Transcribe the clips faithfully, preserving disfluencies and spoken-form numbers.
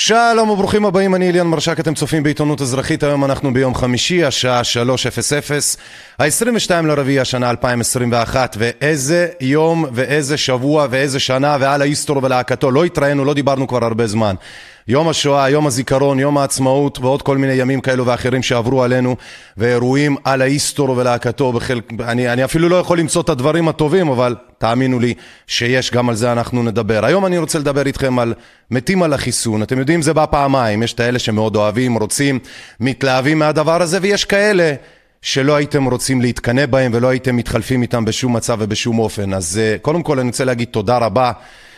שלום וברוכים הבאים, אני אליאן מרשק, אתם צופים בעיתונות אזרחית. היום אנחנו ביום חמישי, השעה שלוש אפס אפס, ה-עשרים ושניים לרביעי השנה אלפיים עשרים ואחת, ואיזה יום ואיזה שבוע ואיזה שנה, ועל האיסטור ולהקתו לא התראינו, לא דיברנו כבר הרבה זמן. יום השואה, יום הזיכרון, יום העצמאות ועוד כל מיני ימים כאלו ואחרים שעברו עלינו, ואירועים על האיסטור ולהקתו בחלק, אני, אני אפילו לא יכול למצוא את הדברים הטובים, אבל תאמינו לי שיש, גם על זה אנחנו נדבר. היום אני רוצה לדבר איתכם על מתים על החיסון. אתם יודעים, זה בא פעמיים, יש את האלה שמאוד אוהבים, רוצים, מתלהבים מהדבר הזה, ויש כאלה שלא הייתם רוצים להתקנא בהם ולא הייתם מתחלפים איתם בשום מצב ובשום אופן. אז קודם כל אני רוצה להגיד תודה רבה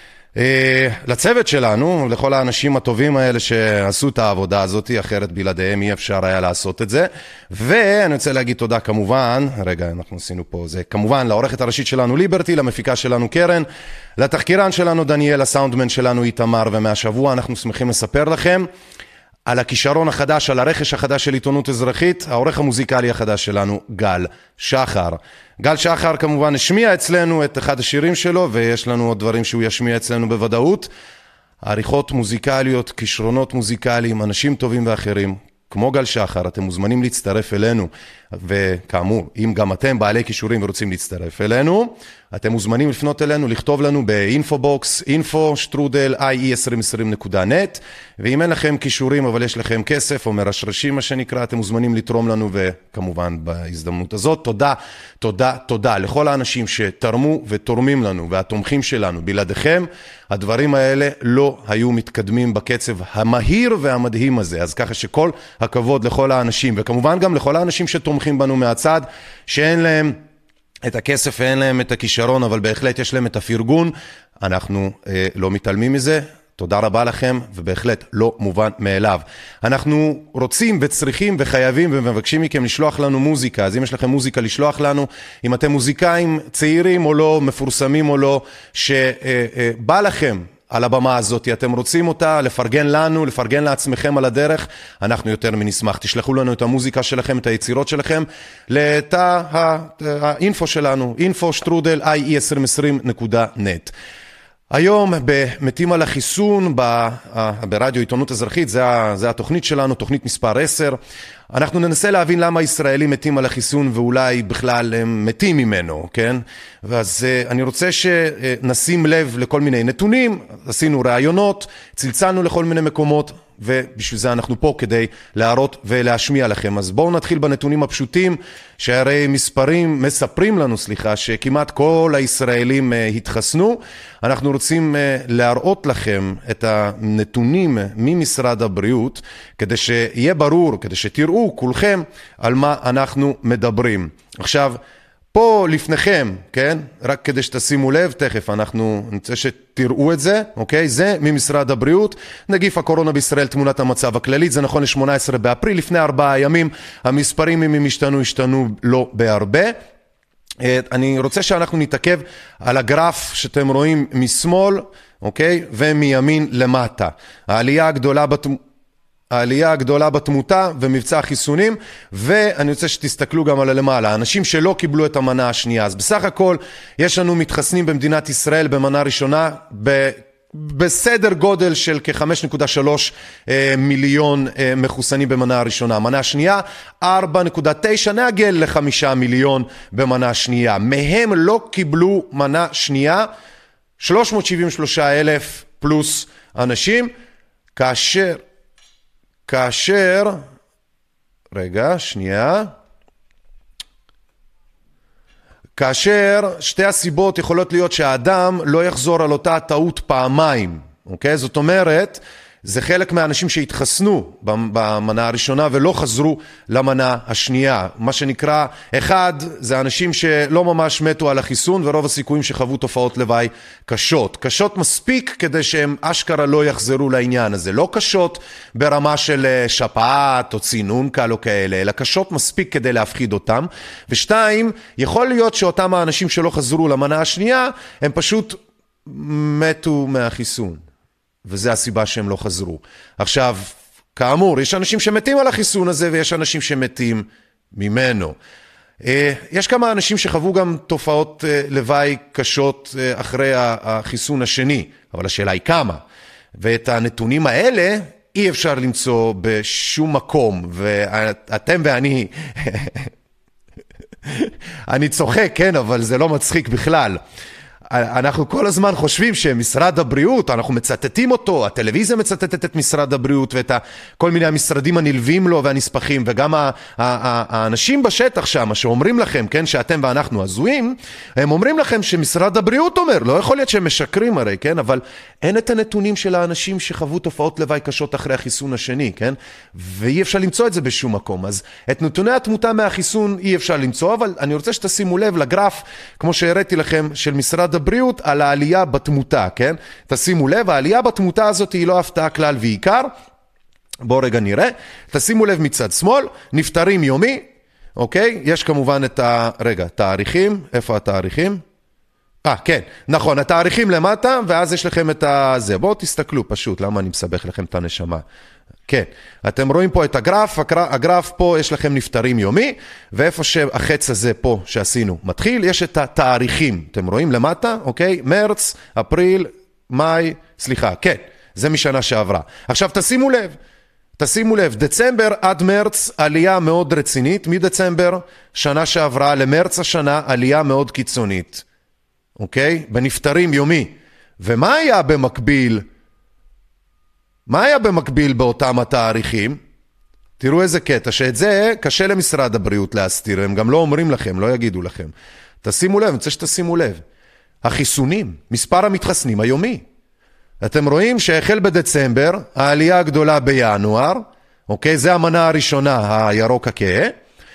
לצוות שלנו, לכל האנשים הטובים האלה שעשו את העבודה הזאת, אחרת בלעדיהם אי אפשר היה לעשות את זה. ואני רוצה להגיד תודה כמובן, רגע אנחנו עשינו פה זה, כמובן לעורכת הראשית שלנו ליברטי, למפיקה שלנו קרן, לתחקירן שלנו דניאל, הסאונדמן שלנו איתמר, ומהשבוע אנחנו שמחים לספר לכם על הכישרון החדש, על הרכש החדש של עיתונות אזרחית, העורך המוזיקלי החדש שלנו, גל שחר. גל שחר כמובן השמיע אצלנו את אחד השירים שלו, ויש לנו עוד דברים שהוא ישמיע אצלנו בוודאות. עריכות מוזיקליות, כישרונות מוזיקליים, אנשים טובים ואחרים, כמו גל שחר, אתם מוזמנים להצטרף אלינו, וכאמור, אם גם אתם בעלי כישורים ורוצים להצטרף אלינו, אתם מוזמנים לפנות אלינו, לכתוב לנו באינפובוקס, info שטרודל איי אי עשרים עשרים נקודה נט, ואם אין לכם כישורים אבל יש לכם כסף או מרשרשים מה שנקרא, אתם מוזמנים לתרום לנו, וכמובן בהזדמנות הזאת, תודה, תודה, תודה לכל האנשים שתרמו ותורמים לנו, והתומכים שלנו. בלעדיכם הדברים האלה לא היו מתקדמים בקצב המהיר והמדהים הזה. אז ככה שכל הכבוד לכל האנשים, וכמובן גם לכל האנשים שתומכים בנו מהצד, שאין להם את הכסף ואין להם את הכישרון, אבל בהחלט יש להם את הפרגון. אנחנו אה, לא מתעלמים מזה. תודה רבה לכם, ובהחלט לא מובן מאליו. אנחנו רוצים וצריכים וחייבים ומבקשים מכם לשלוח לנו מוזיקה. אז אם יש לכם מוזיקה לשלוח לנו, אם אתם מוזיקאים צעירים או לא, מפורסמים או לא, שבא לכם על הבמה הזאת, אתם רוצים אותה, לפרגן לנו, לפרגן לעצמכם על הדרך, אנחנו יותר מנשמח. תשלחו לנו את המוזיקה שלכם, את היצירות שלכם, לתא האינפו שלנו, info שטרודל איי אי עשרים עשרים נקודה נט. היום במתים על החיסון, ברדיו עיתונות אזרחית, זה, זה התוכנית שלנו, תוכנית מספר עשר. אנחנו ננסה להבין למה ישראלים מתים על החיסון, ואולי בכלל הם מתים ממנו, כן? ואז אני רוצה שנשים לב לכל מיני נתונים, עשינו רעיונות, צלצלנו לכל מיני מקומות, ובשביל זה אנחנו פה כדי להראות ולהשמיע לכם. אז בואו נתחיל בנתונים הפשוטים, שהרי מספרים מספרים לנו, סליחה, שכמעט כל הישראלים התחסנו. אנחנו רוצים להראות לכם את הנתונים ממשרד הבריאות, כדי שיהיה ברור, כדי שתראו כולכם על מה אנחנו מדברים. עכשיו, פה לפניכם, כן? רק כדי שתשימו לב, תכף אנחנו נצא שתראו את זה, אוקיי? זה ממשרד הבריאות, נגיף הקורונה בישראל, תמונת המצב הכללית, זה נכון ל-שמונה עשרה באפריל, לפני ארבעה ימים, המספרים אם הם השתנו, השתנו לא בהרבה. אני רוצה שאנחנו נתעכב על הגרף שאתם רואים משמאל, אוקיי? ומימין למטה. העלייה הגדולה בתמונה, העלייה הגדולה בתמותה ומבצע החיסונים, ואני רוצה שתסתכלו גם על הלמעלה, האנשים שלא קיבלו את המנה השנייה. אז בסך הכל יש לנו מתחסנים במדינת ישראל במנה ראשונה ב... בסדר גודל של כ-חמש נקודה שלוש מיליון מחוסנים במנה הראשונה. מנה השנייה, ארבע נקודה תשע, נעגל לחמישה מיליון במנה שנייה. מהם לא קיבלו מנה שנייה, שלוש מאות שבעים ושלושה אלף פלוס אנשים, כאשר... כאשר, רגע, שנייה, כאשר שתי הסיבות יכולות להיות שהאדם לא יחזור על אותה טעות פעמיים, אוקיי? זאת אומרת, זה חלק מהאנשים שהתחסנו במנה הראשונה ולא חזרו למנה השנייה. מה שנקרא, אחד, זה אנשים שלא ממש מתו על החיסון, ורוב הסיכויים שחוו תופעות לוואי קשות. קשות מספיק כדי שהם אשכרה לא יחזרו לעניין הזה. לא קשות ברמה של שפעת או צינון קל או כאלה, אלא קשות מספיק כדי להפחיד אותם. ושתיים, יכול להיות שאותם האנשים שלא חזרו למנה השנייה, הם פשוט מתו מהחיסון. וזה הסיבה שהם לא חזרו. עכשיו, כאמור, יש אנשים שמתים על החיסון הזה, ויש אנשים שמתים ממנו. יש כמה אנשים שחוו גם תופעות לוואי קשות אחרי החיסון השני, אבל השאלה היא כמה. ואת הנתונים האלה אי אפשר למצוא בשום מקום, ואתם ואני, אני צוחק, כן, אבל זה לא מצחיק בכלל. אנחנו כל הזמן חושבים שמשרד הבריאות, אנחנו מצטטים אותו, הטלוויזיה מצטטת את משרד הבריאות ואת כל מיני המשרדים הנלווים לו והנספחים, וגם האנשים בשטח שם שאומרים לכם, כן, שאתם ואנחנו הזויים, הם אומרים לכם שמשרד הבריאות אומר, לא יכול להיות שהם משקרים הרי, כן, אבל אין את הנתונים של האנשים שחוו תופעות לוואי קשות אחרי החיסון השני, כן, ואי אפשר למצוא את זה בשום מקום. אז את נתוני התמותה מהחיסון אי אפשר למצוא, אבל אני רוצה שתשימו לב לגרף, כמו שהראיתי לכם, של משרד הבריאות על העלייה בתמותה, כן? תשימו לב, העלייה בתמותה הזאת היא לא הפתעה כלל ועיקר. בואו רגע נראה. תשימו לב מצד שמאל, נפטרים יומי, אוקיי? יש כמובן את ה... רגע, תאריכים, איפה התאריכים? אה, כן, נכון, התאריכים למטה, ואז יש לכם את זה. בואו תסתכלו פשוט, למה אני מסבך לכם את הנשמה? כן, אתם רואים פה את הגרף, הגרף פה יש לכם נפטרים יומי, ואיפה שהחץ הזה פה שעשינו מתחיל, יש את התאריכים, אתם רואים למטה, אוקיי? מרץ, אפריל, מאי, סליחה, כן, זה משנה שעברה. עכשיו תשימו לב, תשימו לב, דצמבר עד מרץ עלייה מאוד רצינית, מדצמבר שנה שעברה למרץ השנה עלייה מאוד קיצונית, אוקיי? בנפטרים יומי. ומה היה במקביל? מה היה במקביל באותם התאריכים? תראו איזה קטע, שאת זה קשה למשרד הבריאות להסתיר, הם גם לא אומרים לכם, לא יגידו לכם. תשימו לב, אני רוצה שתשימו לב. החיסונים, מספר המתחסנים היומי. אתם רואים שהחל בדצמבר, העלייה הגדולה בינואר, אוקיי? זה המנה הראשונה, הירוק הכהה,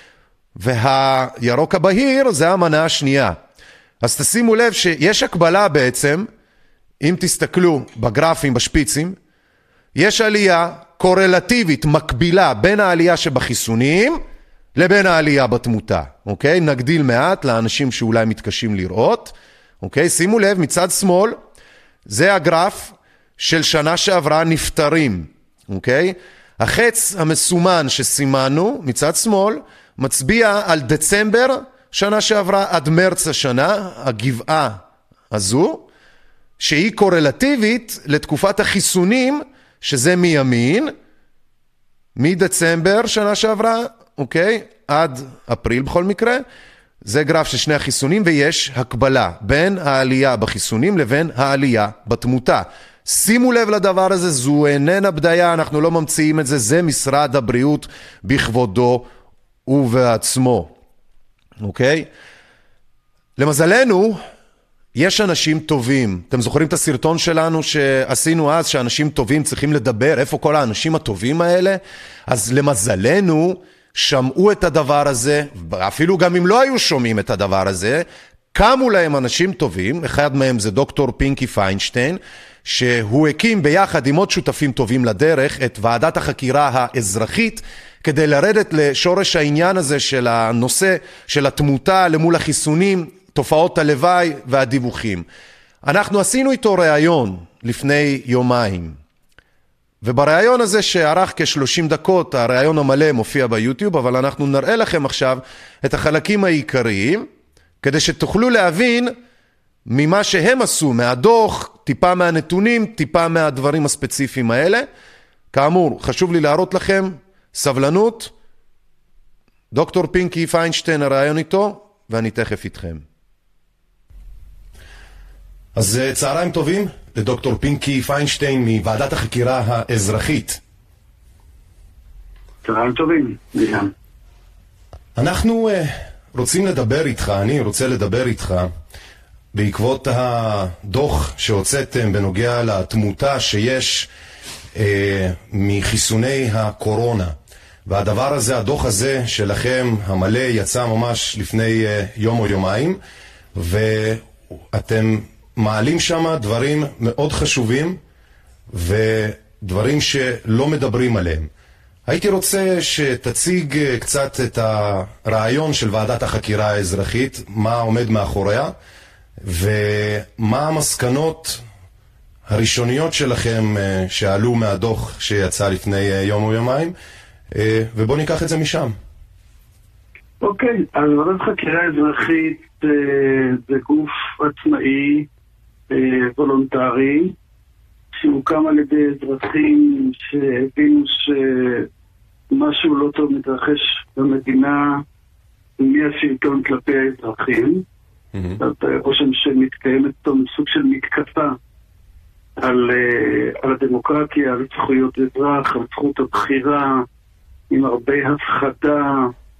והירוק הבהיר זה המנה השנייה. אז תשימו לב שיש הקבלה בעצם, אם תסתכלו בגרפים, בשפיצים, יש עלייה קורלטיבית מקבילה בין העלייה שבחיסונים לבין העלייה בתמותה, אוקיי? נגדיל מעט לאנשים שאולי מתקשים לראות, אוקיי? שימו לב, מצד שמאל, זה הגרף של שנה שעברה נפטרים, אוקיי? החץ המסומן שסימנו מצד שמאל מצביע על דצמבר שנה שעברה עד מרץ השנה, הגבעה הזו, שהיא קורלטיבית לתקופת החיסונים, שזה מימין, מדצמבר שנה שעברה, אוקיי? עד אפריל בכל מקרה. זה גרף של שני החיסונים, ויש הקבלה בין העלייה בחיסונים לבין העלייה בתמותה. שימו לב לדבר הזה, זו איננה בדיה, אנחנו לא ממציאים את זה, זה משרד הבריאות בכבודו ובעצמו. אוקיי? למזלנו, יש אנשים טובים. אתם זוכרים את הסרטון שלנו שעשינו אז, שאנשים טובים צריכים לדבר, איפה כל האנשים הטובים האלה? אז למזלנו, שמעו את הדבר הזה, אפילו גם אם לא היו שומעים את הדבר הזה, קמו להם אנשים טובים, אחד מהם זה דוקטור פינקי פיינשטיין, שהוא הקים ביחד עם עוד שותפים טובים לדרך את ועדת החקירה האזרחית, כדי לרדת לשורש העניין הזה של הנושא של התמותה למול החיסונים, תופעות הלוואי והדיווחים. אנחנו עשינו איתו ראיון לפני יומיים, ובראיון הזה שערך כ-שלושים דקות, הראיון המלא מופיע ביוטיוב, אבל אנחנו נראה לכם עכשיו את החלקים העיקריים, כדי שתוכלו להבין ממה שהם עשו, מהדוח, טיפה מהנתונים, טיפה מהדברים הספציפיים האלה. כאמור, חשוב לי להראות לכם, סבלנות, דוקטור פינקי פיינשטיין הראיון איתו, ואני תכף איתכם. אז צהריים טובים לדוקטור פינקי פיינשטיין מוועדת החקירה האזרחית. צהריים טובים, ניחן. אנחנו רוצים לדבר איתך, אני רוצה לדבר איתך, בעקבות הדוח שהוצאתם בנוגע לתמותה שיש אה, מחיסוני הקורונה. והדבר הזה, הדוח הזה שלכם המלא יצא ממש לפני אה, יום או יומיים, ואתם מעלים שם דברים מאוד חשובים ודברים שלא מדברים עליהם. הייתי רוצה שתציג קצת את הרעיון של ועדת החקירה האזרחית, מה עומד מאחוריה, ומה המסקנות הראשוניות שלכם שעלו מהדוח שיצא לפני יום או יומיים, ובואו ניקח את זה משם. אוקיי, אז ועדת חקירה אזרחית זה גוף עצמאי, וולונטרי, שהוקם על ידי אזרחים שהבינו שמשהו לא טוב מתרחש במדינה מהשלטון כלפי האזרחים. אתה רושם שמתקיימת סוג של מתקפה על, על הדמוקרטיה, על זכויות אזרח, על זכות הבחירה, עם הרבה הפחדה,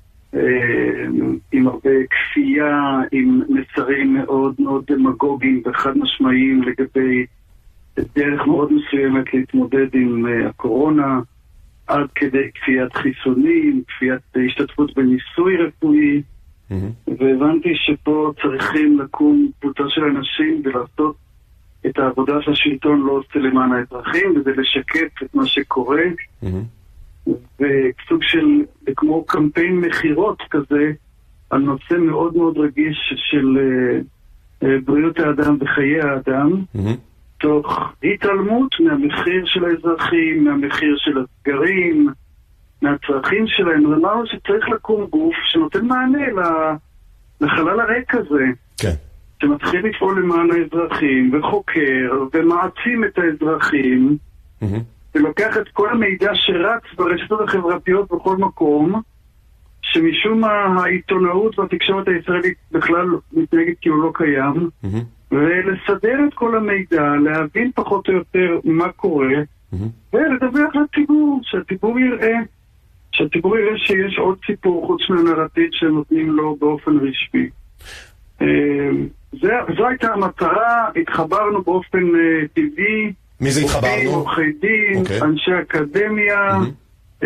עם הרבה כפייה, עם מסרים מאוד מאוד דמגוגיים וחד משמעיים לגבי דרך מאוד מסוימת להתמודד עם הקורונה, עד כדי כפיית חיסונים, כפיית השתתפות בניסוי רפואי. Mm-hmm. והבנתי שפה צריכים לקום קבוצה של אנשים ולעשות את העבודה שהשלטון לא עושה למען האזרחים, וזה לשקף את מה שקורה. Mm-hmm. וסוג של, כמו קמפיין מחירות כזה, על נושא מאוד מאוד רגיש של uh, בריאות האדם וחיי האדם, mm-hmm. תוך התעלמות מהמחיר של האזרחים, מהמחיר של הסגרים, מהצרכים שלהם. ואמרנו שצריך לקום גוף שנותן מענה לחלל הריק הזה, כן. שמתחיל לפעול למען האזרחים וחוקר ומעצים את האזרחים, mm-hmm. ולוקח את כל המידע שרץ ברשתות החברתיות בכל מקום, שמשום מה העיתונאות והתקשורת הישראלית בכלל מתנהגת כי הוא לא קיים, mm-hmm. ולסדר את כל המידע, להבין פחות או יותר מה קורה, mm-hmm. ולדווח לציבור, שהציבור יראה, שהציבור יראה שיש עוד סיפור חוץ מהנרטיב שנותנים לו באופן רשמי. זה, זו הייתה המטרה, התחברנו באופן טבעי. מי זה התחברנו? עורכי דין, okay. אנשי אקדמיה, mm-hmm.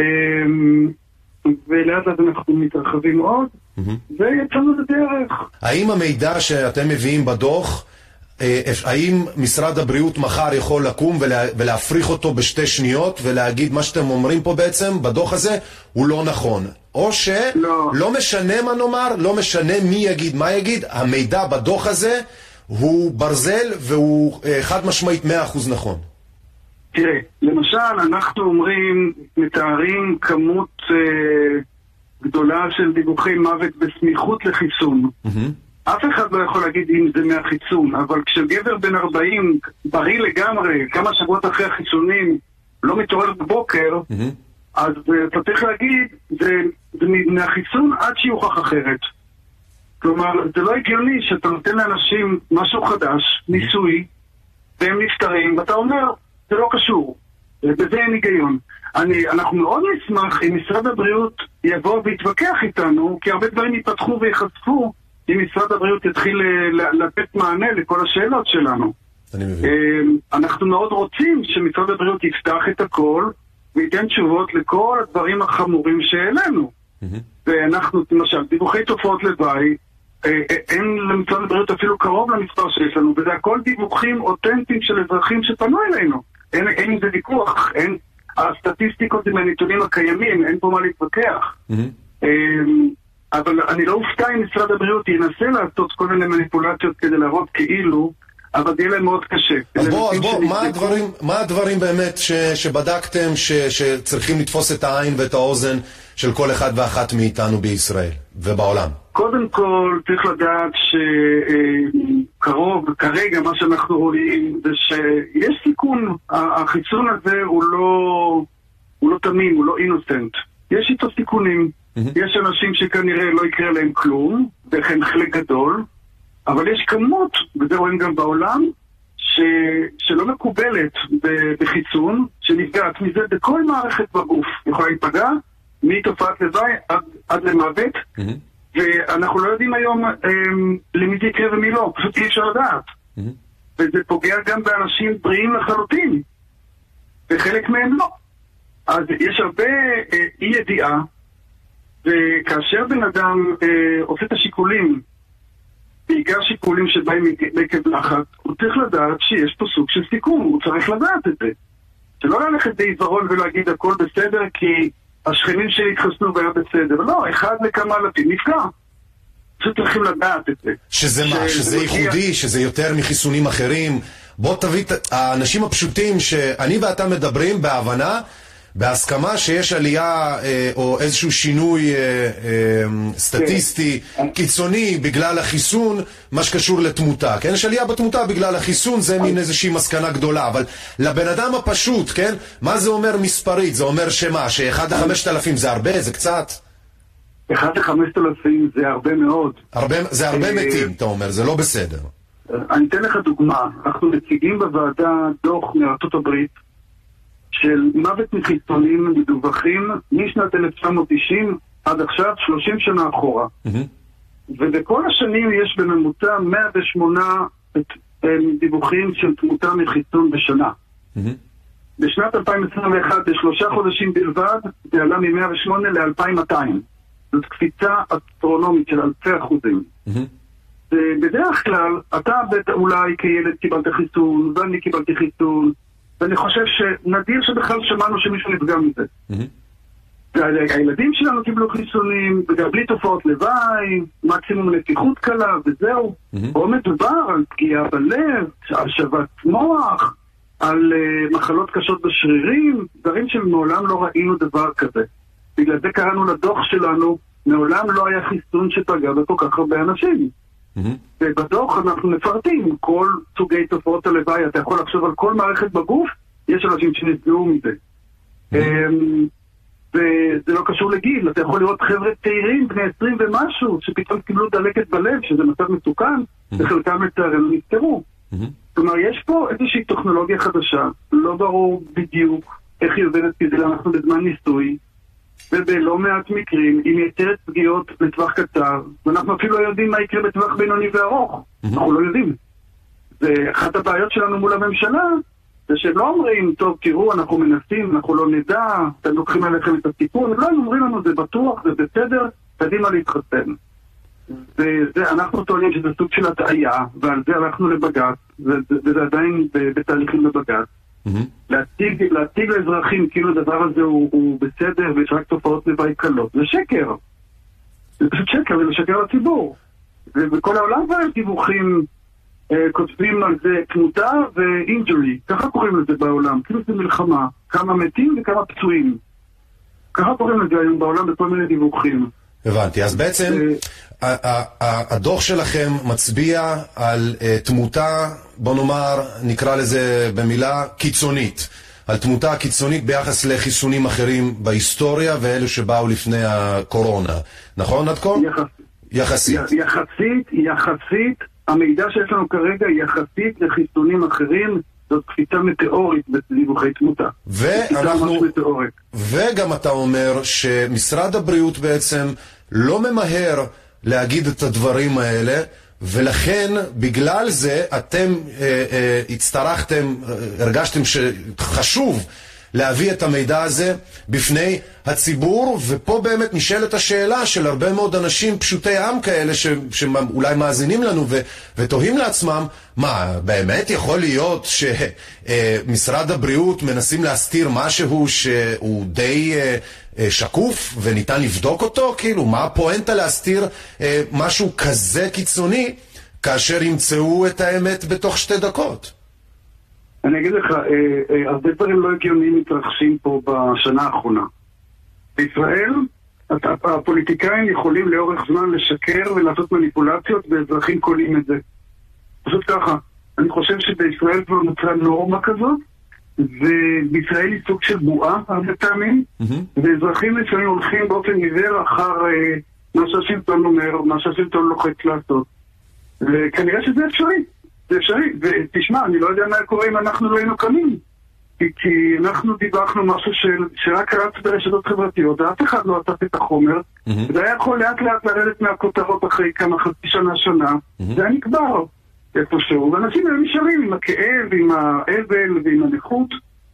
ולאט לאט אנחנו מתרחבים עוד, mm-hmm. ויצאנו לדרך. האם המידע שאתם מביאים בדוח, האם משרד הבריאות מחר יכול לקום ולה, ולהפריך אותו בשתי שניות ולהגיד מה שאתם אומרים פה בעצם בדוח הזה הוא לא נכון, או שלא לא משנה מה נאמר, לא משנה מי יגיד מה יגיד, המידע בדוח הזה הוא ברזל והוא חד משמעית מאה אחוז נכון? תראה, למשל אנחנו אומרים, מתארים כמות אה, גדולה של דיווחי מוות בסמיכות לחיסון. mm-hmm. אף אחד לא יכול להגיד אם זה מהחיסון, אבל כשגבר בן ארבעים בריא לגמרי, כמה שבועות אחרי החיסונים, לא מתעורר בבוקר, mm-hmm. אז אתה צריך להגיד, זה, זה מהחיסון עד שיוכח אחרת. כלומר, זה לא הגיוני שאתה נותן לאנשים משהו חדש, mm-hmm. ניסוי, והם נפטרים, ואתה אומר, זה לא קשור, בזה אין היגיון. אני, אנחנו מאוד נשמח אם משרד הבריאות יבוא ויתווכח איתנו, כי הרבה דברים ייפתחו ויחשפו, אם משרד הבריאות יתחיל לתת מענה לכל השאלות שלנו. אני מבין. אנחנו מאוד רוצים שמשרד הבריאות יפתח את הכל וייתן תשובות לכל הדברים החמורים שהעלינו. ואנחנו, למשל, דיווחי תופעות לוואי, אין למשרד הבריאות אפילו קרוב למספר שיש לנו, וזה הכל דיווחים אותנטיים של אזרחים שפנו אלינו. אין, אין עם זה ויכוח, אין, הסטטיסטיקות עם הנתונים הקיימים, אין פה מה להתווכח. אבל אני לא אופתע אם משרד הבריאות ינסה לעשות כל מיני מניפולציות כדי להראות כאילו, אבל זה יהיה להם מאוד קשה. אז בוא, אז בוא, מה הדברים, מה הדברים באמת ש, שבדקתם ש, שצריכים לתפוס את העין ואת האוזן של כל אחד ואחת מאיתנו בישראל ובעולם? קודם כל צריך לדעת שקרוב, כרגע מה שאנחנו רואים זה שיש סיכון, החיסון הזה הוא לא, הוא לא תמים, הוא לא אינוסנט. יש איתו סיכונים. יש אנשים שכנראה לא יקרה להם כלום, וכן חלק גדול, אבל יש כמות, וזה רואים גם בעולם, ש... שלא מקובלת בחיסון, שנפגעת מזה בכל מערכת בגוף. יכולה להיפגע מתופעת לוואי עד, עד למוות, mm-hmm. ואנחנו לא יודעים היום הם, למי זה יקרה ומי לא, פשוט אי אפשר לדעת. Mm-hmm. וזה פוגע גם באנשים בריאים לחלוטין, וחלק מהם לא. אז יש הרבה אה, אי ידיעה, וכאשר בן אדם אה, עושה את השיקולים, בעיקר שיקולים שבאים מקב לחץ, הוא צריך לדעת שיש פה סוג של סיכום, הוא צריך לדעת את זה. שלא ללכת בעיוורון ולהגיד הכל בסדר כי השכנים שלי התחסנו והיה בסדר. לא, אחד לכמה אלפים נפגע. פשוט צריכים לדעת את זה. שזה מה? שזה ייחודי? שזה יותר מחיסונים אחרים? בוא תביא את האנשים הפשוטים שאני ואתה מדברים בהבנה, בהסכמה שיש עלייה אה, או איזשהו שינוי אה, אה, סטטיסטי כן. קיצוני בגלל החיסון, מה שקשור לתמותה, כן? יש עלייה בתמותה בגלל החיסון, זה מין איזושהי מסקנה גדולה, אבל לבן אדם הפשוט, כן? מה זה אומר מספרית? זה אומר שמה? שאחד לחמשת אלפים זה הרבה? זה קצת? אחד לחמשת אלפים זה הרבה מאוד. הרבה, זה הרבה אה... מתים, אתה אומר, זה לא בסדר. אני אתן לך דוגמה, אנחנו מציגים בוועדה דוח מארצות הברית של מוות מחיסונים מדווחים משנת אלף תשע מאות תשעים עד עכשיו שלושים שנה אחורה. Mm-hmm. ובכל השנים יש בממוצע מאה ושמונה דיווחים של תמותה מחיסון בשנה. Mm-hmm. בשנת אלפיים עשרים ואחת, בשלושה חודשים בלבד, זה עלה מ-מאה ושמונה ל-אלפיים מאתיים. זאת קפיצה אסטרונומית של אלפי אחוזים. Mm-hmm. בדרך כלל, אתה אולי כילד קיבלת חיסון, ואני קיבלתי חיסון, ואני חושב שנדיר שבכלל שמענו שמישהו נפגע מזה. Mm-hmm. הילדים שלנו קיבלו חיסונים, וגם בלי תופעות לוואי, מקסימום נפיחות קלה, וזהו. Mm-hmm. או מדובר על פגיעה בלב, על שבת מוח, על uh, מחלות קשות בשרירים, דברים שמעולם לא ראינו דבר כזה. בגלל זה קראנו לדוח שלנו, מעולם לא היה חיסון שפגע בכל כך הרבה אנשים. Mm-hmm. ובדוח אנחנו מפרטים כל סוגי תופעות הלוואי, אתה יכול לחשוב על כל מערכת בגוף, יש אנשים שנפגעו מזה. Mm-hmm. וזה לא קשור לגיל, אתה יכול לראות חבר'ה צעירים, בני עשרים ומשהו, שפתאום קיבלו דלקת בלב, שזה מצב מסוכן, mm-hmm. וחלקם לצערנו נפטרו. Mm-hmm. כלומר, יש פה איזושהי טכנולוגיה חדשה, לא ברור בדיוק איך היא עובדת, כי זה אנחנו בזמן ניסוי, ובלא מעט מקרים היא מייצרת פגיעות לטווח קצר, ואנחנו אפילו לא יודעים מה יקרה בטווח בינוני וארוך. Mm-hmm. אנחנו לא יודעים. ואחת הבעיות שלנו מול הממשלה, זה שהם לא אומרים, טוב, תראו, אנחנו מנסים, אנחנו לא נדע, אתם לוקחים עליכם את הסיפור, הם לא אומרים לנו, זה בטוח, זה בסדר, קדימה להתחסן. ואנחנו טוענים שזה סוג של הטעיה, ועל זה הלכנו לבג"ץ, וזה עדיין בתהליכים לבג"ץ. להציג, להציג לאזרחים כאילו הדבר הזה הוא, הוא בסדר ויש רק תופעות לוואי קלות. זה שקר. זה פשוט שקר, זה לשקר לציבור. ובכל העולם כבר דיווחים אה, כותבים על זה תמותה ואינג'ורי. ככה קוראים לזה בעולם. כאילו זה מלחמה. כמה מתים וכמה פצועים. ככה קוראים לזה היום בעולם בכל מיני דיווחים. הבנתי. אז בעצם הדוח שלכם מצביע על תמותה, בוא נאמר, נקרא לזה במילה, קיצונית. על תמותה קיצונית ביחס לחיסונים אחרים בהיסטוריה ואלו שבאו לפני הקורונה. נכון, עד כה? יחסית. יחסית, יחסית. המידע שיש לנו כרגע יחסית לחיסונים אחרים, זאת קפיצה מטאורית בדיווחי תמותה. ואנחנו, וגם אתה אומר שמשרד הבריאות בעצם לא ממהר להגיד את הדברים האלה, ולכן בגלל זה אתם אה, אה, הצטרכתם, הרגשתם שחשוב להביא את המידע הזה בפני הציבור, ופה באמת נשאלת השאלה של הרבה מאוד אנשים פשוטי עם כאלה ש, שאולי מאזינים לנו ו, ותוהים לעצמם, מה, באמת יכול להיות שמשרד הבריאות מנסים להסתיר משהו שהוא די שקוף וניתן לבדוק אותו? כאילו, מה הפואנטה להסתיר משהו כזה קיצוני כאשר ימצאו את האמת בתוך שתי דקות? אני אגיד לך, הרבה דברים לא הגיוניים מתרחשים פה בשנה האחרונה. בישראל, הפוליטיקאים יכולים לאורך זמן לשקר ולעשות מניפולציות, ואזרחים קולים את זה. פשוט ככה. אני חושב שבישראל כבר נוצרה נורמה כזאת, ובישראל היא סוג של בועה הרבה פעמים, ואזרחים לפעמים הולכים באופן עיוור אחר מה שהשלטון אומר, מה שהשלטון לוחץ לעשות. וכנראה שזה אפשרי. זה אפשרי, ותשמע, אני לא יודע מה קורה אם אנחנו לא היינו קמים, כי, כי אנחנו דיווחנו משהו של, שרק רץ ברשתות חברתיות, ואף אחד לא עטף את החומר, mm-hmm. וזה היה יכול לאט לאט לרדת מהכותרות אחרי כמה חצי שנה שנה, mm-hmm. זה היה נקבר איפשהו, ואנשים היו נשארים עם הכאב, עם האבל ועם הנכות,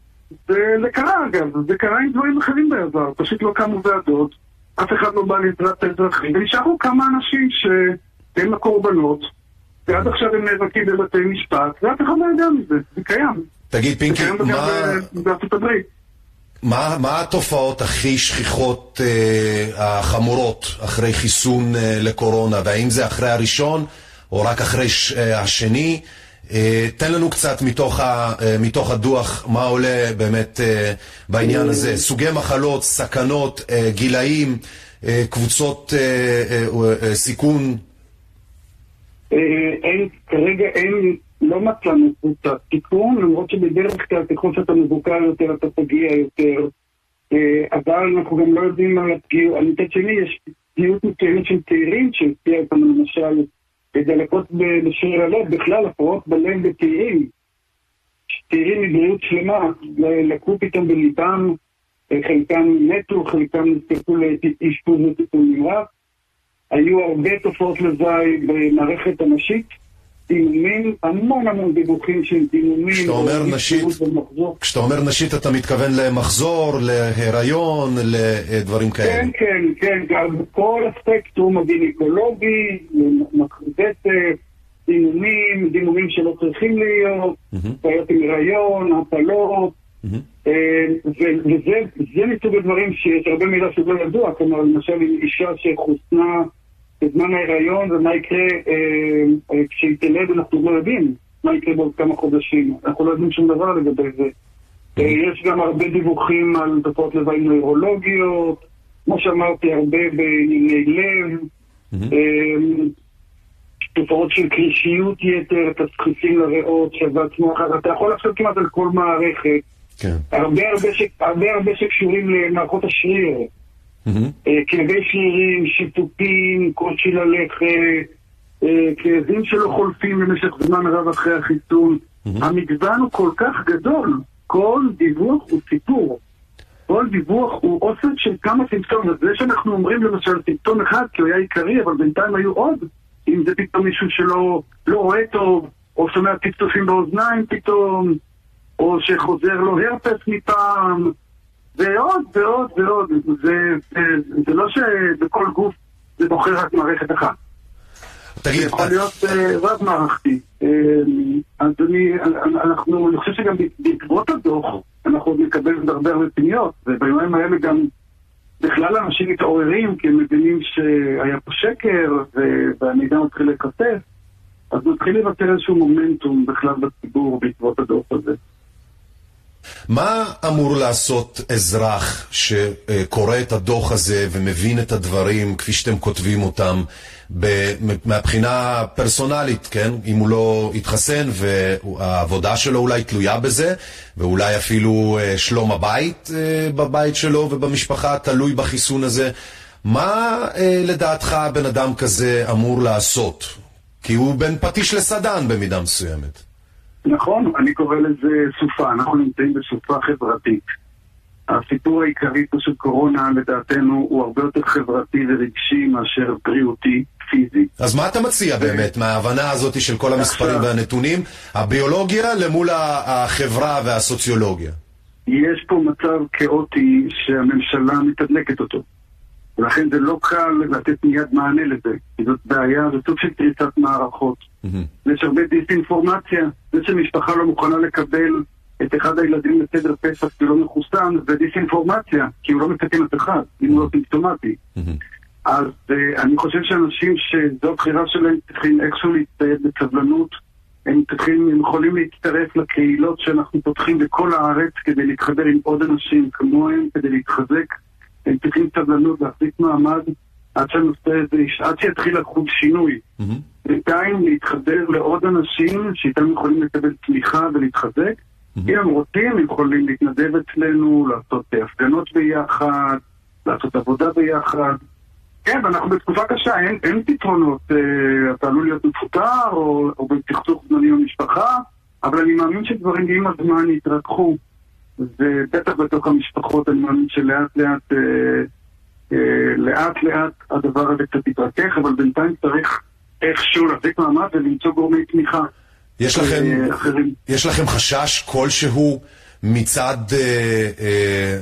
וזה קרה אגב, זה קרה עם דברים אחרים בעבר, פשוט לא קמו ועדות, אף אחד לא בא לעזרת האזרחים, ונשארו כמה אנשים שהם הקורבנות, ועד עכשיו הם נאבקים בבתי משפט, ואף אחד לא יודע מזה, זה קיים. תגיד פינקי, מה... בארצות הברית. מה, מה התופעות הכי שכיחות אה, החמורות אחרי חיסון אה, לקורונה, והאם זה אחרי הראשון או רק אחרי ש, אה, השני? תן לנו קצת מתוך, ה, מתוך הדוח מה עולה באמת בעניין הזה. סוגי מחלות, סכנות, גילאים, קבוצות סיכון. אין, כרגע אין, לא מצאנו קבוצת סיכון, למרות שבדרך כלל ככל שאתה מבוקר יותר אתה פגיע יותר, אבל אנחנו גם לא יודעים על הפגיעות. על מצד שני יש פגיעות מסוימת של צעירים שהפגיע אותנו למשל דלקות בשריר הלב, בכלל הפרעות בלב בצעירים, צעירים מבריאות שלמה, לקו פתאום בליבם, חלקם מתו, חלקם נזקקו לאשפוז וטיפול נמרץ. היו הרבה תופעות לוואי במערכת הנשית, דימומים, המון המון דיווחים של דימומים. כשאתה אומר נשית, כשאתה אומר נשית אתה מתכוון למחזור, להיריון, לדברים כאלה. כן, כן, כן, בכל הספקטרום הגינקולוגי, מחזת, דימומים, דימומים שלא צריכים להיות, בעיות עם היריון, הפלות, וזה מסוג הדברים שיש הרבה מידע שלא ידוע, כלומר למשל עם אישה שחוסנה בזמן ההיריון, ומה יקרה אה, כשהיא תלד, אנחנו לא יודעים מה יקרה בעוד כמה חודשים. אנחנו לא יודעים שום דבר לגבי זה. אה, יש גם הרבה דיווחים על תופעות לוואי נוירולוגיות, כמו שאמרתי, הרבה בענייני לב, אה, תופעות של קרישיות יתר, תסחיפים לריאות, שבץ מוח, אתה יכול לחשוב כמעט על כל מערכת. כן. הרבה הרבה, ש... הרבה הרבה שקשורים למערכות השריר. כאבי שרירים, שיתופים, קושי ללכת, כאבים שלא חולפים במשך זמן רב אחרי החיסון. המגוון הוא כל כך גדול, כל דיווח הוא סיפור, כל דיווח הוא אוסף של כמה סימפטומים. זה שאנחנו אומרים למשל סימפטום אחד כי הוא היה עיקרי, אבל בינתיים היו עוד, אם זה פתאום מישהו שלא לא רואה טוב, או שומע צפצופים באוזניים פתאום, או שחוזר לו הרפס מפעם, ועוד ועוד ועוד. זה, זה, זה לא שבכל גוף זה בוחר רק מערכת אחת. תגיד, זה יכול להיות רב מערכתי. אדוני, אנחנו, אני חושב שגם בעקבות הדוח אנחנו עוד נקבל הרבה הרבה פניות, ובימים האלה גם בכלל אנשים מתעוררים כי הם מבינים שהיה פה שקר והמידע מתחיל לקטף, אז מתחיל לבטל איזשהו מומנטום בכלל בציבור בעקבות הדוח הזה. מה אמור לעשות אזרח שקורא את הדוח הזה ומבין את הדברים כפי שאתם כותבים אותם מהבחינה פרסונלית, כן? אם הוא לא יתחסן והעבודה שלו אולי תלויה בזה, ואולי אפילו שלום הבית בבית שלו ובמשפחה תלוי בחיסון הזה, מה לדעתך בן אדם כזה אמור לעשות? כי הוא בין פטיש לסדן במידה מסוימת. נכון, אני קורא לזה סופה, אנחנו נמצאים בסופה חברתית. הסיפור העיקרי פה של קורונה לדעתנו הוא הרבה יותר חברתי ורגשי מאשר בריאותי, פיזי. אז מה אתה מציע באמת מההבנה הזאת של כל המספרים והנתונים, הביולוגיה למול החברה והסוציולוגיה? יש פה מצב כאוטי שהממשלה מתדלקת אותו. ולכן זה לא קל לתת מיד מענה לזה. זאת בעיה, זה סוג של קריסת מערכות. Mm-hmm. יש הרבה דיסאינפורמציה. זה שמשפחה לא מוכנה לקבל את אחד הילדים לסדר פסח כי לא מחוסן, זה דיסאינפורמציה, כי הוא לא מסכן את אחד, אם הוא לא סימפטומטי. Mm-hmm. אז uh, אני חושב שאנשים שזו הבחירה שלהם צריכים איכשהו להצטייד בסבלנות, הם צריכים, הם יכולים להצטרף לקהילות שאנחנו פותחים בכל הארץ כדי להתחבר עם עוד אנשים כמוהם, כדי להתחזק. הם צריכים סבלנות להחזיק מעמד עד שהנושא הזה, עד שיתחיל לחוג שינוי. בינתיים להתחבר לעוד אנשים שאיתם יכולים לקבל תמיכה ולהתחזק. אם הם רוצים, הם יכולים להתנדב אצלנו, לעשות הפגנות ביחד, לעשות עבודה ביחד. כן, אנחנו בתקופה קשה, אין, אין פתרונות. אתה עלול להיות מפוטר או, או בתכתוך זמני במשפחה, אבל אני מאמין שדברים עם הזמן יתרככו. ובטח בתוך המשפחות אני מאמין שלאט לאט אה, אה, לאט לאט הדבר הזה קצת יתרכך, אבל בינתיים צריך איכשהו להחזיק מעמד ולמצוא גורמי תמיכה. יש לכם, אחרים. יש לכם חשש כלשהו מצד אה, אה,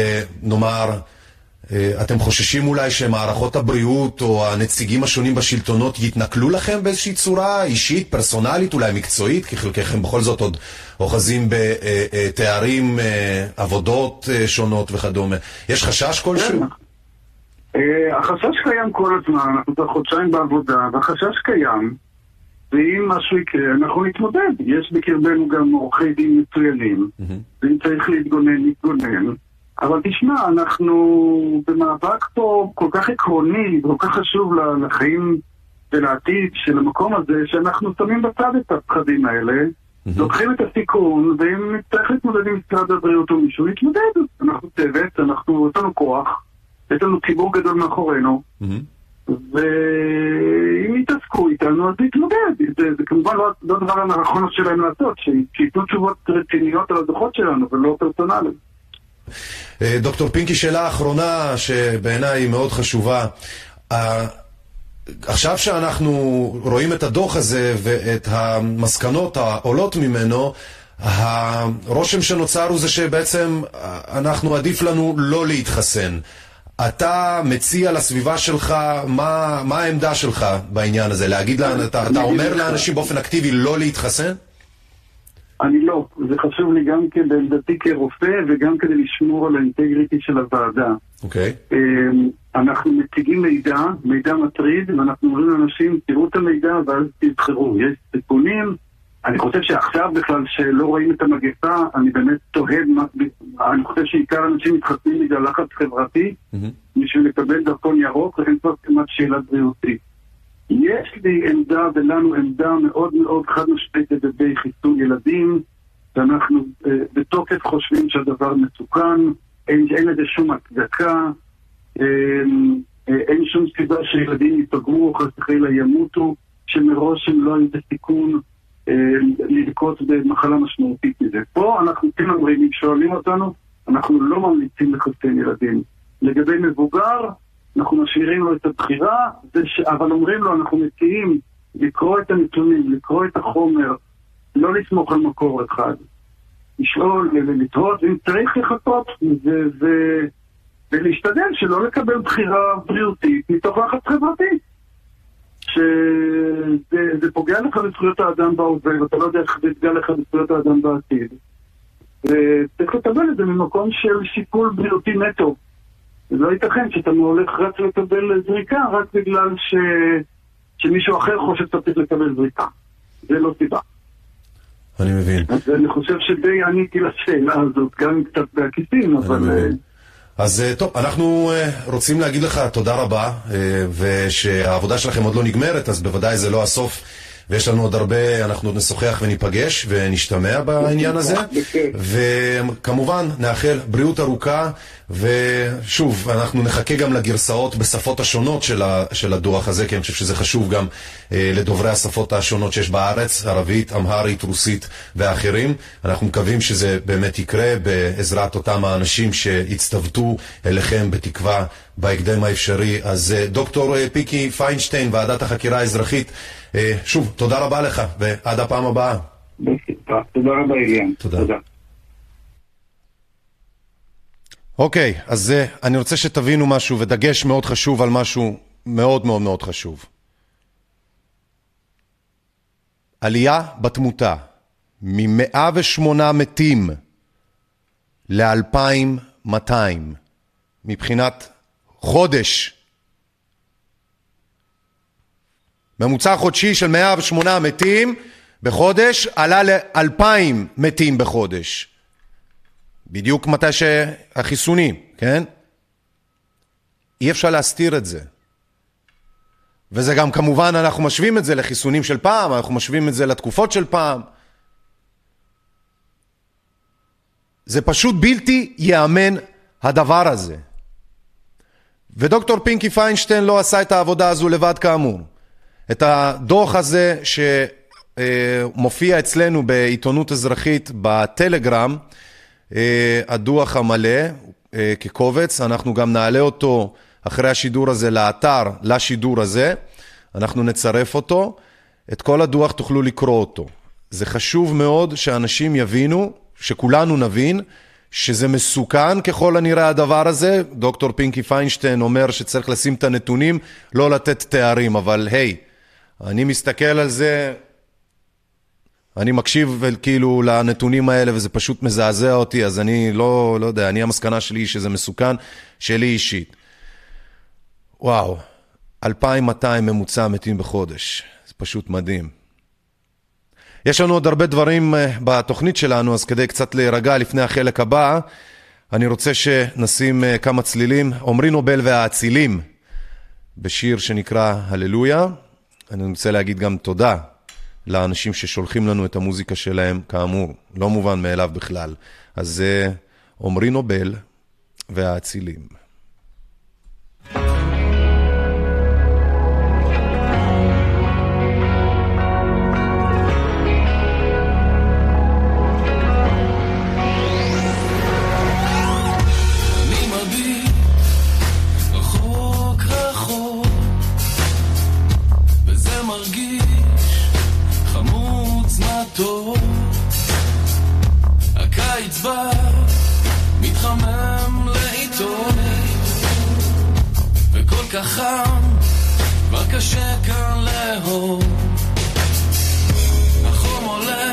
לנאמר אתם חוששים אולי שמערכות הבריאות או הנציגים השונים בשלטונות יתנכלו לכם באיזושהי צורה אישית, פרסונלית, אולי מקצועית, כי חלקכם בכל זאת עוד אוחזים בתארים, עבודות שונות וכדומה. יש חשש כלשהו? החשש קיים כל הזמן, אנחנו כבר חודשיים בעבודה, והחשש קיים, ואם משהו יקרה, אנחנו נתמודד. יש בקרבנו גם עורכי דין מצוינים, ואם צריך להתגונן, להתגונן. אבל תשמע, אנחנו במאבק פה כל כך עקרוני, כל כך חשוב לחיים ולעתיד של המקום הזה, שאנחנו שמים בצד את הפחדים האלה, לוקחים את הסיכון, ואם נצטרך להתמודד עם משרד הבריאות או מישהו, נתמודד. אנחנו צוות, אנחנו, יש לנו כוח, יש לנו ציבור גדול מאחורינו, ואם יתעסקו איתנו, אז נתמודד. זה, זה כמובן לא, לא דבר הנכון שלהם לעשות, שייתנו תשובות רציניות על הדוחות שלנו, ולא פרסונליים. דוקטור פינקי, שאלה אחרונה שבעיניי היא מאוד חשובה. עכשיו שאנחנו רואים את הדוח הזה ואת המסקנות העולות ממנו, הרושם שנוצר הוא זה שבעצם אנחנו עדיף לנו לא להתחסן. אתה מציע לסביבה שלך, מה, מה העמדה שלך בעניין הזה? להגיד לה, אתה, אתה אומר לאנשים באופן אקטיבי לא להתחסן? אני לא. זה חשוב לי גם כן בעמדתי כרופא וגם כדי לשמור על האינטגריטי של הוועדה. אוקיי. אנחנו מציגים מידע, מידע מטריד, ואנחנו אומרים לאנשים, תראו את המידע ואז תבחרו. יש סיכונים. אני חושב שעכשיו בכלל שלא רואים את המגפה, אני באמת תוהד, אני חושב שעיקר אנשים מתחסנים בגלל לחץ חברתי, בשביל לקבל דרכון ירוק, לכן זאת כמעט שאלה בריאותית. יש לי עמדה ולנו עמדה מאוד מאוד חד משמעית לגבי חיסון ילדים, ואנחנו אה, בתוקף חושבים שהדבר מסוכן, אין, אין לזה שום הצדקה, אה, אה, אין שום סיבה שילדים ייפגעו או חס וחלילה ימותו, שמראש הם לא היו בסיכון אה, ללקות במחלה משמעותית מזה. פה אנחנו כן אומרים, אם שואלים אותנו, אנחנו לא ממליצים לחסן ילדים. לגבי מבוגר, אנחנו משאירים לו את הבחירה, ש... אבל אומרים לו, אנחנו מציעים לקרוא את הנתונים, לקרוא את החומר, לא לסמוך על מקור אחד. לשאול ולתהות, ואם צריך לחכות, ו... ו... ולהשתדל שלא לקבל בחירה בריאותית מתוך לחץ חברתי. שזה זה פוגע לך בזכויות האדם בהווה, ואתה לא יודע איך זה פוגע לך בזכויות האדם בעתיד. וצריך לקבל את זה ממקום של שיקול בריאותי נטו. לא ייתכן שאתה הולך רק לקבל זריקה רק בגלל ש... שמישהו אחר חושב שאתה צריך לקבל זריקה. זה לא סיבה. אני מבין. אז אני חושב שדי עניתי לשאלה הזאת, גם קצת בהקיסים, אבל... מבין. אז טוב, אנחנו רוצים להגיד לך תודה רבה, ושהעבודה שלכם עוד לא נגמרת, אז בוודאי זה לא הסוף. ויש לנו עוד הרבה, אנחנו עוד נשוחח וניפגש ונשתמע בעניין הזה, וכמובן נאחל בריאות ארוכה, ושוב, אנחנו נחכה גם לגרסאות בשפות השונות של, ה, של הדוח הזה, כי אני חושב שזה חשוב גם אה, לדוברי השפות השונות שיש בארץ, ערבית, אמהרית, רוסית ואחרים. אנחנו מקווים שזה באמת יקרה בעזרת אותם האנשים שהצטוותו אליכם בתקווה בהקדם האפשרי. אז דוקטור פיקי פיינשטיין, ועדת החקירה האזרחית, שוב, תודה רבה לך, ועד הפעם הבאה. תודה רבה, אליאן. תודה. אוקיי, אז אני רוצה שתבינו משהו, ודגש מאוד חשוב על משהו מאוד מאוד מאוד חשוב. עלייה בתמותה, מ-מאה ושמונה מתים ל-אלפיים ומאתיים, מבחינת חודש. ממוצע חודשי של מאה ושמונה מתים בחודש עלה ל-אלפיים מתים בחודש. בדיוק מתי שהחיסונים, כן? אי אפשר להסתיר את זה. וזה גם כמובן, אנחנו משווים את זה לחיסונים של פעם, אנחנו משווים את זה לתקופות של פעם. זה פשוט בלתי יאמן הדבר הזה. ודוקטור פינקי פיינשטיין לא עשה את העבודה הזו לבד כאמור. את הדוח הזה שמופיע אצלנו בעיתונות אזרחית בטלגרם, הדוח המלא כקובץ, אנחנו גם נעלה אותו אחרי השידור הזה לאתר, לשידור הזה, אנחנו נצרף אותו, את כל הדוח תוכלו לקרוא אותו. זה חשוב מאוד שאנשים יבינו, שכולנו נבין, שזה מסוכן ככל הנראה הדבר הזה. דוקטור פינקי פיינשטיין אומר שצריך לשים את הנתונים, לא לתת תארים, אבל היי, אני מסתכל על זה, אני מקשיב כאילו לנתונים האלה וזה פשוט מזעזע אותי, אז אני לא, לא יודע, אני המסקנה שלי שזה מסוכן, שלי אישית. וואו, אלפיים ומאתיים ממוצע מתים בחודש, זה פשוט מדהים. יש לנו עוד הרבה דברים בתוכנית שלנו, אז כדי קצת להירגע לפני החלק הבא, אני רוצה שנשים כמה צלילים. עומרי נובל והאצילים, בשיר שנקרא הללויה. אני רוצה להגיד גם תודה לאנשים ששולחים לנו את המוזיקה שלהם, כאמור, לא מובן מאליו בכלל. אז זה עומרי נובל והאצילים. הקיץ בא, מתחמם לאיתו, וכל כך חם, כבר קשה כאן לאהוב. החום עולה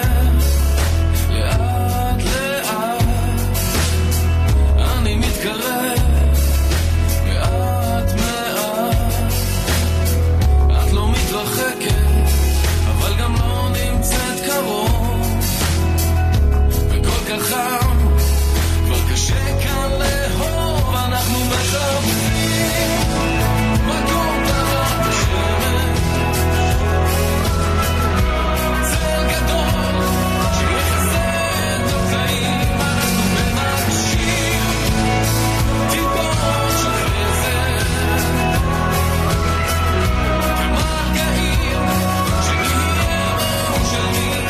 לאט לאט, אני מתקרב מעט מעט, את לא מתרחקת, אבל גם לא נמצאת קרוב. חם, כבר קשה כאן לאהוב, אנחנו מחפשים מקום תחת השמש, צל גדול שיחסה את החיים, אנחנו מבקשים טיפות של חסד, כמרגעים שנהיה מאושרים.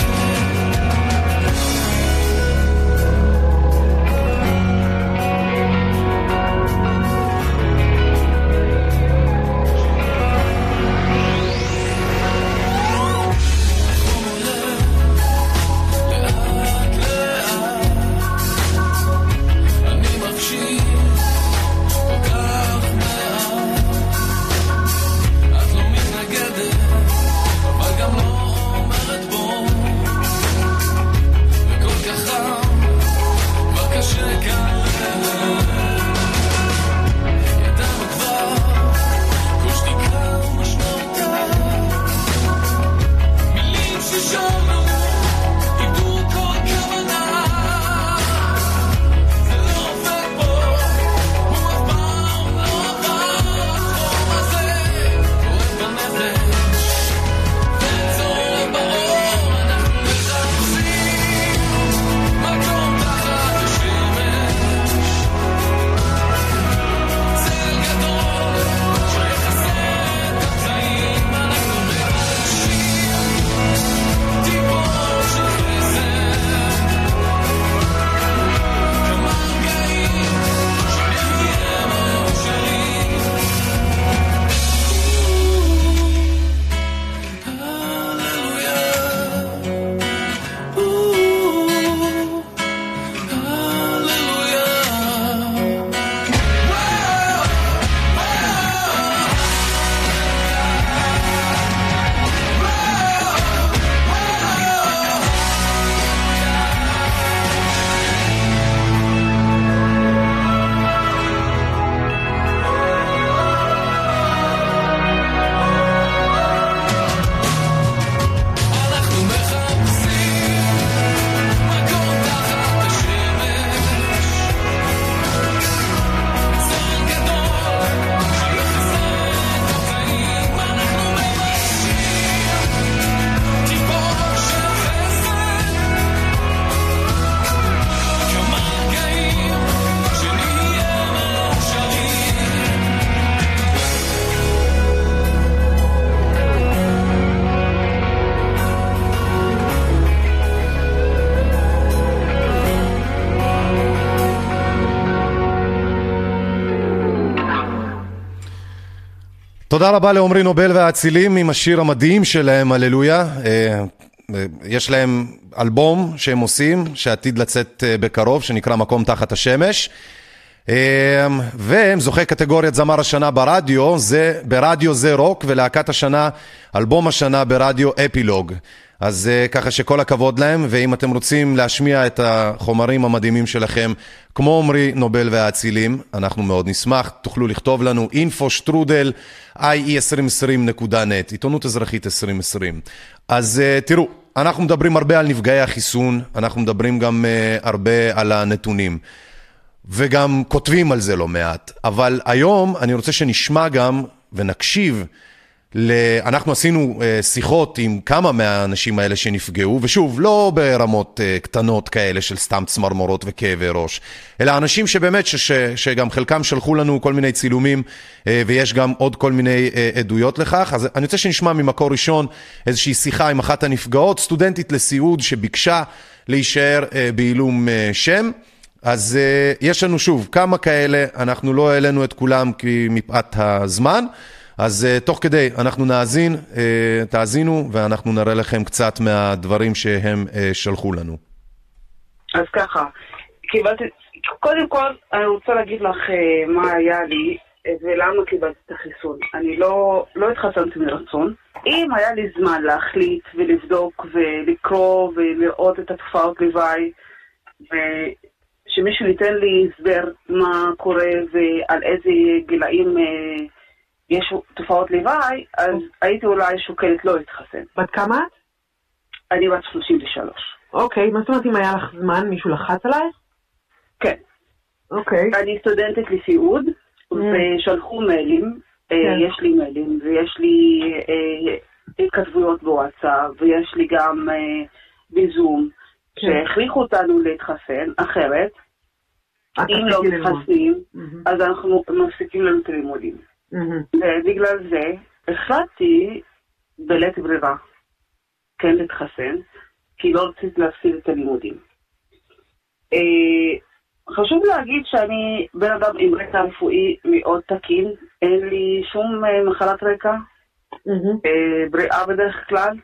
תודה רבה לעומרי נובל והאצילים עם השיר המדהים שלהם, הללויה. יש להם אלבום שהם עושים, שעתיד לצאת בקרוב, שנקרא מקום תחת השמש. והם זוכה קטגוריית זמר השנה ברדיו, זה ברדיו זה רוק, ולהקת השנה, אלבום השנה ברדיו אפילוג. אז ככה שכל הכבוד להם, ואם אתם רוצים להשמיע את החומרים המדהימים שלכם, כמו עומרי נובל והאצילים, אנחנו מאוד נשמח. תוכלו לכתוב לנו info שטרודל איי אי עשרים עשרים נקודה נט, עיתונות אזרחית עשרים עשרים. אז תראו, אנחנו מדברים הרבה על נפגעי החיסון, אנחנו מדברים גם uh, הרבה על הנתונים, וגם כותבים על זה לא מעט. אבל היום אני רוצה שנשמע גם ונקשיב, אנחנו עשינו שיחות עם כמה מהאנשים האלה שנפגעו, ושוב, לא ברמות קטנות כאלה של סתם צמרמורות וכאבי ראש, אלא אנשים שבאמת, ש, ש, שגם חלקם שלחו לנו כל מיני צילומים, ויש גם עוד כל מיני עדויות לכך. אז אני רוצה שנשמע ממקור ראשון איזושהי שיחה עם אחת הנפגעות, סטודנטית לסיעוד שביקשה להישאר בעילום שם. אז יש לנו שוב כמה כאלה, אנחנו לא העלינו את כולם כי מפאת הזמן, אז uh, תוך כדי אנחנו נאזין, uh, תאזינו, ואנחנו נראה לכם קצת מהדברים שהם uh, שלחו לנו. אז ככה, קיבלתי, קודם כל אני רוצה להגיד לך uh, מה היה לי ולמה קיבלתי את החיסון. אני לא, לא התחסנתי מרצון. אם היה לי זמן להחליט ולבדוק ולקרוא ולראות את התופעות לוואי, ושמישהו ייתן לי הסבר מה קורה ועל איזה גילאים uh, יש תופעות לוואי, אז הייתי אולי שוקלת לא להתחסן. בת כמה? אני בת שלושים ושלוש. אוקיי, מה זאת אומרת אם היה לך זמן, מישהו לחץ עלייך? כן. אוקיי. אני סטודנטית לסיעוד, ושלחו מיילים, יש לי מיילים, ויש לי התכתבויות בוואטסאפ, ויש לי גם בזום, שהכריחו אותנו להתחסן, אחרת, אם לא מתחסנים, אז אנחנו מפסיקים לנו את הלימודים. ובגלל זה החלטתי בלית ברירה כן להתחסן, כי לא רציתי להפסיד את הלימודים. חשוב להגיד שאני בן אדם עם רקע רפואי מאוד תקין, אין לי שום מחלת רקע, בריאה בדרך כלל,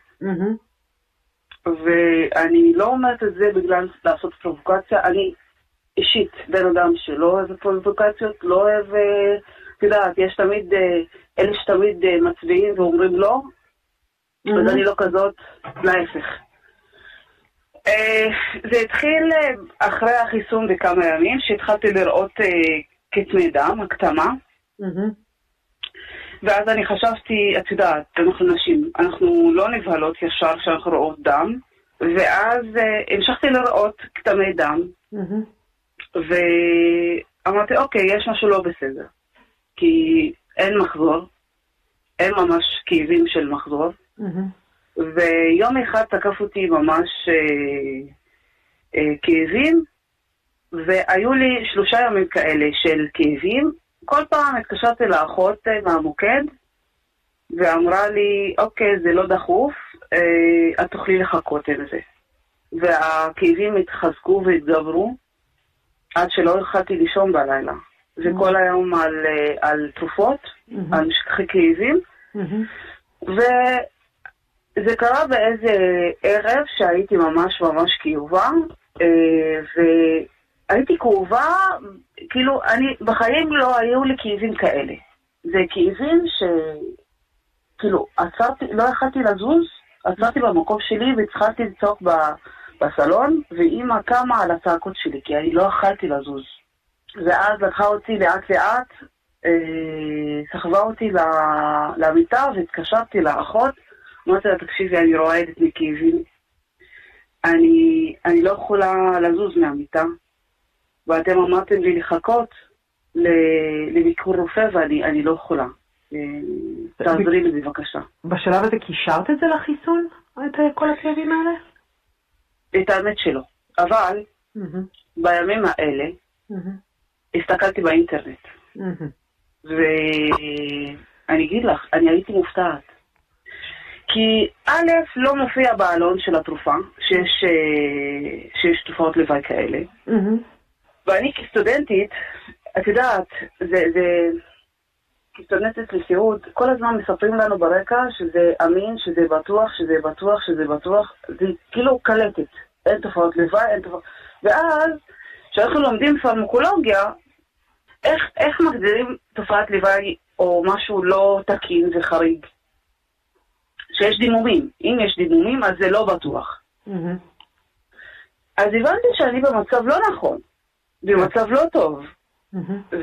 ואני לא אומרת את זה בגלל לעשות פרובוקציה. אני אישית בן אדם שלא אוהב פרובוקציות, לא אוהב, תדעת, יש תמיד, אלה שתמיד מצביעים ואומרים לא, אז אני לא כזאת, להפך. זה התחיל אחרי החיסון בכמה ימים, שהתחלתי לראות כתמי דם, הקטמה, ואז אני חשבתי, את יודעת, אנחנו נשים, אנחנו לא נבהלות ישר כשאנחנו רואות דם, ואז המשכתי לראות כתמי דם, ואמרתי, אוקיי, יש משהו לא בסדר, כי אין מחזור, אין ממש כאבים של מחזור, ויום אחד תקף אותי ממש אה, אה, כאבים, והיו לי שלושה ימים כאלה של כאבים. כל פעם התקשרתי לאחות אה, מהמוקד, ואמרה לי, אוקיי, זה לא דחוף, אה, את תוכלי לחכות על זה. והכאבים התחזקו והתגברו, עד שלא יכולתי לישון בלילה. וכל היום על, אה, על תרופות, mm-hmm. על משככי כאבים, mm-hmm. ו... זה קרה באיזה ערב שהייתי ממש ממש כאובה, והייתי כאובה, כאילו, אני, בחיים לא היו לי כאבים כאלה. זה כאבים שכאילו, עצרתי, לא יכלתי לזוז, עצרתי במקום שלי והתחלתי לצעוק בסלון, ואמא קמה על הצעקות שלי, כי אני לא יכלתי לזוז. ואז לקחה אותי לאט לאט, סחבה אותי למיטה והתקשרתי לאחות, אמרתי לה, תקשיבי, אני רועדת מכאבים. אני, אני לא יכולה לזוז מהמיטה. ואתם אמרתם לי לחכות לביקור רופא, ואני אני לא יכולה. תעזרי לי בבקשה. בשלב הזה קישרת את זה לחיסון? את כל הכאבים האלה? את האמת שלא. אבל בימים האלה הסתכלתי באינטרנט. ואני אגיד לך, אני הייתי מופתעת. כי א', לא מופיע בעלון של התרופה, שיש, שיש תופעות לוואי כאלה. Mm-hmm. ואני כסטודנטית, את יודעת, זה, זה, כסטודנטית לסיעוד, כל הזמן מספרים לנו ברקע שזה אמין, שזה בטוח, שזה בטוח, שזה בטוח, זה כאילו קלטת. אין תופעות לוואי, אין תופעות... ואז, כשאנחנו לומדים פרמקולוגיה, איך, איך מגדירים תופעת לוואי או משהו לא תקין וחריג? שיש דימומים. אם יש דימומים, אז זה לא בטוח. Mm-hmm. אז הבנתי שאני במצב לא נכון, במצב לא טוב. Mm-hmm.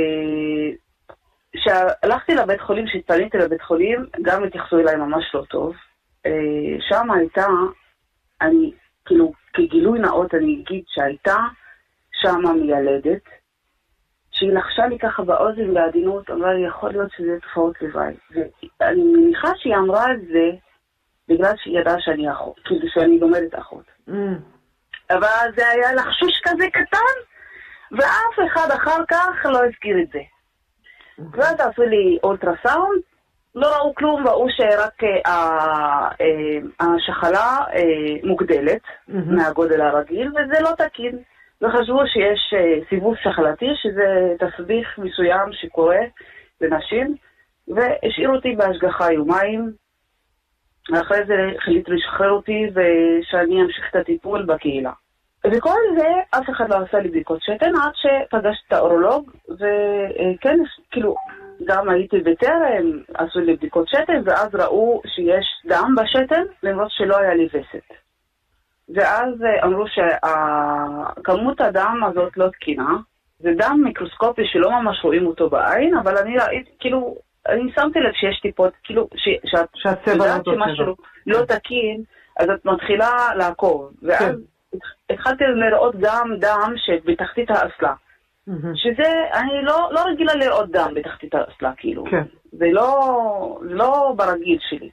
וכשהלכתי לבית חולים, כשהתפניתי לבית חולים, גם התייחסו אליי ממש לא טוב. שם הייתה אני, כאילו, כגילוי נאות אני אגיד שהייתה שמה מיילדת, שהיא לחשה לי ככה באוזן בעדינות, אמרה לי, יכול להיות שזה תופעות לוואי. ואני מניחה שהיא אמרה את זה, בגלל שהיא ידעה שאני אחות, כאילו שאני לומדת אחות. Mm. אבל זה היה לחשוש כזה קטן, ואף אחד אחר כך לא הזכיר את זה. Mm. ואז עשו לי אולטרסאונד, לא ראו כלום, ראו שרק אה, אה, השחלה אה, מוגדלת mm-hmm. מהגודל הרגיל, וזה לא תקין. וחשבו שיש אה, סיבוב שחלתי, שזה תסביך מסוים שקורה לנשים, והשאירו אותי בהשגחה יומיים, ואחרי זה החליטו לשחרר אותי ושאני אמשיך את הטיפול בקהילה. וכל זה אף אחד לא עשה לי בדיקות שתן עד שפגשתי את האורולוג, וכן, כאילו, גם הייתי בטרם, עשו לי בדיקות שתן, ואז ראו שיש דם בשתן, למרות שלא היה לי וסת. ואז אמרו שכמות הדם הזאת לא תקינה, זה דם מיקרוסקופי שלא ממש רואים אותו בעין, אבל אני ראיתי, כאילו, אני שמתי לב שיש טיפות, כאילו, שאת יודעת שמשהו לא תקין, אז את מתחילה לעקוב. ואז התחלתי לראות גם דם שבתחתית האסלה. שזה, אני לא רגילה לראות דם בתחתית האסלה, כאילו. זה לא ברגיל שלי.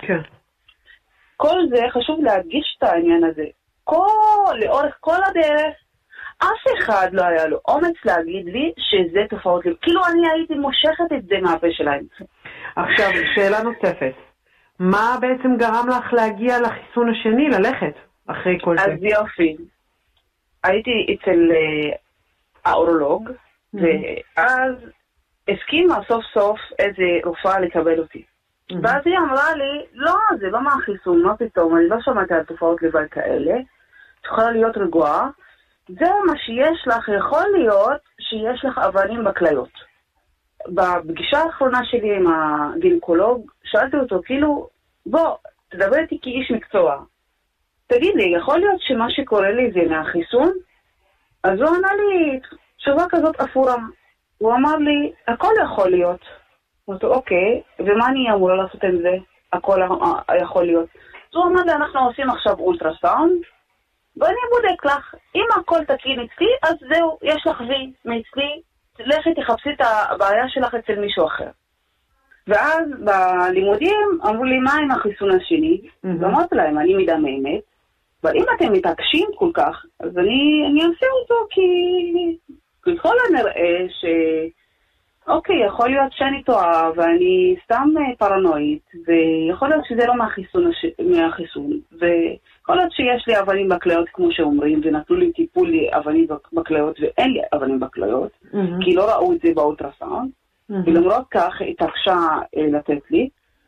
כל זה חשוב להדגיש את העניין הזה. לאורך כל הדרך, אף אחד לא היה לו אומץ להגיד לי שזה תופעות לב. כאילו אני הייתי מושכת את זה מהפה שלהם. עכשיו, שאלה נוספת. מה בעצם גרם לך להגיע לחיסון השני, ללכת אחרי כל זה? אז יופי. הייתי אצל uh, האורולוג, mm-hmm. ואז הסכימה סוף סוף איזה רופאה לקבל אותי. Mm-hmm. ואז היא אמרה לי, לא, זה לא מהחיסון, מה פתאום, אני לא שמעתי על תופעות לב כאלה, תוכל להיות רגועה, זה מה שיש לך, יכול להיות שיש לך אבנים בכליות. בפגישה האחרונה שלי עם הגינקולוג, שאלתי אותו, כאילו, בוא, תדבר איתי כאיש מקצוע. תגיד לי, יכול להיות שמה שקורה לי זה מהחיסון? אז הוא ענה לי, תשובה כזאת אפורה. הוא אמר לי, הכל יכול להיות. אמרתי, אוקיי, ומה אני אמורה לעשות עם זה? הכל יכול להיות. אז הוא אמר לי, אנחנו עושים עכשיו אולטרסאונד, ואני בודק לך, אם הכל תקין אצלי, אז זהו, יש לך וי מאצלי, לכי תחפשי את הבעיה שלך אצל מישהו אחר. ואז בלימודים אמרו לי, מה עם החיסון השני? Mm-hmm. ואמרתי להם, אני מדממת, אבל אם אתם מתעקשים כל כך, אז אני, אני אעשה אותו, כי ככל הנראה ש... אוקיי, יכול להיות שאני טועה, ואני סתם פרנואית, ויכול להיות שזה לא מהחיסון, הש... מהחיסון, ויכול להיות שיש לי אבנים בכליות, כמו שאומרים, ונתנו לי טיפול לאבנים בכליות, ואין לי אבנים בכליות, mm-hmm. כי לא ראו את זה באולטרסאונד, mm-hmm. ולמרות כך התעקשה אה, לתת לי,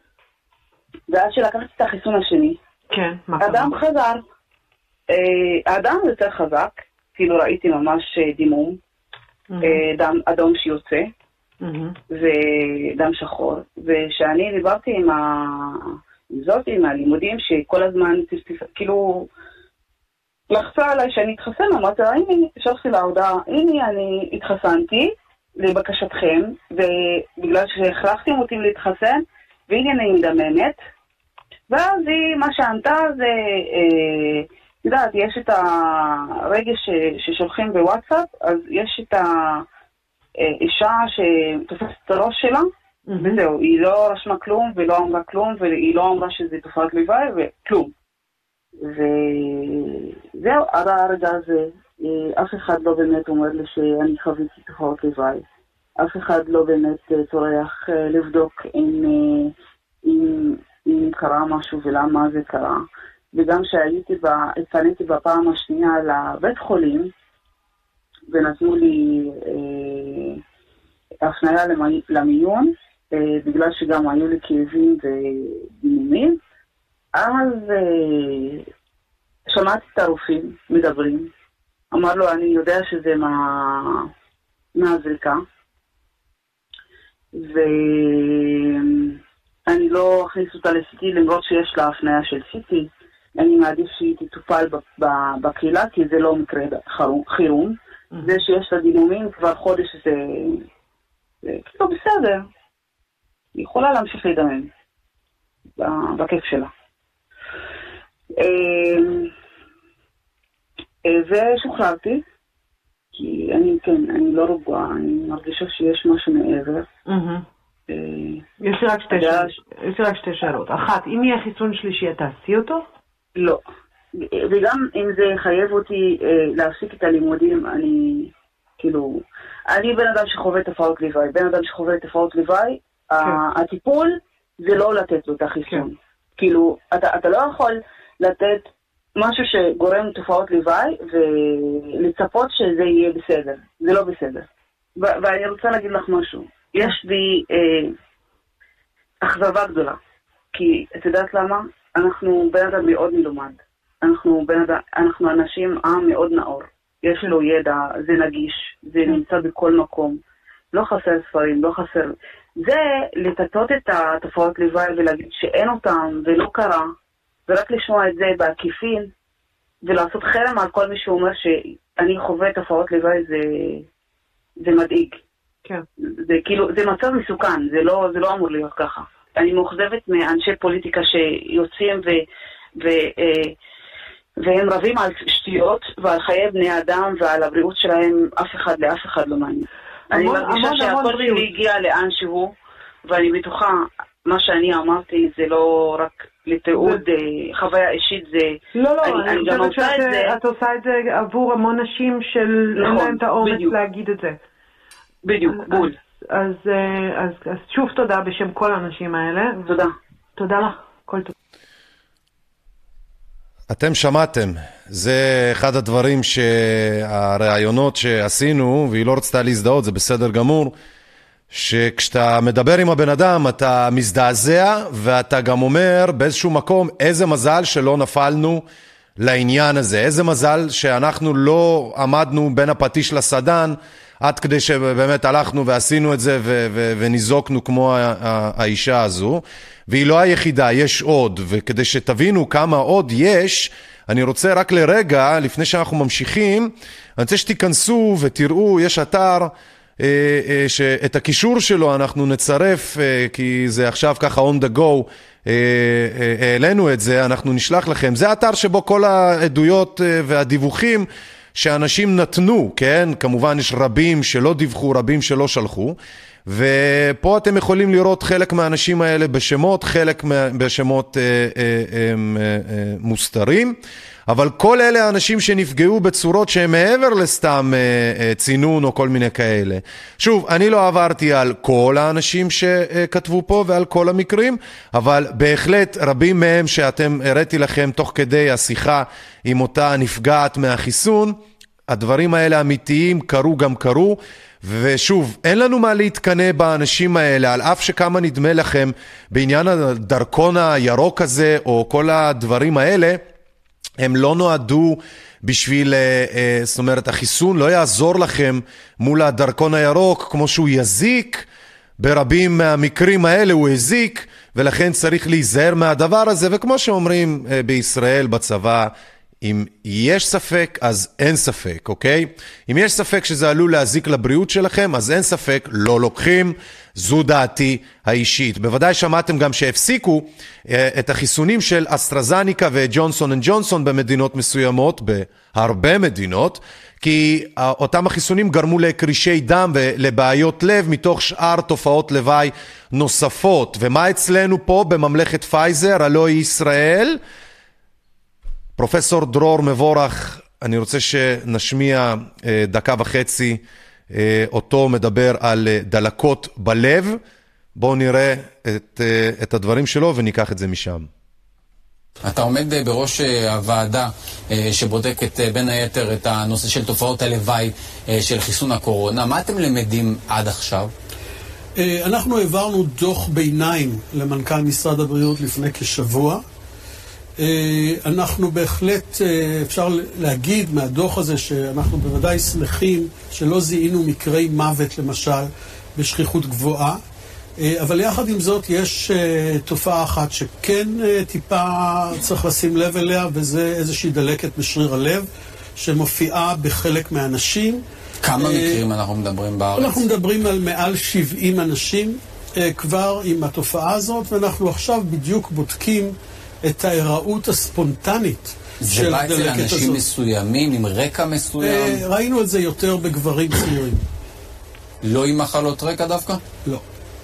ואז שלקחתי את החיסון השני, כן, האדם חזר, אה, האדם יותר חזק, כאילו ראיתי ממש דימום, mm-hmm. אה, דם אדום שיוצא, Mm-hmm. ודם שחור, ושאני דיברתי עם ה... זאת, עם הלימודים שכל הזמן כאילו לחצה עליי שאני אתחסן, אמרתי לה, הנה, שלחתי להודעה, הנה אני התחסנתי לבקשתכם, ובגלל שהכרחתם אותי להתחסן, והנה אני מדממת, ואז היא, מה שענתה זה, אה, יודעת, יש את הרגש ששולחים בוואטסאפ, אז יש את ה... אישה שתופסת את הראש שלה, mm-hmm. וזהו, היא לא רשמה כלום ולא אמרה כלום, והיא לא אמרה שזה תופעת לוואי וכלום. וזהו, עד הרגע הזה, אף אחד לא באמת אומר לי שאני חוויתי תופעות לוואי. אף אחד לא באמת צורך לבדוק אם, אם, אם קרה משהו ולמה זה קרה. וגם שהייתי, התפניתי בפעם השנייה לבית חולים, ונתנו לי אה, הפניה למי, למיון, אה, בגלל שגם היו לי כאבים ודימומים. אז אה, שמעתי את הרופאים מדברים. אמר לו, אני יודע שזה מה, מהזריקה. ואני לא אכניס אותה לסיטי, למרות שיש לה הפניה של סיטי. אני מעדיף שהיא תטופל בקהילה, כי זה לא מקרה חירום. זה שיש לה דימומים כבר חודש, זה, זה כאילו בסדר. היא יכולה להמשיך להידמם בכיף שלה. ושוחררתי, כי אני, כן, אני לא רגועה, אני מרגישה שיש משהו מעבר. יש לי רק שתי שאלות. יש לי רק שתי שאלות. אחת, אם יהיה חיסון שלישי, אתה תעשי אותו? לא. וגם אם זה חייב אותי להפסיק את הלימודים, אני, כאילו, אני בן אדם שחווה תופעות לוואי. בן אדם שחווה תופעות לוואי, הטיפול זה לא לתת לו את החיסון. כאילו, אתה לא יכול לתת משהו שגורם תופעות לוואי ולצפות שזה יהיה בסדר. זה לא בסדר. ואני רוצה להגיד לך משהו. יש לי אה, אכזבה גדולה. כי את יודעת למה? אנחנו בן אדם מאוד מלומד. אנחנו, בן אדם, אנחנו אנשים עם מאוד נאור. יש לו ידע, זה נגיש, זה נמצא בכל מקום. לא חסר ספרים, לא חסר... זה לטטות את התופעות לוואי ולהגיד שאין אותם ולא קרה, ורק לשמוע את זה בעקיפין, ולעשות חרם על כל מי שאומר שאני חווה תופעות לוואי, זה, זה מדאיג. כן. זה כאילו, זה מצב מסוכן, זה לא, זה לא אמור להיות ככה. אני מאוכזבת מאנשי פוליטיקה שיוצאים ו, ו, אה, והם רבים על שטויות ועל חיי בני אדם ועל הבריאות שלהם, אף אחד לאף אחד לא מעניין. אני מרגישה שהכל שלי הגיע לאן שהוא, ואני בטוחה, מה שאני אמרתי זה לא רק לתיעוד חוויה אישית, זה... לא, לא, אני חושבת שאת עושה את זה עבור המון נשים של אין להם את האומץ להגיד את זה. בדיוק, בול. אז שוב תודה בשם כל האנשים האלה. תודה. תודה לך, כל טוב. אתם שמעתם, זה אחד הדברים שהרעיונות שעשינו, והיא לא רצתה להזדהות, זה בסדר גמור, שכשאתה מדבר עם הבן אדם אתה מזדעזע, ואתה גם אומר באיזשהו מקום איזה מזל שלא נפלנו לעניין הזה, איזה מזל שאנחנו לא עמדנו בין הפטיש לסדן, עד כדי שבאמת הלכנו ועשינו את זה ו- ו- וניזוקנו כמו האישה הזו, והיא לא היחידה, יש עוד, וכדי שתבינו כמה עוד יש, אני רוצה רק לרגע, לפני שאנחנו ממשיכים, אני רוצה שתיכנסו ותראו, יש אתר, אה, אה, שאת הקישור שלו אנחנו נצרף, אה, כי זה עכשיו ככה on the go, העלינו את זה, אנחנו נשלח לכם, זה אתר שבו כל העדויות אה, והדיווחים, שאנשים נתנו, כן? כמובן יש רבים שלא דיווחו, רבים שלא שלחו, ופה אתם יכולים לראות חלק מהאנשים האלה בשמות, חלק בשמות אה, אה, אה, אה, מוסתרים, אבל כל אלה האנשים שנפגעו בצורות שהם מעבר לסתם אה, אה, צינון או כל מיני כאלה. שוב, אני לא עברתי על כל האנשים שכתבו פה ועל כל המקרים, אבל בהחלט רבים מהם שאתם הראיתי לכם תוך כדי השיחה עם אותה נפגעת מהחיסון, הדברים האלה אמיתיים, קרו גם קרו, ושוב, אין לנו מה להתקנא באנשים האלה, על אף שכמה נדמה לכם בעניין הדרכון הירוק הזה, או כל הדברים האלה, הם לא נועדו בשביל, זאת אומרת, החיסון לא יעזור לכם מול הדרכון הירוק, כמו שהוא יזיק, ברבים מהמקרים האלה הוא הזיק, ולכן צריך להיזהר מהדבר הזה, וכמו שאומרים בישראל בצבא, אם יש ספק, אז אין ספק, אוקיי? אם יש ספק שזה עלול להזיק לבריאות שלכם, אז אין ספק, לא לוקחים, זו דעתי האישית. בוודאי שמעתם גם שהפסיקו את החיסונים של אסטרזניקה וג'ונסון אנד ג'ונסון במדינות מסוימות, בהרבה מדינות, כי אותם החיסונים גרמו לקרישי דם ולבעיות לב מתוך שאר תופעות לוואי נוספות. ומה אצלנו פה בממלכת פייזר, הלא היא ישראל? פרופסור דרור מבורך, אני רוצה שנשמיע דקה וחצי אותו מדבר על דלקות בלב. בואו נראה את, את הדברים שלו וניקח את זה משם. אתה עומד בראש הוועדה שבודקת בין היתר את הנושא של תופעות הלוואי של חיסון הקורונה. מה אתם למדים עד עכשיו? אנחנו העברנו דוח ביניים למנכ"ל משרד הבריאות לפני כשבוע. אנחנו בהחלט, אפשר להגיד מהדוח הזה שאנחנו בוודאי שמחים שלא זיהינו מקרי מוות למשל בשכיחות גבוהה, אבל יחד עם זאת יש תופעה אחת שכן טיפה צריך לשים לב אליה, וזה איזושהי דלקת בשריר הלב שמופיעה בחלק מהאנשים. כמה מקרים אנחנו מדברים בארץ? אנחנו מדברים על מעל שבעים אנשים כבר עם התופעה הזאת, ואנחנו עכשיו בדיוק בודקים את ההיראות הספונטנית של הדלקת הזאת. זה בא אצל אנשים מסוימים, עם רקע מסוים? ראינו את זה יותר בגברים צעירים. לא עם מחלות רקע דווקא? לא.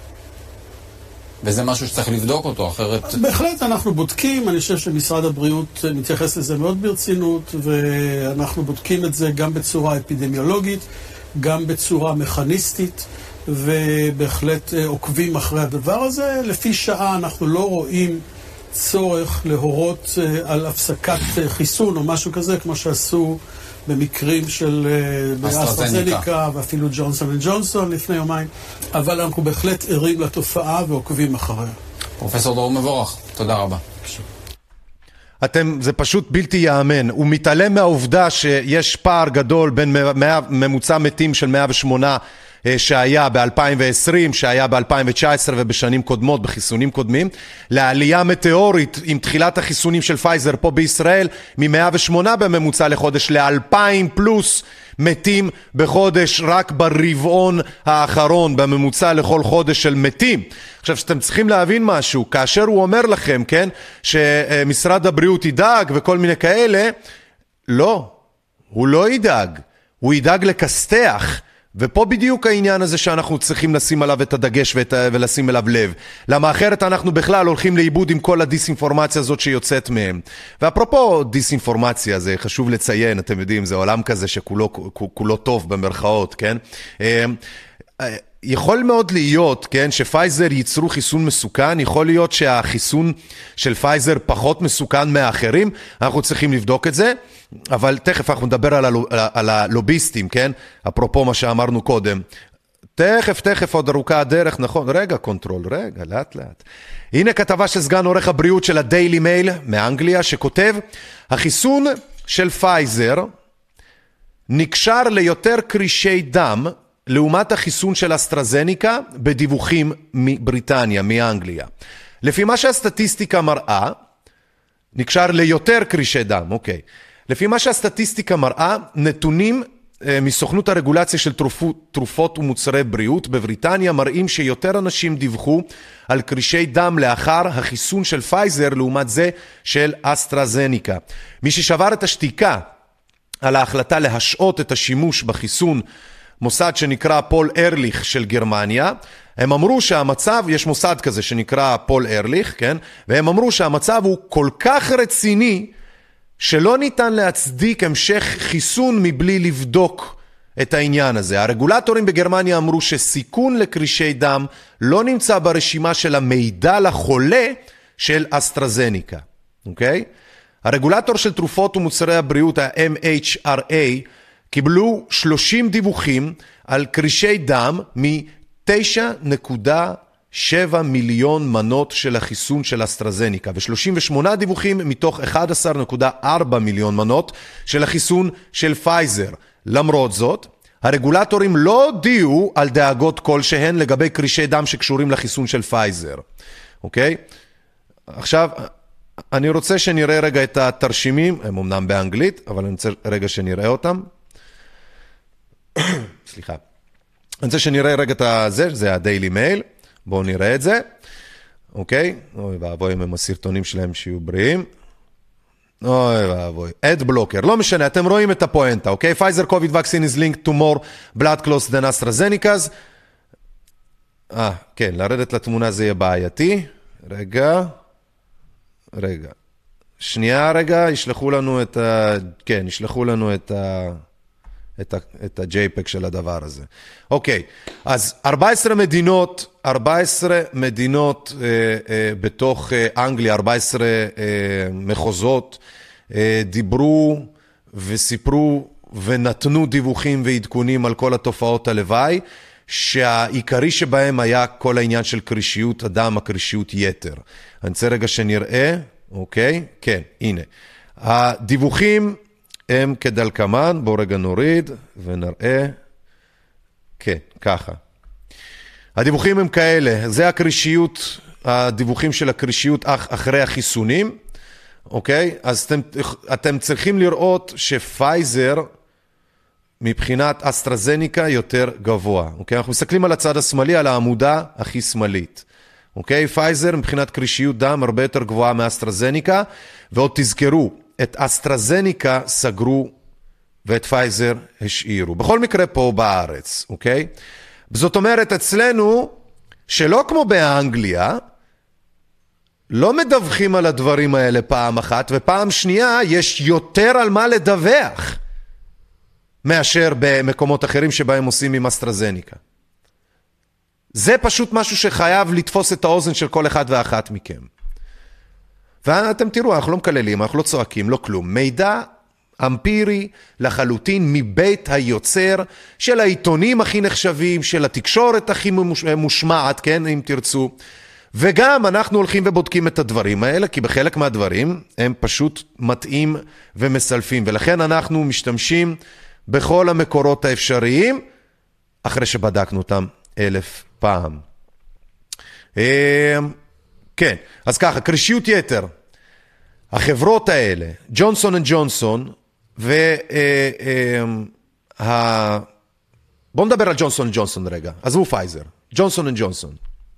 וזה משהו שצריך לבדוק אותו, אחרת... בהחלט אנחנו בודקים, אני חושב שמשרד הבריאות מתייחס לזה מאוד ברצינות, ואנחנו בודקים את זה גם בצורה אפידמיולוגית, גם בצורה מכניסטית, ובהחלט עוקבים אחרי הדבר הזה. לפי שעה אנחנו לא רואים צורך להורות על הפסקת חיסון או משהו כזה, כמו שעשו במקרים של אסטרזניקה ואפילו ג'ונסון וג'ונסון לפני יומיים, אבל אנחנו בהחלט ערים לתופעה ועוקבים אחריה. פרופסור דרור מבורך, תודה רבה. אתם, זה פשוט בלתי יאמן. הוא מתעלם מהעובדה שיש פער גדול בין ממוצע מתים של מאה ושמונה שהיה ב-אלפיים ועשרים, שהיה ב-אלפיים תשע עשרה ובשנים קודמות, בחיסונים קודמים, לעלייה מטאורית עם תחילת החיסונים של פייזר פה בישראל, מ-מאה ושמונה בממוצע לחודש ל-אלפיים פלוס מתים בחודש, רק ברבעון האחרון, בממוצע לכל חודש של מתים. עכשיו, שאתם צריכים להבין משהו, כאשר הוא אומר לכם, כן, שמשרד הבריאות ידאג וכל מיני כאלה, לא, הוא לא ידאג, הוא ידאג לקסטח, ופה בדיוק העניין הזה שאנחנו צריכים לשים עליו את הדגש ואת, ולשים אליו לב. למה אחרת אנחנו בכלל הולכים לאיבוד עם כל הדיסאינפורמציה הזאת שיוצאת מהם. ואפרופו דיסאינפורמציה, זה חשוב לציין, אתם יודעים, זה עולם כזה שכולו כולו טוב במרכאות, כן? יכול מאוד להיות, כן, שפייזר ייצרו חיסון מסוכן, יכול להיות שהחיסון של פייזר פחות מסוכן מהאחרים, אנחנו צריכים לבדוק את זה, אבל תכף אנחנו נדבר על, הלוב, על הלוביסטים, כן, אפרופו מה שאמרנו קודם, תכף, תכף עוד ארוכה הדרך, נכון, רגע קונטרול, רגע, לאט לאט. הנה כתבה של סגן עורך הבריאות של הדיילי מייל מאנגליה, שכותב, החיסון של פייזר נקשר ליותר קרישי דם, לעומת החיסון של אסטרזניקה בדיווחים מבריטניה, מאנגליה. לפי מה שהסטטיסטיקה מראה, נקשר ליותר קרישי דם, אוקיי. לפי מה שהסטטיסטיקה מראה, נתונים אה, מסוכנות הרגולציה של תרופות, תרופות ומוצרי בריאות בבריטניה מראים שיותר אנשים דיווחו על קרישי דם לאחר החיסון של פייזר לעומת זה של אסטרזניקה. מי ששבר את השתיקה על ההחלטה להשעות את השימוש בחיסון מוסד שנקרא פול ארליך של גרמניה, הם אמרו שהמצב, יש מוסד כזה שנקרא פול ארליך, כן? והם אמרו שהמצב הוא כל כך רציני, שלא ניתן להצדיק המשך חיסון מבלי לבדוק את העניין הזה. הרגולטורים בגרמניה אמרו שסיכון לקרישי דם לא נמצא ברשימה של המידע לחולה של אסטרזניקה, אוקיי? הרגולטור של תרופות ומוצרי הבריאות, ה-אם אייץ' אר איי, קיבלו שלושים דיווחים על קרישי דם מ-תשע נקודה שבע מיליון מנות של החיסון של אסטרזניקה, ו-שלושים ושמונה דיווחים מתוך אחת עשרה נקודה ארבע מיליון מנות של החיסון של פייזר. למרות זאת, הרגולטורים לא הודיעו על דאגות כלשהן לגבי קרישי דם שקשורים לחיסון של פייזר. אוקיי? עכשיו, אני רוצה שנראה רגע את התרשימים, הם אמנם באנגלית, אבל אני רוצה רגע שנראה אותם. סליחה. אני רוצה שנראה רגע את זה, זה הדיילי מייל. בואו נראה את זה. אוקיי? אוי ואבוי עם הסרטונים שלהם שיהיו בריאים. אוי ואבוי. אד בלוקר. לא משנה, אתם רואים את הפואנטה, אוקיי? Pfizer COVID vaccine is linked to more blood clots than AstraZeneca's. אה, כן, לרדת לתמונה זה יהיה בעייתי. רגע. רגע. שנייה רגע, ישלחו לנו את ה... כן, ישלחו לנו את ה... את ה... את ה-ג'יי פי ג' של הדבר הזה. אוקיי, אז ארבע עשרה מדינות, ארבע עשרה מדינות אה, אה, בתוך אה, אנגליה, ארבע עשרה אה, מחוזות, אה, דיברו וסיפרו ונתנו דיווחים ועדכונים על כל התופעות הלוואי, שהעיקרי שבהם היה כל העניין של קרישיות אדם, הקרישיות יתר. אני רוצה רגע שנראה, אוקיי? כן, הנה. הדיווחים הם כדלקמן, בואו רגע נוריד ונראה. כן, ככה. הדיווחים הם כאלה, זה הקרישיות, הדיווחים של הקרישיות אחרי החיסונים, אוקיי? אז אתם, אתם צריכים לראות שפייזר, מבחינת אסטרזניקה יותר גבוה. אוקיי? אנחנו מסתכלים על הצד השמאלי, על העמודה הכי שמאלית. אוקיי? פייזר מבחינת קרישיות דם הרבה יותר גבוהה מאסטרזניקה, ועוד תזכרו, את אסטרזניקה סגרו ואת פייזר השאירו. בכל מקרה פה בארץ, אוקיי? זאת אומרת אצלנו, שלא כמו באנגליה, לא מדווחים על הדברים האלה פעם אחת, ופעם שנייה יש יותר על מה לדווח, מאשר במקומות אחרים שבהם עושים עם אסטרזניקה. זה פשוט משהו שחייב לתפוס את האוזן של כל אחד ואחת מכם. ואתם תראו, אנחנו לא מקללים, אנחנו לא צועקים, לא כלום. מידע אמפירי לחלוטין מבית היוצר של העיתונים הכי נחשבים, של התקשורת הכי מושמעת, כן, אם תרצו. וגם אנחנו הולכים ובודקים את הדברים האלה, כי בחלק מהדברים הם פשוט מטעים ומסלפים. ולכן אנחנו משתמשים בכל המקורות האפשריים, אחרי שבדקנו אותם אלף פעם. כן, אז ככה, קרישיות יתר. החברות האלה, ג'ונסון אנד ג'ונסון, וה... בואו נדבר על ג'ונסון אנד ג'ונסון רגע. עזבו פייזר. ג'ונסון אנד ג'ונסון.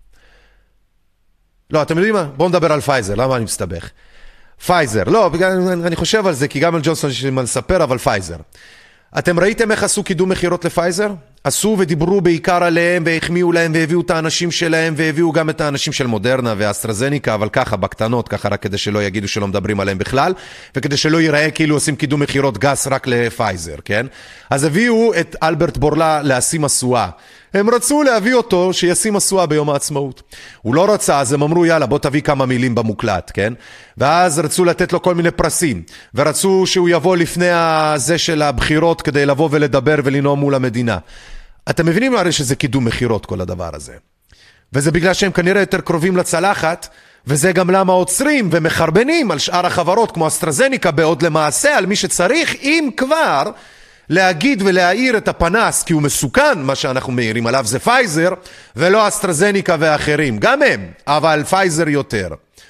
לא, אתם יודעים מה? בואו נדבר על פייזר. למה אני מסתבך? פייזר. לא, אני חושב על זה, כי גם על ג'ונסון יש לי מה לספר, אבל פייזר. אתם ראיתם איך עשו קידום מחירות לפייזר? עשו ודיברו בעיקר עליהם, והחמיאו להם, והביאו את האנשים שלהם, והביאו גם את האנשים של מודרנה ואסטרזניקה, אבל ככה, בקטנות, ככה רק כדי שלא יגידו שלא מדברים עליהם בכלל, וכדי שלא ייראה כאילו עושים קידום מחירות גס רק לפייזר, כן? אז הביאו את אלברט בורלה להשים עשואה. הם רצו להביא אותו שישים עשואה ביום העצמאות. הוא לא רצה, אז הם אמרו, יאללה, בוא תביא כמה מילים במוקלט, כן? ואז רצו לתת לו כל מיני פרסים, ורצו שהוא יבוא לפני הזה של הבחירות כדי לבוא ולדבר ולנאום מול המדינה. אתם מבינים הרי שזה קידום מחירות כל הדבר הזה. וזה בגלל שהם כנראה יותר קרובים לצלחת, וזה גם למה עוצרים ומחרבנים על שאר החברות כמו אסטרזניקה, בעוד למעשה על מי שצריך, אם כבר להגיד ולהאיר את הפנס, כי הוא מסוכן, מה שאנחנו מאירים עליו זה פייזר, ולא אסטרזניקה ואחרים, גם הם, אבל פייזר יותר.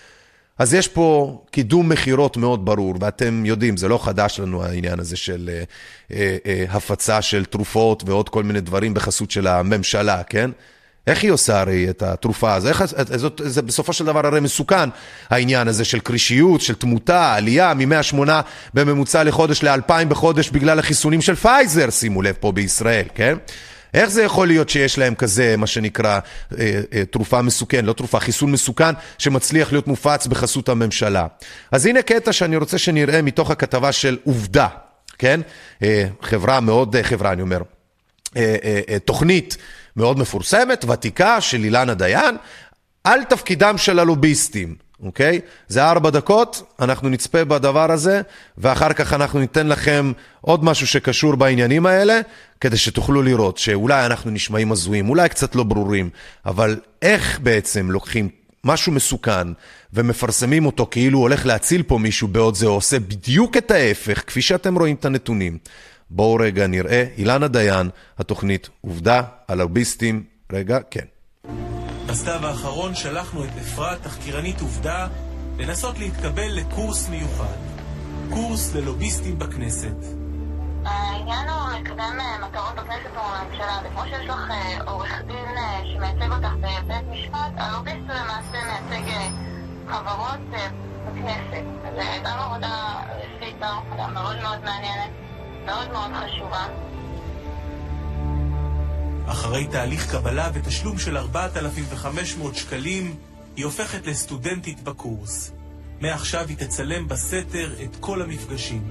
אז יש פה קידום מחירות מאוד ברור, ואתם יודעים, זה לא חדש לנו העניין הזה של אה, אה, אה, הפצה של תרופות ועוד כל מיני דברים בחסות של הממשלה, כן? איך היא עושה הרי את התרופה הזו? איך, זאת, זה בסופו של דבר הרי מסוכן, העניין הזה של קרישיות, של תמותה, עלייה מ-מאה ושמונה בממוצע לחודש ל-אלפיים בחודש בגלל החיסונים של פייזר, שימו לב פה בישראל, כן? איך זה יכול להיות שיש להם כזה, מה שנקרא, אה, אה, תרופה מסוכן, לא תרופה, חיסון מסוכן, שמצליח להיות מופץ בחסות הממשלה? אז הנה קטע שאני רוצה שנראה מתוך הכתבה של עובדה, כן? אה, חברה מאוד, אה, חברה אני אומר, אה, אה, אה, תוכנית מאוד מפורסמת, ותיקה של אילנה דיין, על תפקידם של הלוביסטים, אוקיי? זה ארבע דקות, אנחנו נצפה בדבר הזה, ואחר כך אנחנו ניתן לכם עוד משהו שקשור בעניינים האלה, כדי שתוכלו לראות שאולי אנחנו נשמעים הזויים, אולי קצת לא ברורים, אבל איך בעצם לוקחים משהו מסוכן, ומפרסמים אותו כאילו הולך להציל פה מישהו, בעוד זה עושה בדיוק את ההפך, כפי שאתם רואים את הנתונים. בואו רגע נראה, אילנה דיין, התוכנית עובדה, הלוביסטים, רגע, כן. בסתיו האחרון שלחנו את אפרת, תחקירנית עובדה, לנסות להתקבל לקורס מיוחד. קורס ללוביסטים בכנסת. העניין הוא לקדם מטרות בכנסת או בממשלה, וכמו שיש לך עורך דין שמייצג אותך בבית משפט, הלוביסט למעשה מייצג חברות בכנסת. אז גם עבודה ספיצה, עבודה מאוד מאוד מעניינת, מאוד מאוד חשובה. אחרי תהליך קבלה ותשלום של ארבעת אלפים וחמש מאות שקלים, היא הופכת לסטודנטית בקורס. מעכשיו היא תצלם בסתר את כל המפגשים.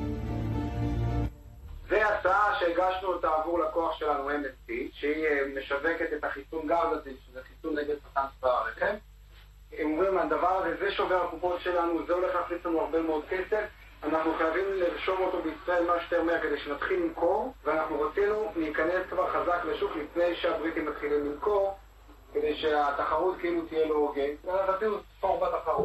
זה הצעה שהגשנו אותה עבור לקוח שלנו אם אס טי, שהיא משווקת את החיסון גרדסיל, שזה חיסון נגד סרטן צוואר הרחם. הם אומרים, הדבר הזה, זה שובר הקופות שלנו, זה הולך להכניס לנו הרבה מאוד כסף. אנחנו חייבים לרשום אותו בישראל מה שיותר מהר כדי שנתחיל למכור, ואנחנו רצינו להיכנס כבר חזק לשוק לפני שהבריטים מתחילים למכור, כדי שהתחרות כאילו תהיה לא הוגנת, ורצינו ספור בתחרות.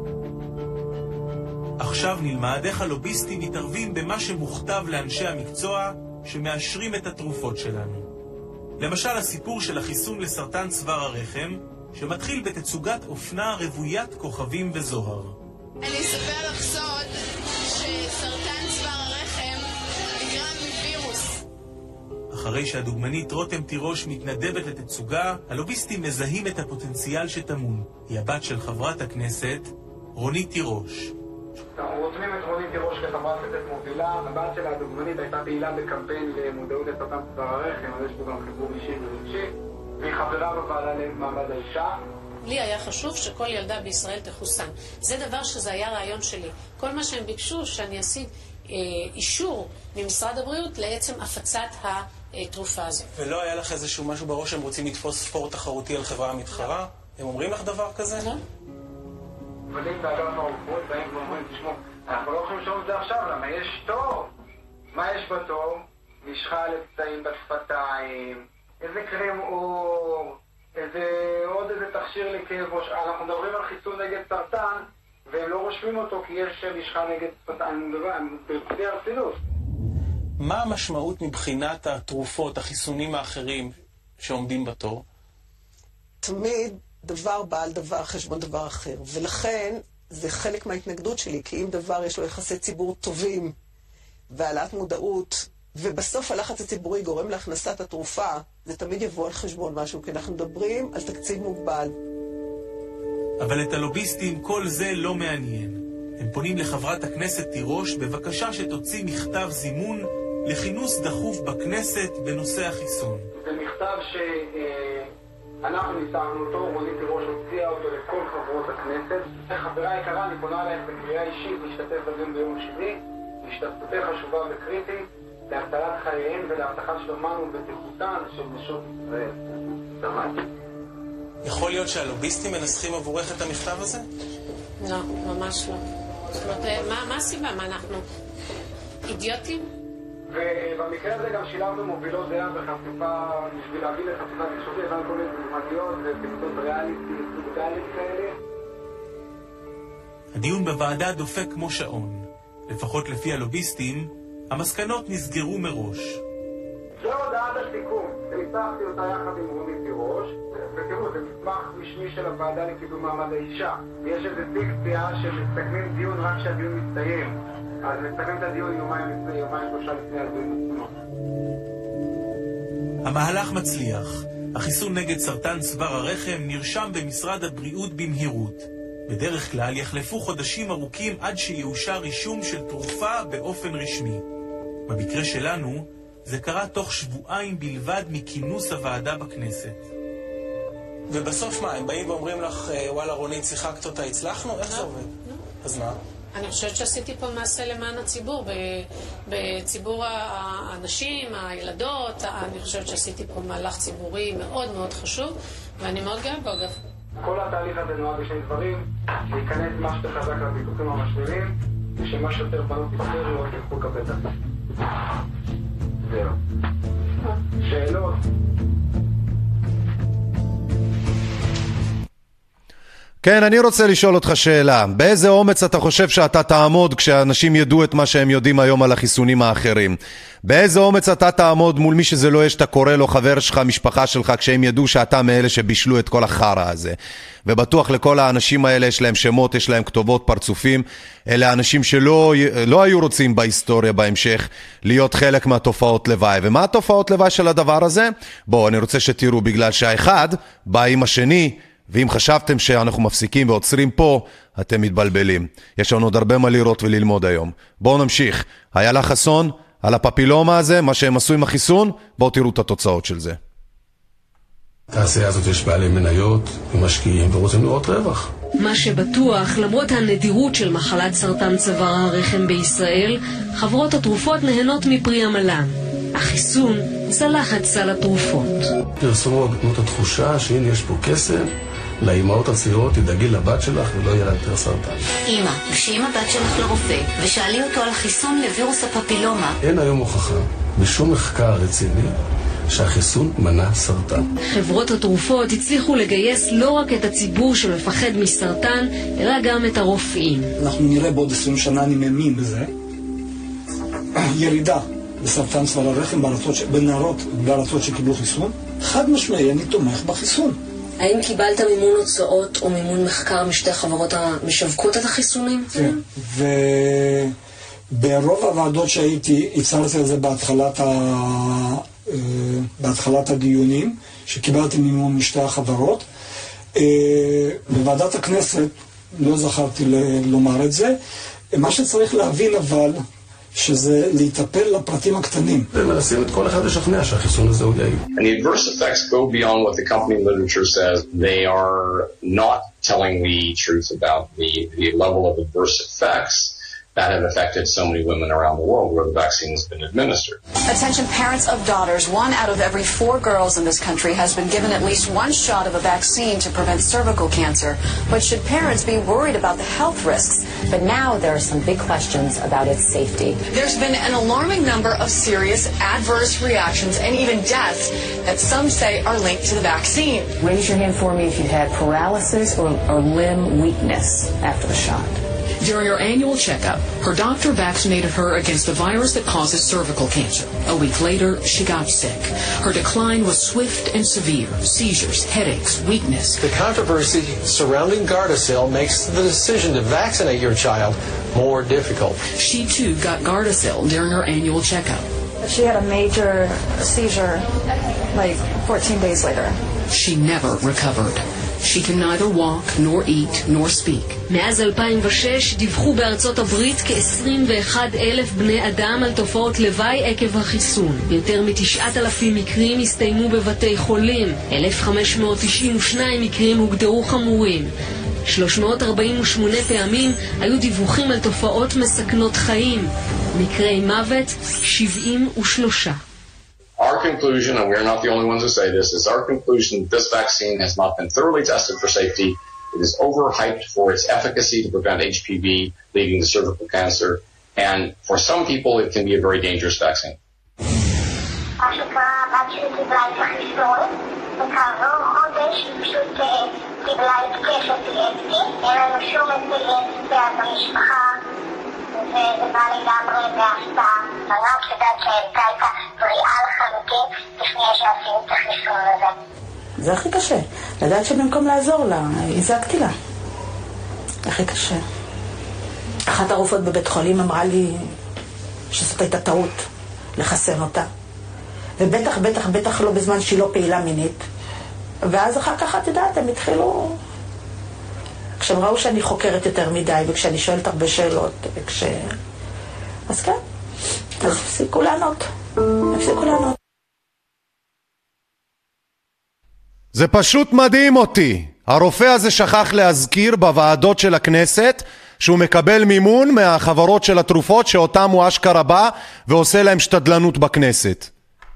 עכשיו נלמד איך הלוביסטים מתערבים במה שמוכתב לאנשי המקצוע שמאשרים את התרופות שלנו. למשל הסיפור של החיסון לסרטן צוואר הרחם, שמתחיל בתצוגת אופנה רוויית כוכבים וזוהר. אני אספר לך סוד שסרטן צוואר הרחם נגרם מווירוס. אחרי שהדוגמנית רותם תירוש מתנדבת לתצוגה, הלוביסטים מזהים את הפוטנציאל שטמון. היא הבת של חברת הכנסת רונית תירוש. אנחנו רותמים את רונית תירוש כחברת כנסת מובילה. הבת של הדוגמנית הייתה פעילה בקמפיין למודעות לסרטן צוואר הרחם, אז יש פה גם חיבור אישי ורגשי, והיא חברה בוועדה למעמד האישה. לי היה חשוב שכל ילדה בישראל תחוסן. זה דבר שזה היה רעיון שלי. כל מה שהם ביקשו שאני אשיג אה, אישור ממשרד הבריאות לעצם הפצת התרופה הזאת. ולא היה לך איזשהו משהו בראש שהם רוצים לתפוס ספורט תחרותי על חברה מתחרה? הם אומרים לך דבר כזה? לא. אבל אם באגף הרופאות באים ואומרים, תשמעו, אנחנו לא יכולים לשאול את זה עכשיו, למה יש תור? מה יש בתור? משחה לפצעים בשפתיים, איזה קרם אור, איזה, עוד איזה תכשיר לכאב ראש. אנחנו מדברים על חיסון נגד סרטן, והם לא רושמים אותו כי יש משחה נגד סרטן, אני מדבר, בפני הרצינות. מה המשמעות מבחינת התרופות, החיסונים האחרים שעומדים בתור? תמיד דבר בעל דבר חשבון דבר אחר, ולכן זה חלק מההתנגדות שלי, כי אם דבר יש לו יחסי ציבור טובים והעלאת מודעות, ובסוף הלחץ הציבורי גורם להכנסת התרופה, זה תמיד יבוא על חשבון משהו, כי אנחנו מדברים על תקציב מוגבל. אבל את הלוביסטים כל זה לא מעניין. הם פונים לחברת הכנסת תירוש בבקשה שתוציא מכתב זימון לכינוס דחוף בכנסת בנושא החיסון. זה מכתב שאנחנו ניסחנו אותו, רונית תירוש הוציאה אותו לכל חברות הכנסת. חברה יקרה, אני פונה עליך בקריאה אישית להשתתף בדיון ביום שני. השתתפותך חשובה וקריטית להצלת חייהם ולהבטחת שלומן ובטיחותן של נשות ישראל. שמעתי. יכול להיות שהלוביסטים מנסחים עבורך את המכתב הזה? לא, ממש לא. זאת אומרת, מה, מה הסיבה? מה אנחנו אידיוטים? ובמקרה הזה גם שילבנו מובילות דעה בחשיפה, בשביל להביא לחשיפה תקשורתית, הבאנו כל מיני דוגמניות ופעילות ריאליטי, סוציאלית כאלה. הדיון בוועדה דופק כמו שעון. לפחות לפי הלוביסטים, המסקנות נסגרו מראש. זו הודעת הסיכום, וניסחתי אותה יחד עם רונית תירוש, ותראו, זה מסמך משמי של הוועדה לקידום מעמד האישה. יש איזה פיקציה שמסתכמים דיון רק כשהדיון מסתיים. אז מסתכמים את הדיון יומיים לפני, יומיים שלושה לפני הדיון עצמו. המהלך מצליח. החיסון נגד סרטן צוואר הרחם נרשם במשרד הבריאות במהירות. בדרך כלל יחלפו חודשים ארוכים עד שיאושר רישום של תרופה באופן רשמי. במקרה שלנו, זה קרה תוך שבועיים בלבד מכינוס הוועדה בכנסת. ובסוף מה, הם באים ואומרים לך, וואלה רונית, שיחקת אותה, הצלחנו? איך זה עובד? אז מה? אני חושבת שעשיתי פה מעשה למען הציבור, בציבור האנשים, הילדות, אני חושבת שעשיתי פה מהלך ציבורי מאוד מאוד חשוב, ואני מאוד גאה בו אגב. כל התהליך הזה נועד בשני דברים, להיכנס מה שיותר חזק לביטוחים המשלימים, ושמה שיותר בנות היסטריות ילכו לקבל את זה. זהו. שאלות? כן, אני רוצה לשאול אותך שאלה. באיזה אומץ אתה חושב שאתה תעמוד כשאנשים ידעו את מה שהם יודעים היום על החיסונים האחרים? באיזה אומץ אתה תעמוד מול מי שזה לא יש, אתה קורא לו חבר שלך, משפחה שלך, כשהם ידעו שאתה מאלה שבישלו את כל החרה הזה? ובטוח לכל האנשים האלה יש להם שמות, יש להם כתובות, פרצופים. אלה האנשים שלא לא היו רוצים בהיסטוריה בהמשך להיות חלק מהתופעות לוואי. ומה התופעות לוואי של הדבר הזה? בואו, אני רוצה שתראו, בגלל שהאחד בא עם השני, ואם חשבתם שאנחנו מפסיקים ועוצרים פה, אתם מתבלבלים. יש לנו עוד הרבה מה לראות וללמוד היום. בואו נמשיך. איילה חסון, על הפפילומה הזה, מה שהם עשו עם החיסון, בואו תראו את התוצאות של זה. התעשייה הזאת יש בעלי מניות ומשקיעים ורוצים לראות רווח. מה שבטוח, למרות הנדירות של מחלת סרטן צוואר הרחם בישראל, חברות התרופות נהנות מפרי עמלן. החיסון צלח את סל התרופות. פרסומו נתנו את התחושה שהנה יש פה כסף, לאמהות הצעירות תדאגי לבת שלך ולא יהיה לה יותר סרטן. אמא, כשאם הבת שלך לרופא ושאלי אותו על חיסון לווירוס הפפילומה, אין היום הוכחה בשום מחקר רציני שהחיסון מנע סרטן. חברות התרופות הצליחו לגייס לא רק את הציבור שמפחד מסרטן, אלא גם את הרופאים. אנחנו נראה בעוד עשרים שנה, אני מאמין בזה, ירידה בסרטן צוואר הרחם בנערות בארצות שקיבלו חיסון. חד משמעי, אני תומך בחיסון. האם קיבלת מימון הוצאות או מימון מחקר משתי חברות המשווקות את החיסונים? כן, וברוב הוועדות שהייתי, הצהרתי על זה בהתחלת בהתחלת הדיונים, שקיבלתי מימון משתי החברות. בוועדת הכנסת לא זכרתי לומר את זה. מה שצריך להבין אבל, שזה להיטפל לפרטים הקטנים. ומנסים את כל אחד לשכנע שהחיסון הזה הוא יעיל. And the adverse effects go beyond what the company literature says. They are not telling the truth about the, the level of adverse effects that have affected so many women around the world where the vaccine has been administered. Attention parents of daughters, one out of every four girls in this country has been given at least one shot of a vaccine to prevent cervical cancer. But should parents be worried about the health risks? But now there are some big questions about its safety. There's been an alarming number of serious adverse reactions and even deaths that some say are linked to the vaccine. Raise your hand for me if you've had paralysis or, or limb weakness after the shot. During her annual checkup, her doctor vaccinated her against the virus that causes cervical cancer. A week later, she got sick. Her decline was swift and severe. Seizures, headaches, weakness. The controversy surrounding Gardasil makes the decision to vaccinate your child more difficult. She too got Gardasil during her annual checkup. She had a major seizure like fourteen days later. She never recovered. She can neither walk, nor eat, nor speak. מאז אלפיים ושש דיווחו בארצות הברית כ-עשרים ואחד אלף בני אדם על תופעות לוואי עקב החיסון. יותר מ-תשעת אלפים מקרים הסתיימו בבתי חולים. אלף חמש מאות תשעים ושניים מקרים הוגדרו חמורים. שלוש מאות ארבעים ושמונה פעמים היו דיווחים על תופעות מסכנות חיים. מקרי מוות שבעים ושלוש. Our conclusion, and we're not the only ones who say this, is our conclusion that this vaccine has not been thoroughly tested for safety. It is overhyped for its efficacy to prevent H P V leading to cervical cancer. And for some people, it can be a very dangerous vaccine. וזה בא לגמרי בהפתעה. אני רק יודעת שהייתה הייתה בריאה לחלוטין לפני שעשינו את החיסון הזה. זה הכי קשה. לדעת שבמקום לעזור לה, הזעקתי לה. הכי קשה. אחת הרופאות בבית חולים אמרה לי שזאת הייתה טעות לחסן אותה. ובטח, בטח, בטח לא בזמן שהיא לא פעילה מינית. ואז אחר כך, את יודעת, הם התחילו... כשהם ראו שאני חוקרת יותר מדי, וכשאני שואלת הרבה שאלות, וכש... אז כן, אז הפסיקו לענות. הפסיקו לענות. זה פשוט מדהים אותי. הרופא הזה שכח להזכיר בוועדות של הכנסת שהוא מקבל מימון מהחברות של התרופות שאותם הוא אשכרה בא ועושה להם שתדלנות בכנסת.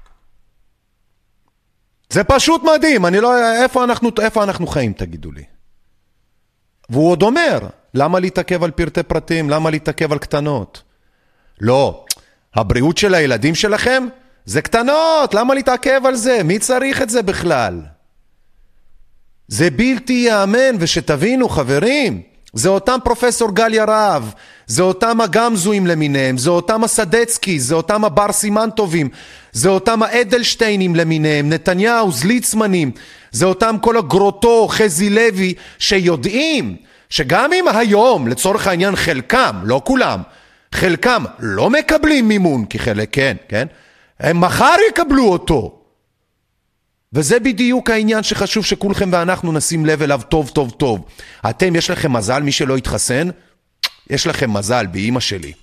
זה פשוט מדהים. אני לא... איפה אנחנו, איפה אנחנו חיים, תגידו לי. והוא עוד אומר, למה להתעכב על פרטי פרטים? למה להתעכב על קטנות? לא, הבריאות של הילדים שלכם זה קטנות, למה להתעכב על זה? מי צריך את זה בכלל? זה בלתי יאמן, ושתבינו חברים, זה אותם פרופסור גל ירהב, זה אותם הגמזויים למיניהם, זה אותם הסדצקי, זה אותם הבר סימנטובים, זה אותם האדלשטיינים למיניהם, נתניהו, זליצמנים, זה אותם כל הגרוטו, חזי לוי, שיודעים שגם אם היום, לצורך העניין חלקם, לא כולם, חלקם לא מקבלים מימון, כי חלק כן, כן? הם מחר יקבלו אותו. וזה בדיוק העניין שחשוב שכולכם ואנחנו נשים לב אליו טוב טוב טוב. אתם, יש לכם מזל, מי שלא יתחסן, יש לכם מזל, באמא שלי.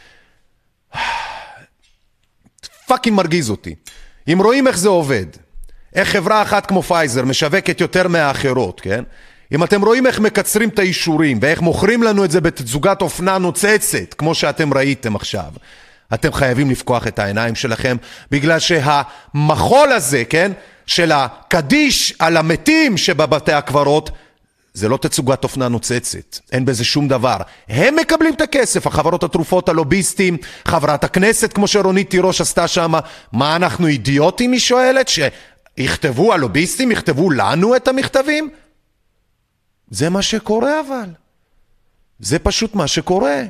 פאקינג מרגיז אותי. אם רואים איך זה עובד, איך חברה אחת כמו פייזר משווקת יותר מהאחרות, כן? אם אתם רואים איך מקצרים את האישורים, ואיך מוכרים לנו את זה בתצוגת אופנה נוצצת, כמו שאתם ראיתם עכשיו, אתם חייבים לפקוח את העיניים שלכם, בגלל שהמחול הזה, כן? של הקדיש על המתים שבבתי הקברות, זה לא תצוגת אופנה נוצצת, אין בזה שום דבר. הם מקבלים את הכסף, החברות התרופות, הלוביסטים, חברת הכנסת כמו שרונית תירוש עשתה שם. מה, אנחנו אידיוטים, היא שואלת, שיכתבו הלוביסטים, יכתבו לנו את המכתבים? זה מה שקורה אבל. זה פשוט מה שקורה.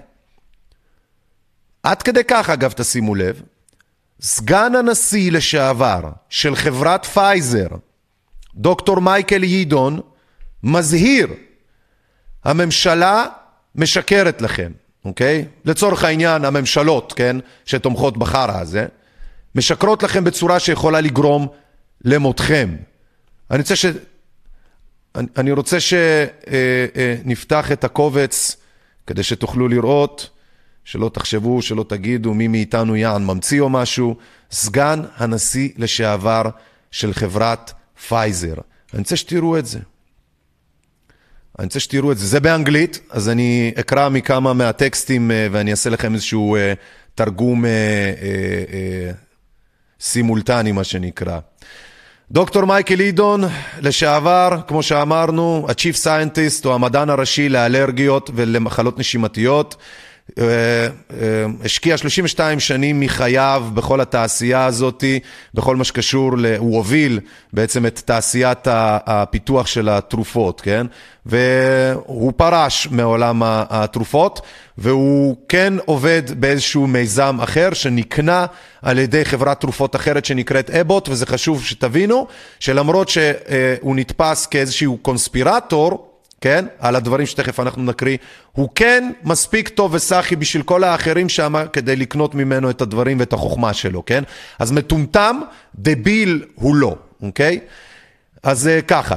עד כדי כך, אגב, תשימו לב, סגן הנשיא לשעבר של חברת פייזר, דוקטור מייקל יידון, מזהיר, הממשלה משקרת לכם, אוקיי? לצורך העניין, הממשלות, כן, שתומכות בחרה הזה, משקרות לכם בצורה שיכולה לגרום למותכם. אני רוצה ש... אני, אני רוצה שנפתח את הקובץ כדי שתוכלו לראות, שלא תחשבו, שלא תגידו מי מאיתנו יען ממציא או משהו. סגן הנשיא לשעבר של חברת פייזר. אני רוצה שתראו את זה. אני רוצה שתראו את זה. זה באנגלית, אז אני אקרא מכמה מהטקסטים ואני אעשה לכם איזשהו אה, תרגום אה, אה, אה, סימולטני, מה שנקרא. דוקטור מייקל אידון, לשעבר, כמו שאמרנו, ה-Chief Scientist או המדען הראשי לאלרגיות ולמחלות נשימתיות, השקיע שלושים ושתיים שנים מחייו בכל התעשייה הזאת, בכל מה שקשור, הוא הוביל בעצם את תעשיית הפיתוח של התרופות, כן? והוא פרש מעולם התרופות, והוא כן עובד באיזשהו מיזם אחר שנקנה על ידי חברת תרופות אחרת שנקראת אבוט, וזה חשוב שתבינו שלמרות שהוא נתפס כאיזשהו קונספירטור, כן? על הדברים שתכף אנחנו נקריא, הוא כן מספיק טוב וסחי בשביל כל האחרים שם כדי לקנות ממנו את הדברים ואת החוכמה שלו, כן? אז מטומטם, דביל הוא לא, אוקיי? אז ככה,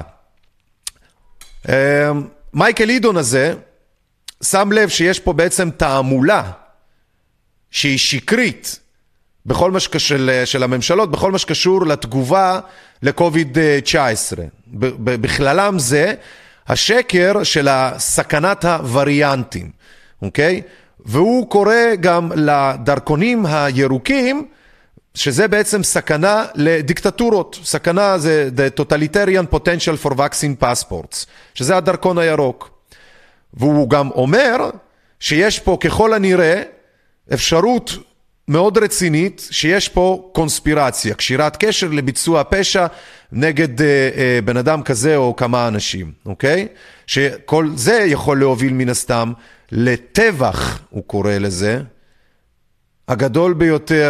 מייקל אידון הזה שם לב שיש פה בעצם תעמולה שהיא שקרית בכל מה שקשור של הממשלות, בכל מה שקשור לתגובה לקוביד תשע עשרה. בכללם זה השקר של סכנת הווריאנטים, אוקיי? והוא קורא גם לדרכונים הירוקים, שזה בעצם סכנה לדיקטטורות. סכנה זה the totalitarian potential for vaccine passports, שזה הדרכון הירוק. והוא גם אומר שיש פה ככל הנראה אפשרות מאוד רצינית שיש פה קונספירציה, קשירת קשר לביצוע פשע נגד אה, אה, בן אדם כזה או כמה אנשים, אוקיי? שכל זה יכול להוביל מן הסתם לטבח, הוא קורא לזה, הגדול ביותר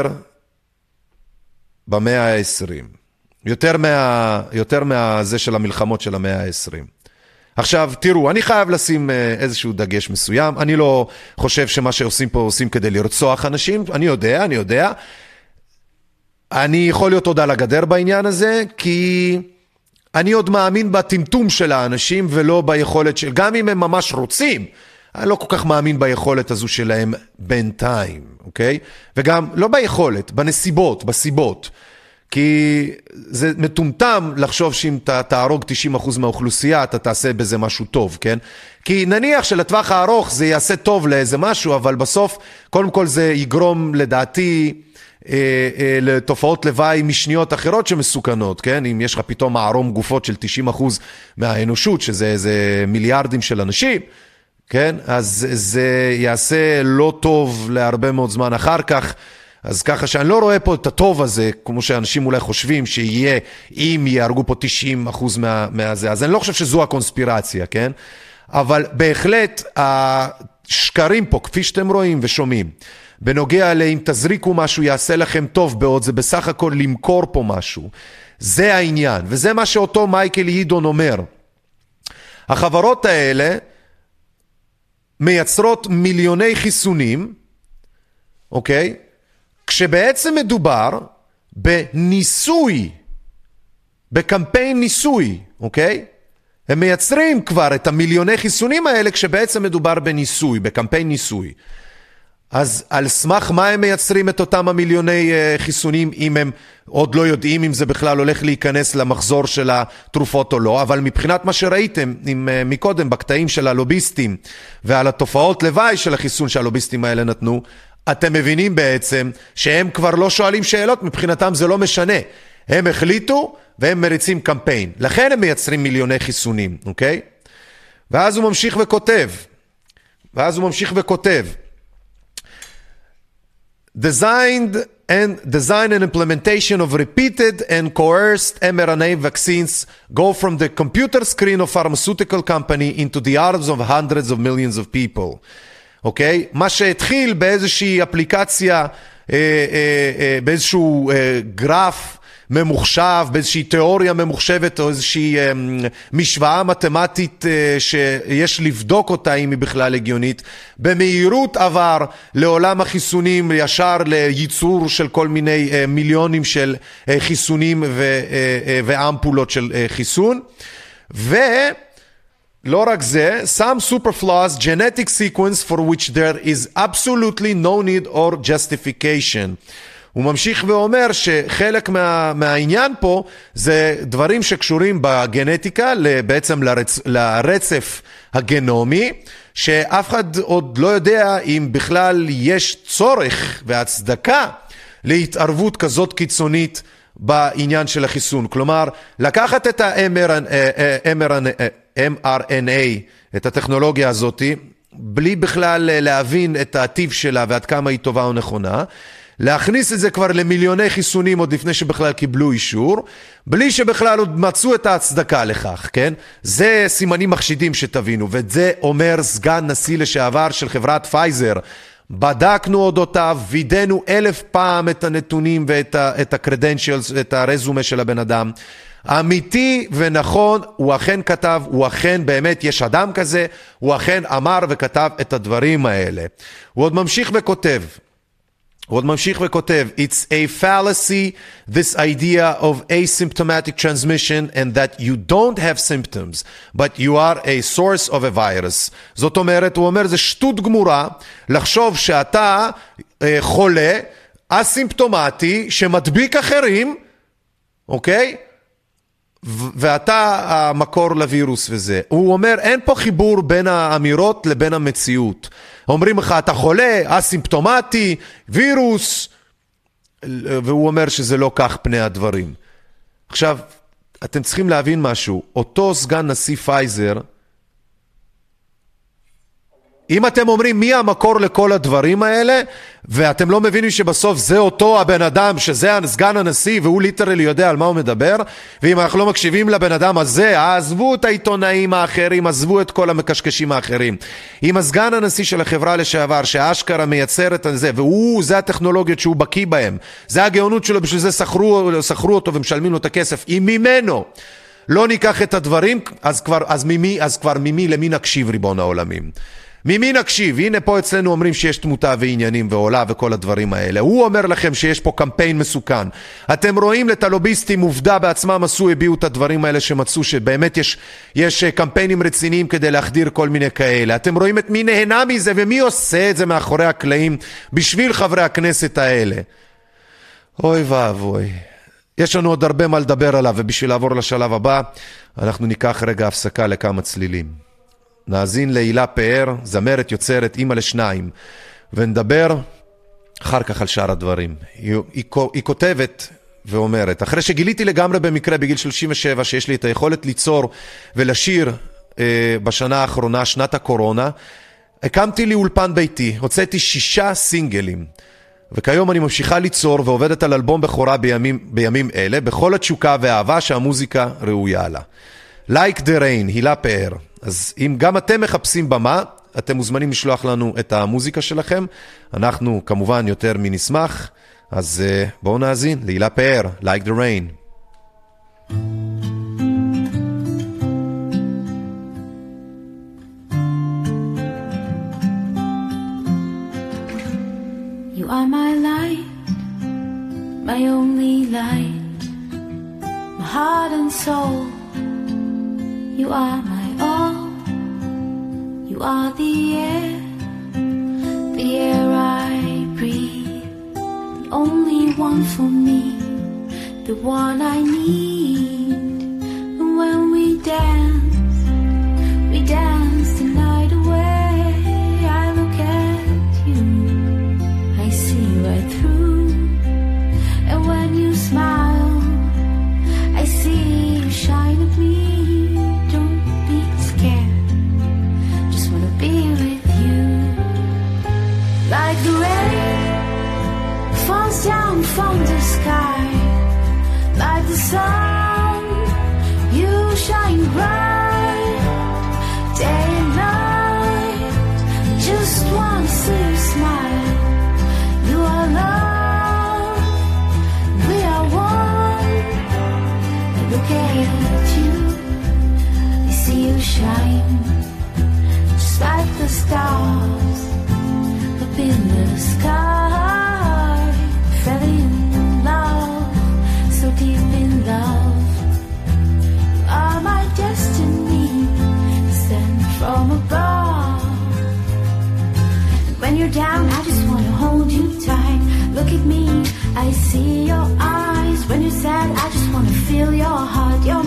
במאה העשרים. יותר מה, יותר מה זה של המלחמות של המאה העשרים. עכשיו, תראו, אני חייב לשים איזשהו דגש מסוים. אני לא חושב שמה שעושים פה עושים כדי לרצוח אנשים. אני יודע, אני יודע. אני יכול להיות עוד על הגדר בעניין הזה, כי אני עוד מאמין בטמטום של האנשים ולא ביכולת של... גם אם הם ממש רוצים, אני לא כל כך מאמין ביכולת הזו שלהם בינתיים, אוקיי? וגם לא ביכולת, בנסיבות, בסיבות. כי זה מטומטם לחשוב שאם אתה תהרוג תשעים אחוז מהאוכלוסייה, אתה תעשה בזה משהו טוב, כן? כי נניח שלטווח הארוך זה יעשה טוב לאיזה משהו, אבל בסוף, קודם כל זה יגרום לדעתי אה, אה, לתופעות לוואי משניות אחרות שמסוכנות, כן? אם יש לך פתאום מערום גופות של תשעים אחוז מהאנושות, שזה איזה מיליארדים של אנשים, כן? אז זה יעשה לא טוב להרבה מאוד זמן אחר כך, אז ככה שאני לא רואה פה את הטוב הזה, כמו שאנשים אולי חושבים שיהיה, אם יהרגו פה תשעים אחוז מה, מהזה. אז אני לא חושב שזו הקונספירציה, כן? אבל בהחלט השקרים פה, כפי שאתם רואים ושומעים, בנוגע לאם תזריקו משהו יעשה לכם טוב בעוד, זה בסך הכל למכור פה משהו. זה העניין, וזה מה שאותו מייקל אידון אומר. החברות האלה מייצרות מיליוני חיסונים, אוקיי? כשבעצם מדובר בניסוי, בקמפיין ניסוי, אוקיי? הם מייצרים כבר את המיליוני חיסונים האלה כשבעצם מדובר בניסוי, בקמפיין ניסוי. אז על סמך מה הם מייצרים את אותם המיליוני חיסונים, אם הם עוד לא יודעים אם זה בכלל הולך להיכנס למחזור של התרופות או לא, אבל מבחינת מה שראיתם עם, מקודם בקטעים של הלוביסטים ועל התופעות לוואי של החיסון שהלוביסטים האלה נתנו, אתם מבינים בעצם שהם כבר לא שואלים שאלות, מבחינתם זה לא משנה. הם החליטו והם מריצים קמפיין. לכן הם מייצרים מיליוני חיסונים, אוקיי? ואז הוא ממשיך וכותב. ואז הוא ממשיך וכותב. Designed and design and implementation of repeated and coerced mRNA vaccines go from the computer screen of pharmaceutical company into the arms of hundreds of millions of people. אוקיי? מה שהתחיל באיזושהי אפליקציה, אה, אה, אה, באיזשהו אה, גרף ממוחשב, באיזושהי תיאוריה ממוחשבת או איזושהי אה, משוואה מתמטית אה, שיש לבדוק אותה אם היא בכלל הגיונית, במהירות עבר לעולם החיסונים, ישר לייצור של כל מיני אה, מיליונים של אה, חיסונים ו, אה, אה, ואמפולות של אה, חיסון. ו... לא רק זה, some superfluous genetic sequence for which there is absolutely no need or justification. הוא ממשיך ואומר שחלק מה, מהעניין פה זה דברים שקשורים בגנטיקה, בעצם לרצ, לרצף הגנומי, שאף אחד עוד לא יודע אם בכלל יש צורך והצדקה להתערבות כזאת קיצונית בעניין של החיסון. כלומר, לקחת את ה-אם אר אן איי, את הטכנולוגיה הזאת, בלי בכלל להבין את הטיב שלה ועד כמה היא טובה או נכונה, להכניס את זה כבר למיליוני חיסונים עוד לפני שבכלל קיבלו אישור, בלי שבכלל עוד מצאו את ההצדקה לכך, כן? זה סימנים מחשידים שתבינו, ואת זה אומר סגן נשיא לשעבר של חברת פייזר. בדקנו עוד אותה, וידאנו אלף פעם את הנתונים ואת ה- את הקרדנשיאלס, את הרזומה של הבן אדם. אמיתי ונכון, הוא אכן כתב, הוא אכן באמת, יש אדם כזה, הוא אכן אמר וכתב את הדברים האלה. הוא עוד ממשיך וכותב, הוא עוד ממשיך וכותב, It's a fallacy, this idea of asymptomatic transmission and that you don't have symptoms, but you are a source of a virus. זאת אומרת, הוא אומר, זה שטות גמורה לחשוב שאתה אה, חולה, אסימפטומטי, שמדביק אחרים, אוקיי? ואתה המקור לווירוס וזה. הוא אומר, אין פה חיבור בין האמירות לבין המציאות. אומרים לך, אתה חולה, אסימפטומטי, וירוס, והוא אומר שזה לא כך פני הדברים. עכשיו, אתם צריכים להבין משהו. אותו סגן נשיא פייזר, אם אתם אומרים מי המקור לכל הדברים האלה, ואתם לא מבינים שבסוף זה אותו הבן אדם, שזה סגן הנשיא, והוא ליטרלי יודע על מה הוא מדבר, ואם אנחנו לא מקשיבים לבן אדם הזה, עזבו את העיתונאים האחרים, עזבו את כל המקשקשים האחרים. אם הסגן הנשיא של החברה לשעבר, שהאשכרה מייצר את זה, והוא, זה הטכנולוגיות שהוא בקיא בהם, זה הגאונות שלו, בשביל זה שכרו, שכרו אותו ומשלמים לו את הכסף, אם ממנו לא ניקח את הדברים, אז כבר, אז ממי, אז כבר ממי למי נקשיב ריבון העולמים? ממי נקשיב? הנה פה אצלנו אומרים שיש תמותה ועניינים ועולה וכל הדברים האלה. הוא אומר לכם שיש פה קמפיין מסוכן. אתם רואים את הלוביסטים, עובדה בעצמם עשו, הביאו את הדברים האלה שמצאו שבאמת יש, יש קמפיינים רציניים כדי להחדיר כל מיני כאלה. אתם רואים את מי נהנה מזה ומי עושה את זה מאחורי הקלעים בשביל חברי הכנסת האלה. אוי ואבוי. יש לנו עוד הרבה מה לדבר עליו, ובשביל לעבור לשלב הבא, אנחנו ניקח רגע הפסקה לכמה צלילים. נאזין להילה פאר, זמרת יוצרת, אימא לשניים, ונדבר אחר כך על שאר הדברים. היא, היא, היא כותבת ואומרת, אחרי שגיליתי לגמרי במקרה בגיל שלושים ושבע, שיש לי את היכולת ליצור ולשיר אה, בשנה האחרונה, שנת הקורונה, הקמתי לי אולפן ביתי, הוצאתי שישה סינגלים, וכיום אני ממשיכה ליצור ועובדת על אלבום בכורה בימים, בימים אלה, בכל התשוקה והאהבה שהמוזיקה ראויה לה. Like the rain, הילה פאר. אז אם גם אתם מחפשים במה, אתם מוזמנים לשלוח לנו את המוזיקה שלכם. אנחנו כמובן יותר מנשמח. אז uh, בואו נאזין להילה פאר, Like the rain. You are my light, my only light, my heart and soul. You are my all, you are the air, the air I breathe, the only one for me, the one I need. And when we dance, we dance the night away. I look at you, I see right through, and when you smile, I see you shine at me. Like the rain falls down from the sky, like the sun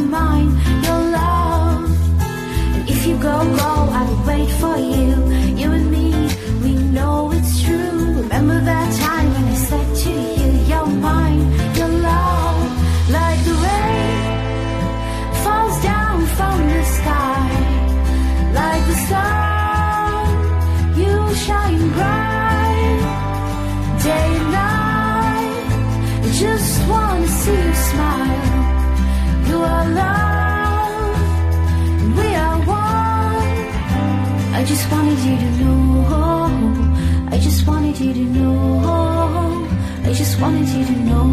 mine, your love. And if you go, go, I will wait for you. You and me, we know it's true. Remember that time when I said to you, you're mine, your love. Like the rain falls down from the sky, like the sun, you shine bright, day and night. I just wanna see you smile. You are love, and we are one. I just wanted you to know, I just wanted you to know, I just wanted you to know.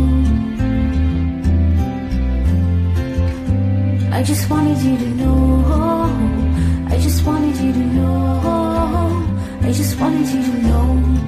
I just wanted you to know, I just wanted you to know, I just wanted you to know.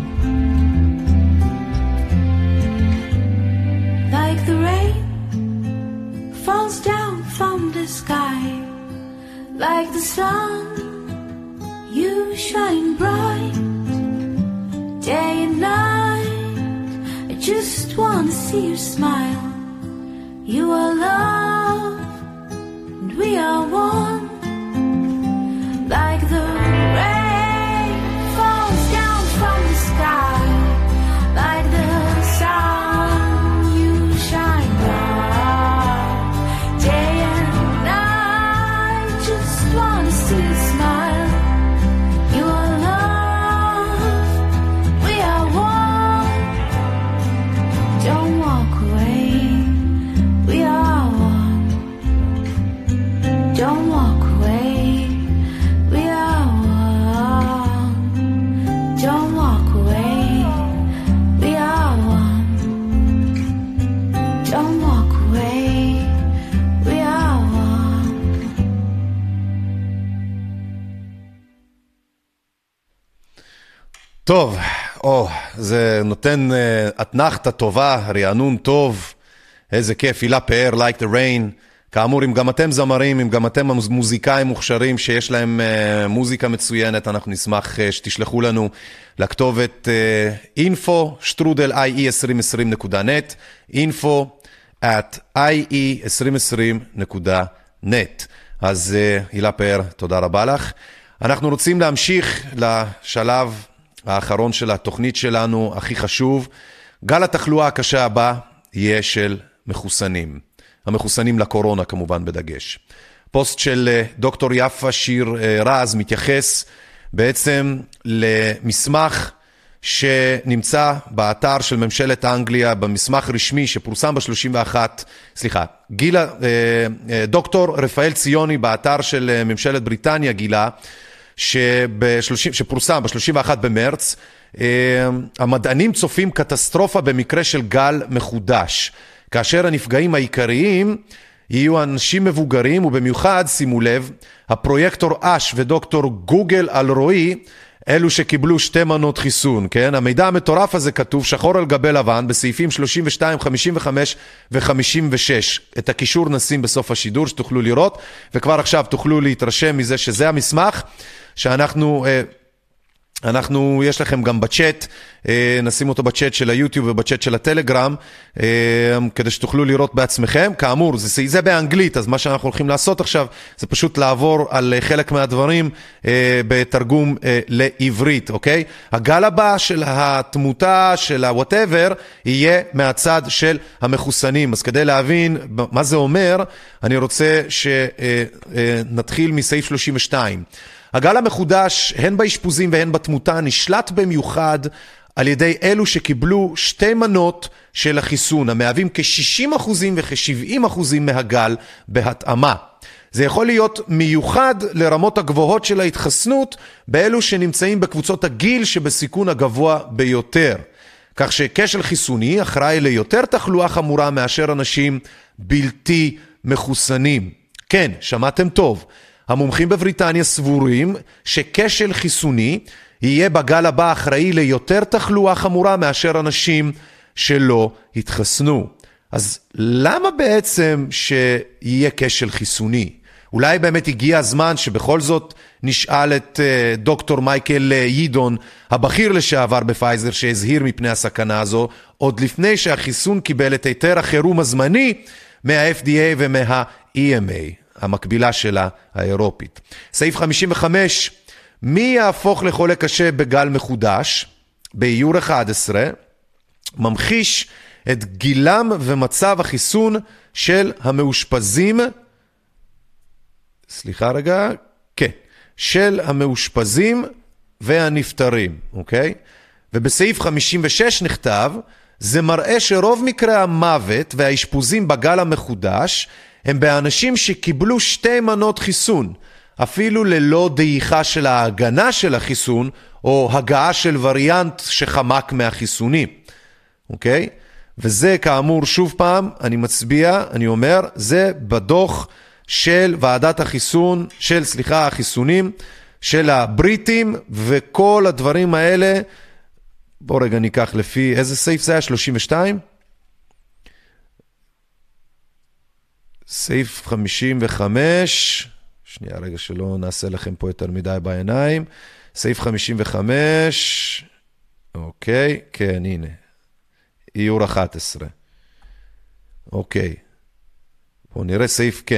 Like the rain falls down from the sky, like the sun, you shine bright, day and night. I just wanna see you smile. You are love, we are one. Like the rain falls down from the sky, like the sun, you shine bright, day and night. Just wanna see you smile. You are love, we are one. Don't walk away, we are one. Don't walk away, we are one. Don't walk away, we are one. Don't walk away, we are one. טוב, או, זה נותן uh, אתנחתה טובה, רענון טוב, איזה כיף, הילה פאר, Like the Rain. כאמור, אם גם אתם זמרים, אם גם אתם מוזיקאים מוכשרים שיש להם uh, מוזיקה מצוינת, אנחנו נשמח uh, שתשלחו לנו לכתובת uh, info שטרודל איי אי עשרים עשרים נקודה נט, info at איי אי עשרים עשרים נקודה נט. אז uh, הילה פאר, תודה רבה לך. אנחנו רוצים להמשיך לשלב האחרון של התוכנית שלנו, הכי חשוב. גל התחלואה הקשה הבא יהיה של מחוסנים. המחוסנים לקורונה כמובן בדגש. פוסט של דוקטור יפה שיר רז מתייחס בעצם למסמך שנמצא באתר של ממשלת אנגליה, במסמך רשמי שפורסם ב-שלושים ואחת, סליחה, גילה, דוקטור רפאל ציוני באתר של ממשלת בריטניה גילה, שב-שלושים, שפורסם ב-שלושים ואחד במרץ, המדענים צופים קטסטרופה במקרה של גל מחודש, כאשר הנפגעים העיקריים יהיו אנשים מבוגרים, ובמיוחד, שימו לב, הפרויקטור אש ודוקטור גוגל אלרועי, אלו שקיבלו שתי מנות חיסון, כן? המידע המטורף הזה כתוב שחור על גבי לבן בסעיפים שלושים ושתיים, חמישים וחמש ו-חמישים ושש. את הקישור נשים בסוף השידור שתוכלו לראות, וכבר עכשיו תוכלו להתרשם מזה שזה המסמך שאנחנו... אנחנו, יש לכם גם בצ'אט, נשים אותו בצ'אט של היוטיוב ובצ'אט של הטלגרם, כדי שתוכלו לראות בעצמכם. כאמור, זה, זה באנגלית, אז מה שאנחנו הולכים לעשות עכשיו, זה פשוט לעבור על חלק מהדברים בתרגום לעברית, אוקיי? הגל הבא של התמותה, של ה-whatever, יהיה מהצד של המחוסנים. אז כדי להבין מה זה אומר, אני רוצה שנתחיל מסעיף שלושים ושתיים. הגל המחודש, הן באשפוזים והן בתמותה, נשלט במיוחד על ידי אלו שקיבלו שתי מנות של החיסון, המהווים כ-שישים אחוזים וכ-שבעים אחוזים מהגל בהתאמה. זה יכול להיות מיוחד לרמות הגבוהות של ההתחסנות, באלו שנמצאים בקבוצות הגיל שבסיכון הגבוה ביותר. כך שכשל חיסוני אחראי ליותר תחלואה חמורה מאשר אנשים בלתי מחוסנים. כן, שמעתם טוב. המומחים בבריטניה סבורים שכשל חיסוני יהיה בגל הבא אחראי ליותר תחלואה חמורה מאשר אנשים שלא התחסנו. אז למה בעצם שיהיה כשל חיסוני? אולי באמת הגיע הזמן שבכל זאת נשאל את דוקטור מייקל יידון, הבכיר לשעבר בפייזר, שהזהיר מפני הסכנה הזו, עוד לפני שהחיסון קיבל את היתר החירום הזמני מה-אף די איי ומה E M A, המקבילה שלה האירופית. סעיף חמישים וחמש, מי יהפוך לחולה קשה בגל מחודש? באיור אחת עשרה, ממחיש את גילם ומצב החיסון של המאושפזים, סליחה רגע, כן, של המאושפזים והנפטרים, אוקיי? ובסעיף חמישים ושש נכתב, זה מראה שרוב מקרי המוות והאשפוזים בגל המחודש הם באנשים שקיבלו שתי מנות חיסון, אפילו ללא דעיכה של ההגנה של החיסון, או הגעה של וריאנט שחמק מהחיסונים, אוקיי? וזה כאמור שוב פעם, אני מצביע, אני אומר, זה בדוח של ועדת החיסון, של סליחה, החיסונים, של הבריטים, וכל הדברים האלה, בוא רגע ניקח לפי, איזה סעיף זה היה? שלושים ושתיים? סעיף חמישים וחמש, שנייה רגע שלא נעשה לכם פה יותר מדי בעיניים, סעיף חמישים וחמש, אוקיי, כן, הנה, איור אחת עשרה, אוקיי, בואו נראה סעיף, כן.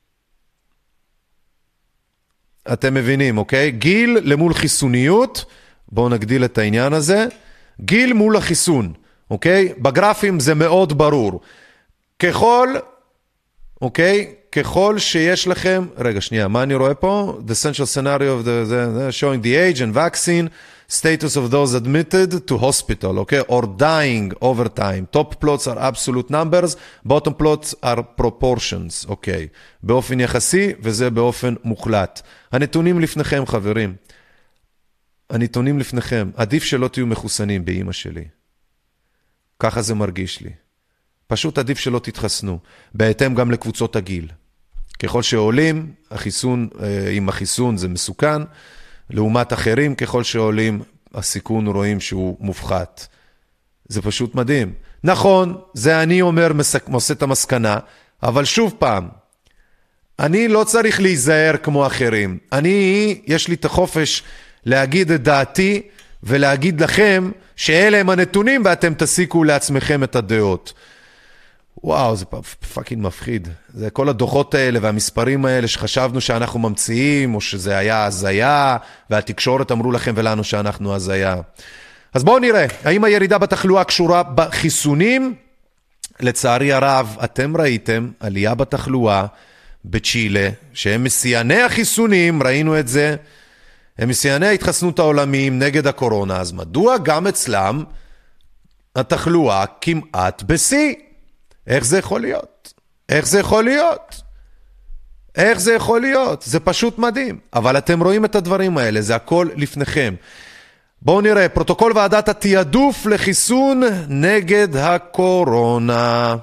אתם מבינים, אוקיי? גיל למול חיסוניות, בואו נגדיל את העניין הזה, גיל מול החיסון, אוקיי? בגרפים זה מאוד ברור. ככל, אוקיי? ככל שיש לכם, רגע שנייה, מה אני רואה פה? The central scenario of the, the, the showing the age and vaccine, status of those admitted to hospital, okay? Or dying over time. Top plots are absolute numbers, bottom plots are proportions, אוקיי? באופן יחסי, וזה באופן מוחלט. הנתונים לפניכם, חברים. הנתונים לפניכם. עדיף שלא תהיו מחוסנים באמא שלי. ככה זה מרגיש לי. פשוט עדיף שלא תתחסנו. בהתאם גם לקבוצות הגיל. ככל שעולים, החיסון, עם החיסון זה מסוכן, לעומת אחרים, ככל שעולים, הסיכון רואים שהוא מופחת. זה פשוט מדהים. נכון, זה אני אומר, עושה את המסקנה, אבל שוב פעם, אני לא צריך להיזהר כמו אחרים. אני, יש לי את החופש להגיד את דעתי, ולהגיד לכם שאלה הם הנתונים, ואתם תסיקו לעצמכם את הדעות. וואו, זה פאקינג מפחיד. זה כל הדוחות האלה והמספרים האלה שחשבנו שאנחנו ממציאים, או שזה היה הזיה, והתקשורת אמרו לכם ולנו שאנחנו הזיה. אז בואו נראה, האם הירידה בתחלואה קשורה בחיסונים? לצערי הרב, אתם ראיתם עלייה בתחלואה בצ'ילה, שהם מסייני החיסונים, ראינו את זה, הם מסייני ההתחסנות העולמיים נגד הקורונה, אז מדוע גם אצלם התחלואה כמעט בסי? איך זה יכול להיות? איך זה יכול להיות? איך זה יכול להיות? זה פשוט מדהים. אבל אתם רואים את הדברים האלה, זה הכל לפניכם. בואו נראה, פרוטוקול ועדת התיעדוף לחיסון נגד הקורונה.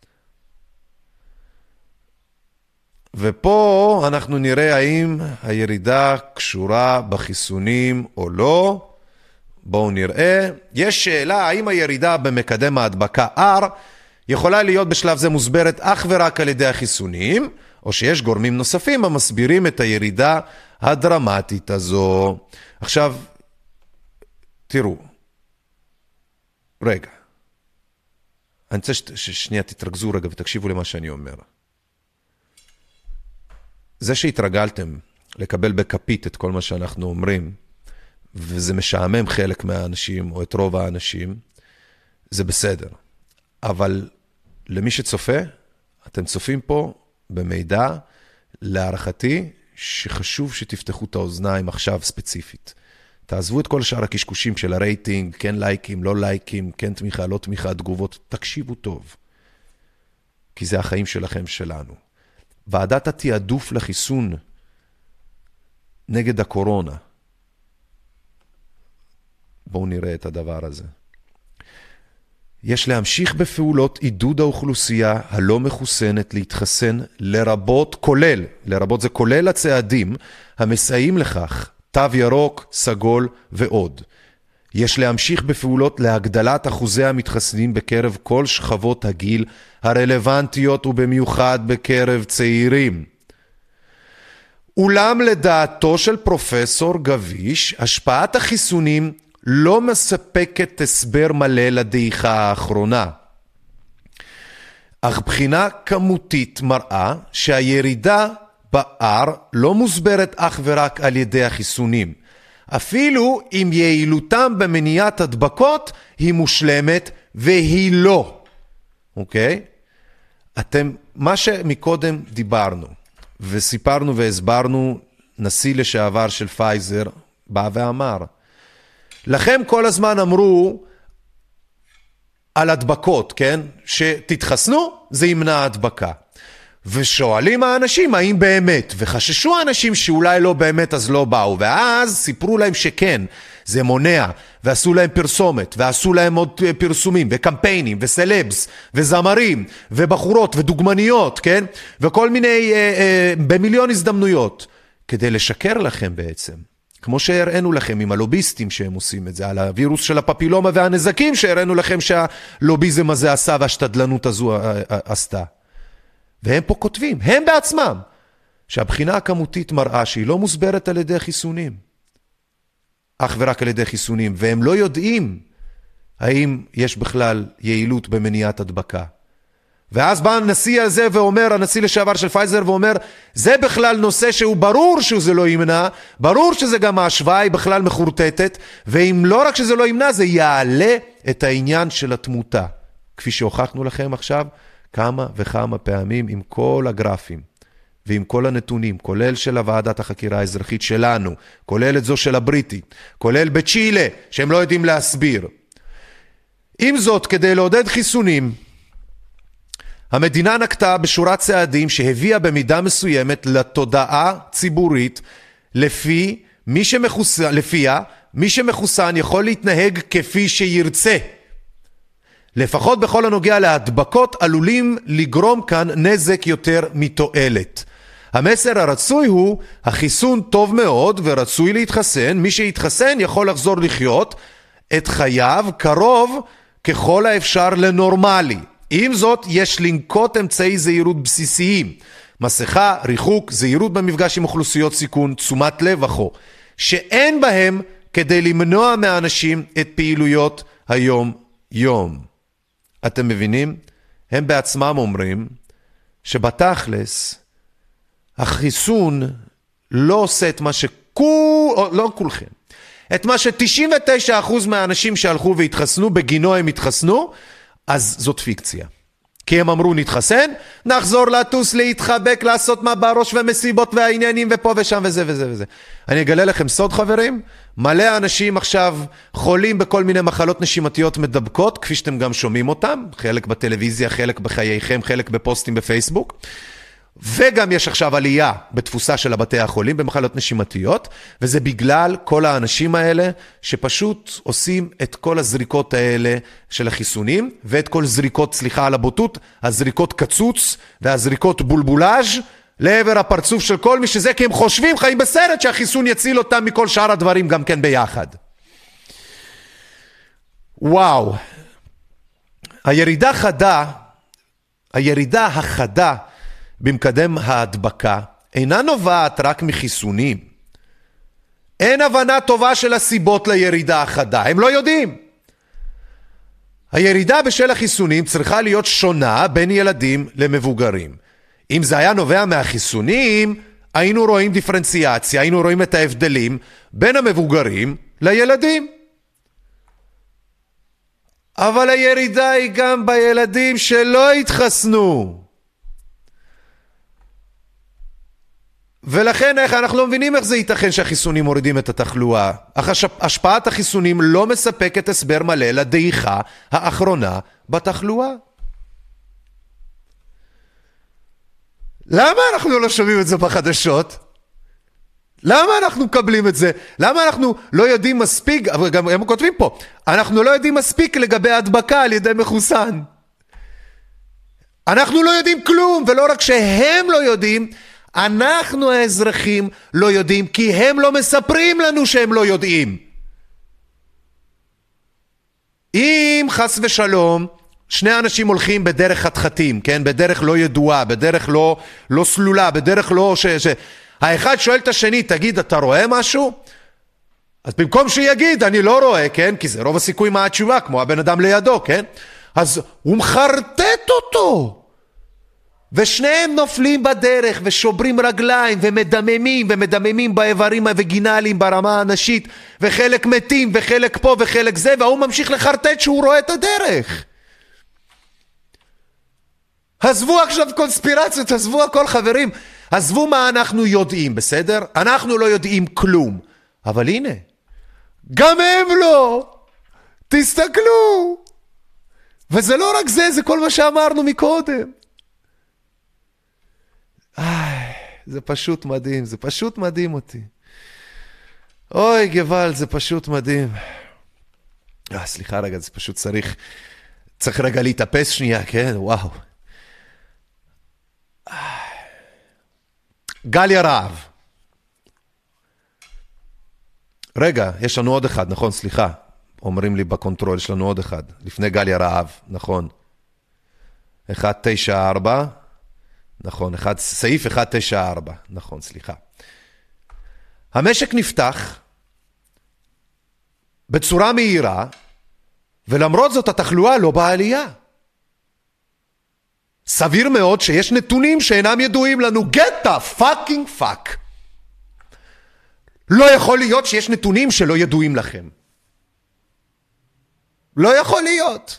ופה אנחנו נראה האם הירידה קשורה בחיסונים או לא. בואו נראה. יש שאלה האם הירידה במקדם ההדבקה R יכולה להיות בשלב זה מוסברת אך ורק על ידי החיסונים, או שיש גורמים נוספים המסבירים את הירידה הדרמטית הזו. עכשיו, תראו, רגע, אני רוצה ששנייה תתרכזו רגע ותקשיבו למה שאני אומר. זה שהתרגלתם לקבל בכפית את כל מה שאנחנו אומרים, וזה משעמם חלק מהאנשים, או את רוב האנשים, זה בסדר. אבל למי שצופה, אתם צופים פה במידע, להערכתי, שחשוב שתפתחו את האוזניים עכשיו ספציפית. תעזבו את כל שאר הקשקושים של הרייטינג, כן לייקים, לא לייקים, כן תמיכה, לא תמיכה, תגובות, תקשיבו טוב. כי זה החיים שלכם שלנו. ועדת התיעדוף לחיסון נגד הקורונה. בואו נראה את הדבר הזה. יש להמשיך בפעולות עידוד האוכלוסייה הלא מחוסנת להתחסן לרבות כולל, לרבות זה כולל הצעדים המסייעים לכך, תו ירוק, סגול ועוד. יש להמשיך בפעולות להגדלת אחוזי המתחסנים בקרב כל שכבות הגיל הרלוונטיות ובמיוחד בקרב צעירים. אולם לדעתו של פרופסור גביש, השפעת החיסונים לא מספקת הסבר מלא לדעיכה האחרונה. אך בחינה כמותית מראה שהירידה ב-R לא מוסברת אך ורק על ידי החיסונים. אפילו אם יעילותם במניעת הדבקות היא מושלמת והיא לא. אוקיי? אתם, מה שמקודם דיברנו וסיפרנו והסברנו, נשיא לשעבר של פייזר בא ואמר, לכם כל הזמן אמרו על הדבקות, כן? שתתחסנו, זה ימנע הדבקה. ושואלים האנשים האם באמת, וחששו האנשים שאולי לא באמת אז לא באו, ואז סיפרו להם שכן, זה מונע, ועשו להם פרסומת, ועשו להם עוד פרסומים, וקמפיינים, וסלבס, וזמרים, ובחורות, ודוגמניות, כן? וכל מיני, אה, אה, במיליון הזדמנויות, כדי לשקר לכם בעצם. כמו שהראינו לכם עם הלוביסטים שהם עושים את זה, על הווירוס של הפפילומה והנזקים שהראינו לכם שהלוביזם הזה עשה והשתדלנות הזו עשתה. והם פה כותבים, הם בעצמם, שהבחינה הכמותית מראה שהיא לא מוסברת על ידי חיסונים. אך ורק על ידי חיסונים, והם לא יודעים האם יש בכלל יעילות במניעת הדבקה. ואז בא הנשיא הזה ואומר, הנשיא לשעבר של פייזר ואומר, זה בכלל נושא שהוא ברור שזה לא ימנע, ברור שזה גם ההשוואה היא בכלל מחורטטת, ואם לא רק שזה לא ימנע, זה יעלה את העניין של התמותה. כפי שהוכחנו לכם עכשיו, כמה וכמה פעמים עם כל הגרפים, ועם כל הנתונים, כולל של הוועדת החקירה האזרחית שלנו, כולל את זו של הבריטי, כולל בצ'ילה, שהם לא יודעים להסביר. עם זאת, כדי לעודד חיסונים, המדינה נקטה בשורת צעדים שהביאה במידה מסוימת לתודעה ציבורית, לפי מי שמחוסן, לפיה מי שמחוסן יכול להתנהג כפי שירצה. לפחות בכל הנוגע להדבקות עלולים לגרום כאן נזק יותר מתועלת. המסר הרצוי הוא, החיסון טוב מאוד ורצוי להתחסן, מי שיתחסן יכול לחזור לחיות את חייו קרוב ככל האפשר לנורמלי. עם זאת, יש לנקוט אמצעי זהירות בסיסיים, מסכה, ריחוק, זהירות במפגש עם אוכלוסיות סיכון, תשומת לב וכו', שאין בהם כדי למנוע מאנשים את פעילויות היום-יום. אתם מבינים? הם בעצמם אומרים שבתכלס החיסון לא עושה את מה שכול, או לא כולכם, את מה ש-תשעים ותשעה אחוז מהאנשים שהלכו והתחסנו, בגינו הם התחסנו, אז זאת פיקציה. כי הם אמרו נתחסן, נחזור לטוס, להתחבק, לעשות מה בראש ומסיבות והעניינים ופה ושם וזה וזה וזה. אני אגלה לכם סוד חברים, מלא אנשים עכשיו חולים בכל מיני מחלות נשימתיות מדבקות, כפי שאתם גם שומעים אותם, חלק בטלוויזיה, חלק בחייכם, חלק בפוסטים בפייסבוק, וגם יש עכשיו עלייה בתפוסה של הבתי החולים במחלות נשימתיות, וזה בגלל כל האנשים האלה שפשוט עושים את כל הזריקות האלה של החיסונים, ואת כל זריקות, סליחה על הבוטות, הזריקות קצוץ והזריקות בולבולאז' לעבר הפרצוף של כל מי שזה, כי הם חושבים, חיים בסרט, שהחיסון יציל אותם מכל שאר הדברים גם כן ביחד. וואו. הירידה חדה, הירידה החדה, במקדם ההדבקה אינה נובעת רק מחיסונים. אין הבנה טובה של הסיבות לירידה החדה, הם לא יודעים. הירידה בשל החיסונים צריכה להיות שונה בין ילדים למבוגרים. אם זה היה נובע מהחיסונים, היינו רואים דיפרנציאציה, היינו רואים את ההבדלים בין המבוגרים לילדים. אבל הירידה היא גם בילדים שלא התחסנו. ולכן איך, אנחנו לא מבינים איך זה ייתכן שהחיסונים מורידים את התחלואה. אך השפעת החיסונים לא מספקת הסבר מלא לדעיכה האחרונה בתחלואה. למה אנחנו לא שומעים את זה בחדשות? למה אנחנו מקבלים את זה? למה אנחנו לא יודעים מספיק, אבל גם הם כותבים פה, אנחנו לא יודעים מספיק לגבי הדבקה על ידי מחוסן. אנחנו לא יודעים כלום, ולא רק שהם לא יודעים, אנחנו האזרחים לא יודעים, כי הם לא מספרים לנו שהם לא יודעים. אם חס ושלום, שני אנשים הולכים בדרך חתחתים, כן? בדרך לא ידועה, בדרך לא, לא סלולה, בדרך לא... ש, ש... האחד שואל את השני, תגיד, אתה רואה משהו? אז במקום שיגיד, אני לא רואה, כן? כי זה רוב הסיכוי מה התשובה, כמו הבן אדם לידו, כן? אז הוא מחרטט אותו. ושניהם נופלים בדרך ושוברים רגליים ומדממים ומדממים באיברים הווגינליים ברמה הנשית, וחלק מתים וחלק פה וחלק זה, והוא ממשיך לחרטט שהוא רואה את הדרך. עזבו עכשיו קונספירציות, עזבו הכל חברים, עזבו מה אנחנו יודעים, בסדר? אנחנו לא יודעים כלום, אבל הנה, גם הם לא, תסתכלו, וזה לא רק זה, זה כל מה שאמרנו מקודם. איי, זה פשוט מדהים, זה פשוט מדהים אותי. אוי גבל, זה פשוט מדהים. אה, סליחה רגע, זה פשוט צריך, צריך רגע להתאפס שנייה, כן? וואו. גליה רהב. רגע, יש לנו עוד אחד, נכון? סליחה. אומרים לי בקונטרול, יש לנו עוד אחד. לפני גליה רהב, נכון. אחד תשע ארבע. נכון, אחד, סעיף אחד תשע ארבע. נכון, סליחה. המשק נפתח בצורה מהירה, ולמרות זאת התחלואה לא בעלייה. סביר מאוד שיש נתונים שאינם ידועים לנו. Get the fucking fuck. לא יכול להיות שיש נתונים שלא ידועים לכם. לא יכול להיות.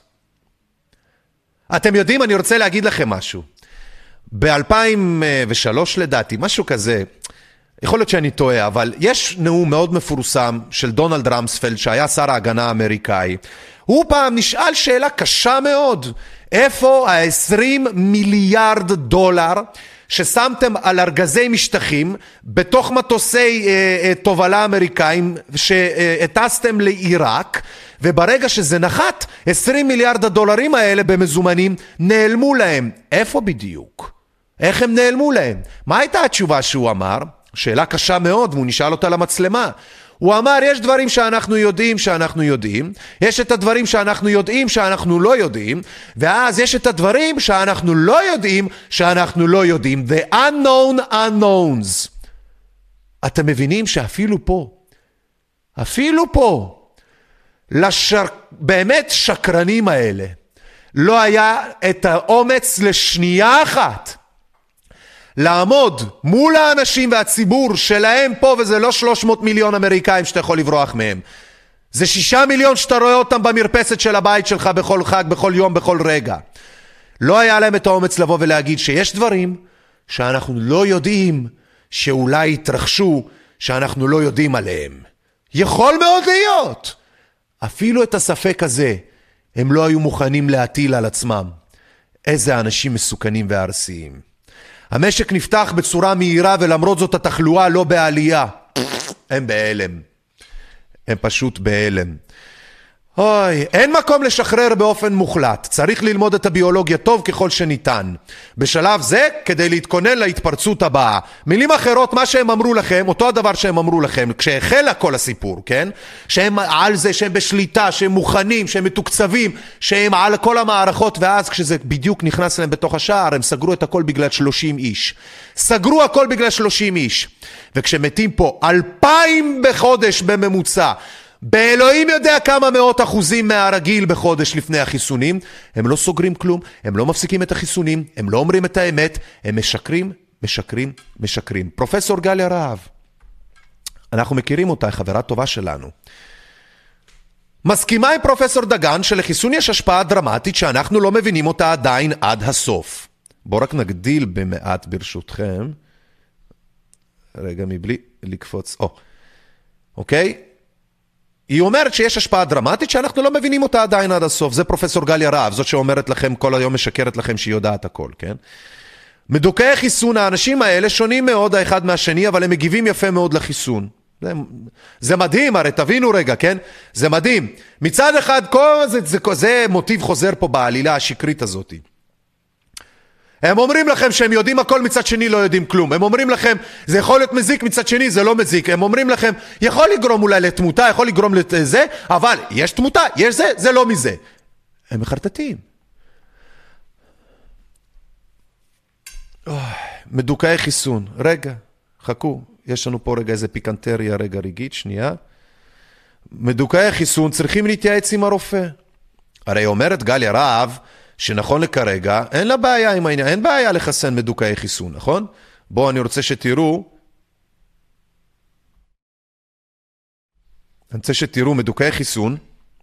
אתם יודעים, אני רוצה להגיד לכם משהו. ב-אלפיים ושלוש לדעתי, משהו כזה, יכול להיות שאני טועה, אבל יש נאום מאוד מפורסם של דונלד רמספלד, שהיה שר ההגנה האמריקאי. הוא פעם נשאל שאלה קשה מאוד. איפה ה-עשרים מיליארד דולר ששמתם על ארגזי משטחים בתוך מטוסי אה, אה, תובלה אמריקאים שהטסתם לעיראק, וברגע שזה נחת, עשרים מיליארד הדולרים האלה במזומנים נעלמו להם. איפה בדיוק? איך הם נעלמו להם? מה הייתה התשובה שהוא אמר? שאלה קשה מאוד, והוא נשאל אותה למצלמה. הוא אמר, יש דברים שאנחנו יודעים שאנחנו יודעים, יש את הדברים שאנחנו יודעים שאנחנו לא יודעים, ואז יש את הדברים שאנחנו לא יודעים שאנחנו לא יודעים. The unknown unknowns. אתם מבינים שאפילו פה, אפילו פה, לשר... באמת שקרנים האלה, לא היה את האומץ לשנייה אחת, לעמוד מול האנשים והציבור שלהם פה, וזה לא שלוש מאות מיליון אמריקאים שאתה יכול לברוח מהם. זה שישה מיליון שאתה רואה אותם במרפסת של הבית שלך בכל חג, בכל יום, בכל רגע. לא היה להם את האומץ לבוא ולהגיד שיש דברים שאנחנו לא יודעים, שאולי יתרחשו, שאנחנו לא יודעים עליהם. יכול מאוד להיות. אפילו את הספק הזה הם לא היו מוכנים להטיל על עצמם. איזה אנשים מסוכנים והרסיים. המשק נפתח בצורה מהירה, ולמרות זאת התחלואה לא בעלייה. הם בהלם. הם פשוט בהלם. אוי, אין מקום לשחרר באופן מוחלט. צריך ללמוד את הביולוגיה טוב ככל שניתן. בשלב זה, כדי להתכונן להתפרצות הבאה. מילים אחרות, מה שהם אמרו לכם, אותו הדבר שהם אמרו לכם, כשהחל כל הסיפור, כן? שהם על זה, שהם בשליטה, שהם מוכנים, שהם מתוקצבים, שהם על כל המערכות, ואז כשזה בדיוק נכנס להם בתוך השער, הם סגרו את הכל בגלל שלושים איש. סגרו הכל בגלל שלושים איש. וכשמתים פה אלפיים בחודש בממוצע, באלוהים יודע כמה מאות אחוזים מהרגיל בחודש לפני החיסונים, הם לא סוגרים כלום, הם לא מפסיקים את החיסונים, הם לא אומרים את האמת, הם משקרים, משקרים, משקרים. פרופסור גליה רהב, אנחנו מכירים אותה, חברה טובה שלנו. מסכימה עם פרופסור דגן שלחיסון יש השפעה דרמטית שאנחנו לא מבינים אותה עדיין עד הסוף. בואו רק נגדיל במעט ברשותכם. רגע, מבלי לקפוץ. או, אוקיי? היא אומרת שיש השפעה דרמטית שאנחנו לא מבינים אותה עדיין עד הסוף. זה פרופסור גליה רהב, זאת שאומרת לכם כל היום, משקרת לכם שהיא יודעת הכל, כן? מדוכאי חיסון, האנשים האלה שונים מאוד האחד מהשני, אבל הם מגיבים יפה מאוד לחיסון. זה, זה מדהים, הרי תבינו רגע, כן? זה מדהים. מצד אחד, כל זה, זה, זה מוטיב חוזר פה בעלילה השקרית הזאת. הם אומרים לכם שהם יודעים הכל, מצד שני לא יודעים כלום. הם אומרים לכם, זה יכול להיות מזיק, מצד שני זה לא מזיק. הם אומרים לכם, יכול לגרום אולי לתמותה, יכול לגרום לזה, אבל יש תמותה, יש זה, זה לא מזה. הם מחרטטים. מדוכאי חיסון. רגע, חכו. יש לנו פה רגע איזה פיקנטריה, רגע רגעית, שנייה. מדוכאי חיסון צריכים להתייעץ עם הרופא. הרי אומרת גליה רהב, שנכון לכרגע, אין לה בעיה עם העניין, אין בעיה לחסן מדוכאי חיסון, נכון? בואו, אני רוצה שתראו, אני רוצה שתראו מדוכאי חיסון,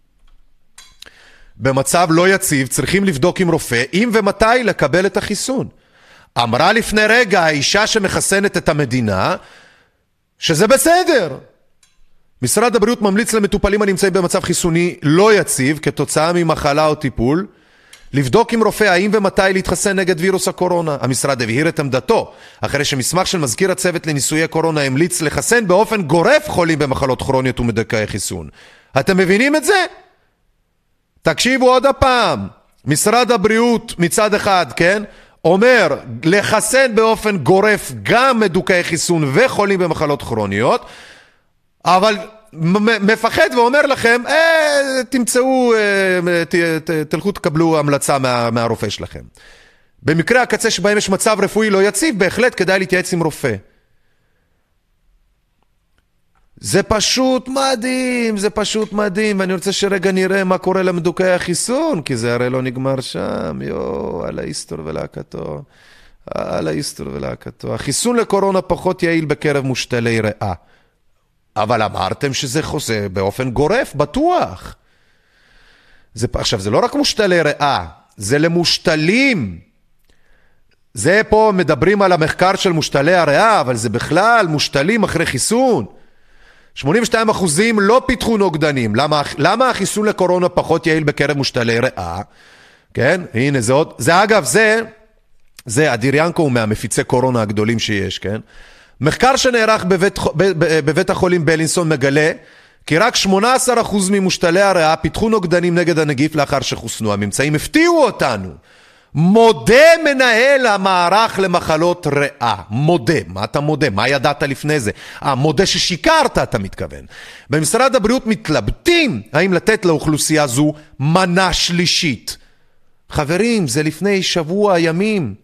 במצב לא יציב, צריכים לבדוק עם רופא, אם ומתי לקבל את החיסון. אמרה לפני רגע האישה שמחסנת את המדינה, שזה בסדר. משרד הבריאות ממליץ למטופלים הנמצאים במצב חיסוני לא יציב, כתוצאה ממחלה או טיפול, לבדוק עם רופא האם ומתי להתחסן נגד וירוס הקורונה. המשרד הבהיר את עמדתו, אחרי שמסמך של מזכיר הצוות לניסויי קורונה המליץ לחסן באופן גורף חולים במחלות כרוניות ומדוכאי חיסון. אתם מבינים את זה? תקשיבו עוד הפעם. משרד הבריאות מצד אחד, כן, אומר לחסן באופן גורף גם מדוכאי חיסון וחולים במחלות כרוניות, אבל מפחד ואומר לכם, אה, תמצאו, אה, ת, ת, תלכו תקבלו המלצה מה, מהרופא שלכם. במקרה הקצה שבהם יש מצב רפואי לא יציב, בהחלט כדאי להתייעץ עם רופא. זה פשוט מדהים, זה פשוט מדהים, ואני רוצה שרגע נראה מה קורה למדוכאי החיסון, כי זה הרי לא נגמר שם, יו, על האיסטור ולהקתו, על האיסטור ולהקתו. החיסון לקורונה פחות יעיל בקרב מושתלי ריאה. אבל אמרתם שזה חוזה באופן גורף, בטוח. זה, עכשיו, זה לא רק מושתלי ריאה, זה למושתלים. זה פה מדברים על המחקר של מושתלי הריאה, אבל זה בכלל מושתלים אחרי חיסון. שמונים ושתיים אחוזים לא פיתחו נוגדנים. למה, למה החיסון לקורונה פחות יעיל בקרב מושתלי ריאה? כן, הנה זה עוד. זה אגב, זה, זה אדיר ינקו הוא מהמפיצי קורונה הגדולים שיש, כן? מחקר שנערך בבית, בבית החולים בלינסון מגלה כי רק שמונה עשר אחוז ממושתלי הריאה פיתחו נוגדנים נגד הנגיף לאחר שחוסנו. הממצאים הפתיעו אותנו. מודה מנהל המערך למחלות ריאה. מודה. מה אתה מודה? מה ידעת לפני זה? אה, מודה ששיקרת, אתה מתכוון. במשרד הבריאות מתלבטים האם לתת לאוכלוסייה זו מנה שלישית. חברים, זה לפני שבוע ימים.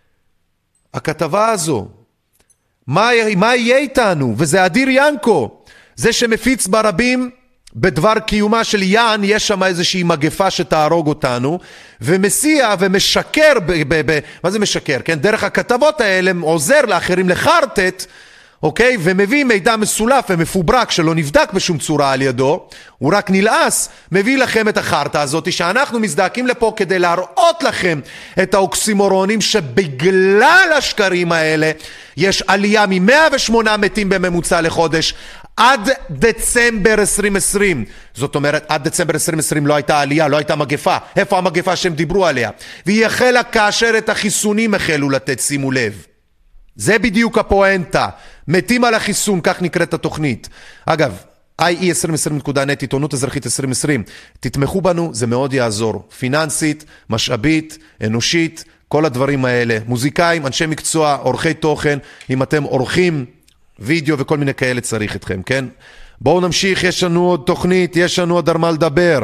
הכתבה הזו. מה, מה יהיה איתנו? וזה אדיר ינקו. זה שמפיץ ברבים בדבר קיומה של יען, יש שם איזושהי מגפה שתהרוג אותנו, ומסיע ומשקר, ב, ב, ב, מה זה משקר? כן? דרך הכתבות האלה עוזר לאחרים לחרטט, אוקיי? ומביא מידע מסולף ומפוברק שלא נבדק בשום צורה על ידו, הוא רק נלעס, מביא לכם את החרטה הזאת, שאנחנו מזדעקים לפה כדי להראות לכם את האוקסימורונים שבגלל השקרים האלה, יש עלייה מ-מאה ושמונה מתים בממוצע לחודש, עד דצמבר עשרים עשרים. זאת אומרת, עד דצמבר עשרים עשרים לא הייתה עלייה, לא הייתה מגפה. איפה המגפה שהם דיברו עליה? והיא החלה כאשר את החיסונים החלו לתת, שימו לב. זה בדיוק הפואנטה. מתים על החיסון, כך נקראת התוכנית. אגב, איי אי עשרים עשרים נקודה נט, עיתונות אזרחית עשרים עשרים. תתמכו בנו, זה מאוד יעזור. פיננסית, משאבית, אנושית, כל הדברים האלה. מוזיקאים, אנשי מקצוע, עורכי תוכן. אם אתם עורכים וידאו וכל מיני כאלה צריך אתכם, כן? בואו נמשיך, יש לנו עוד תוכנית, יש לנו עוד על מה לדבר.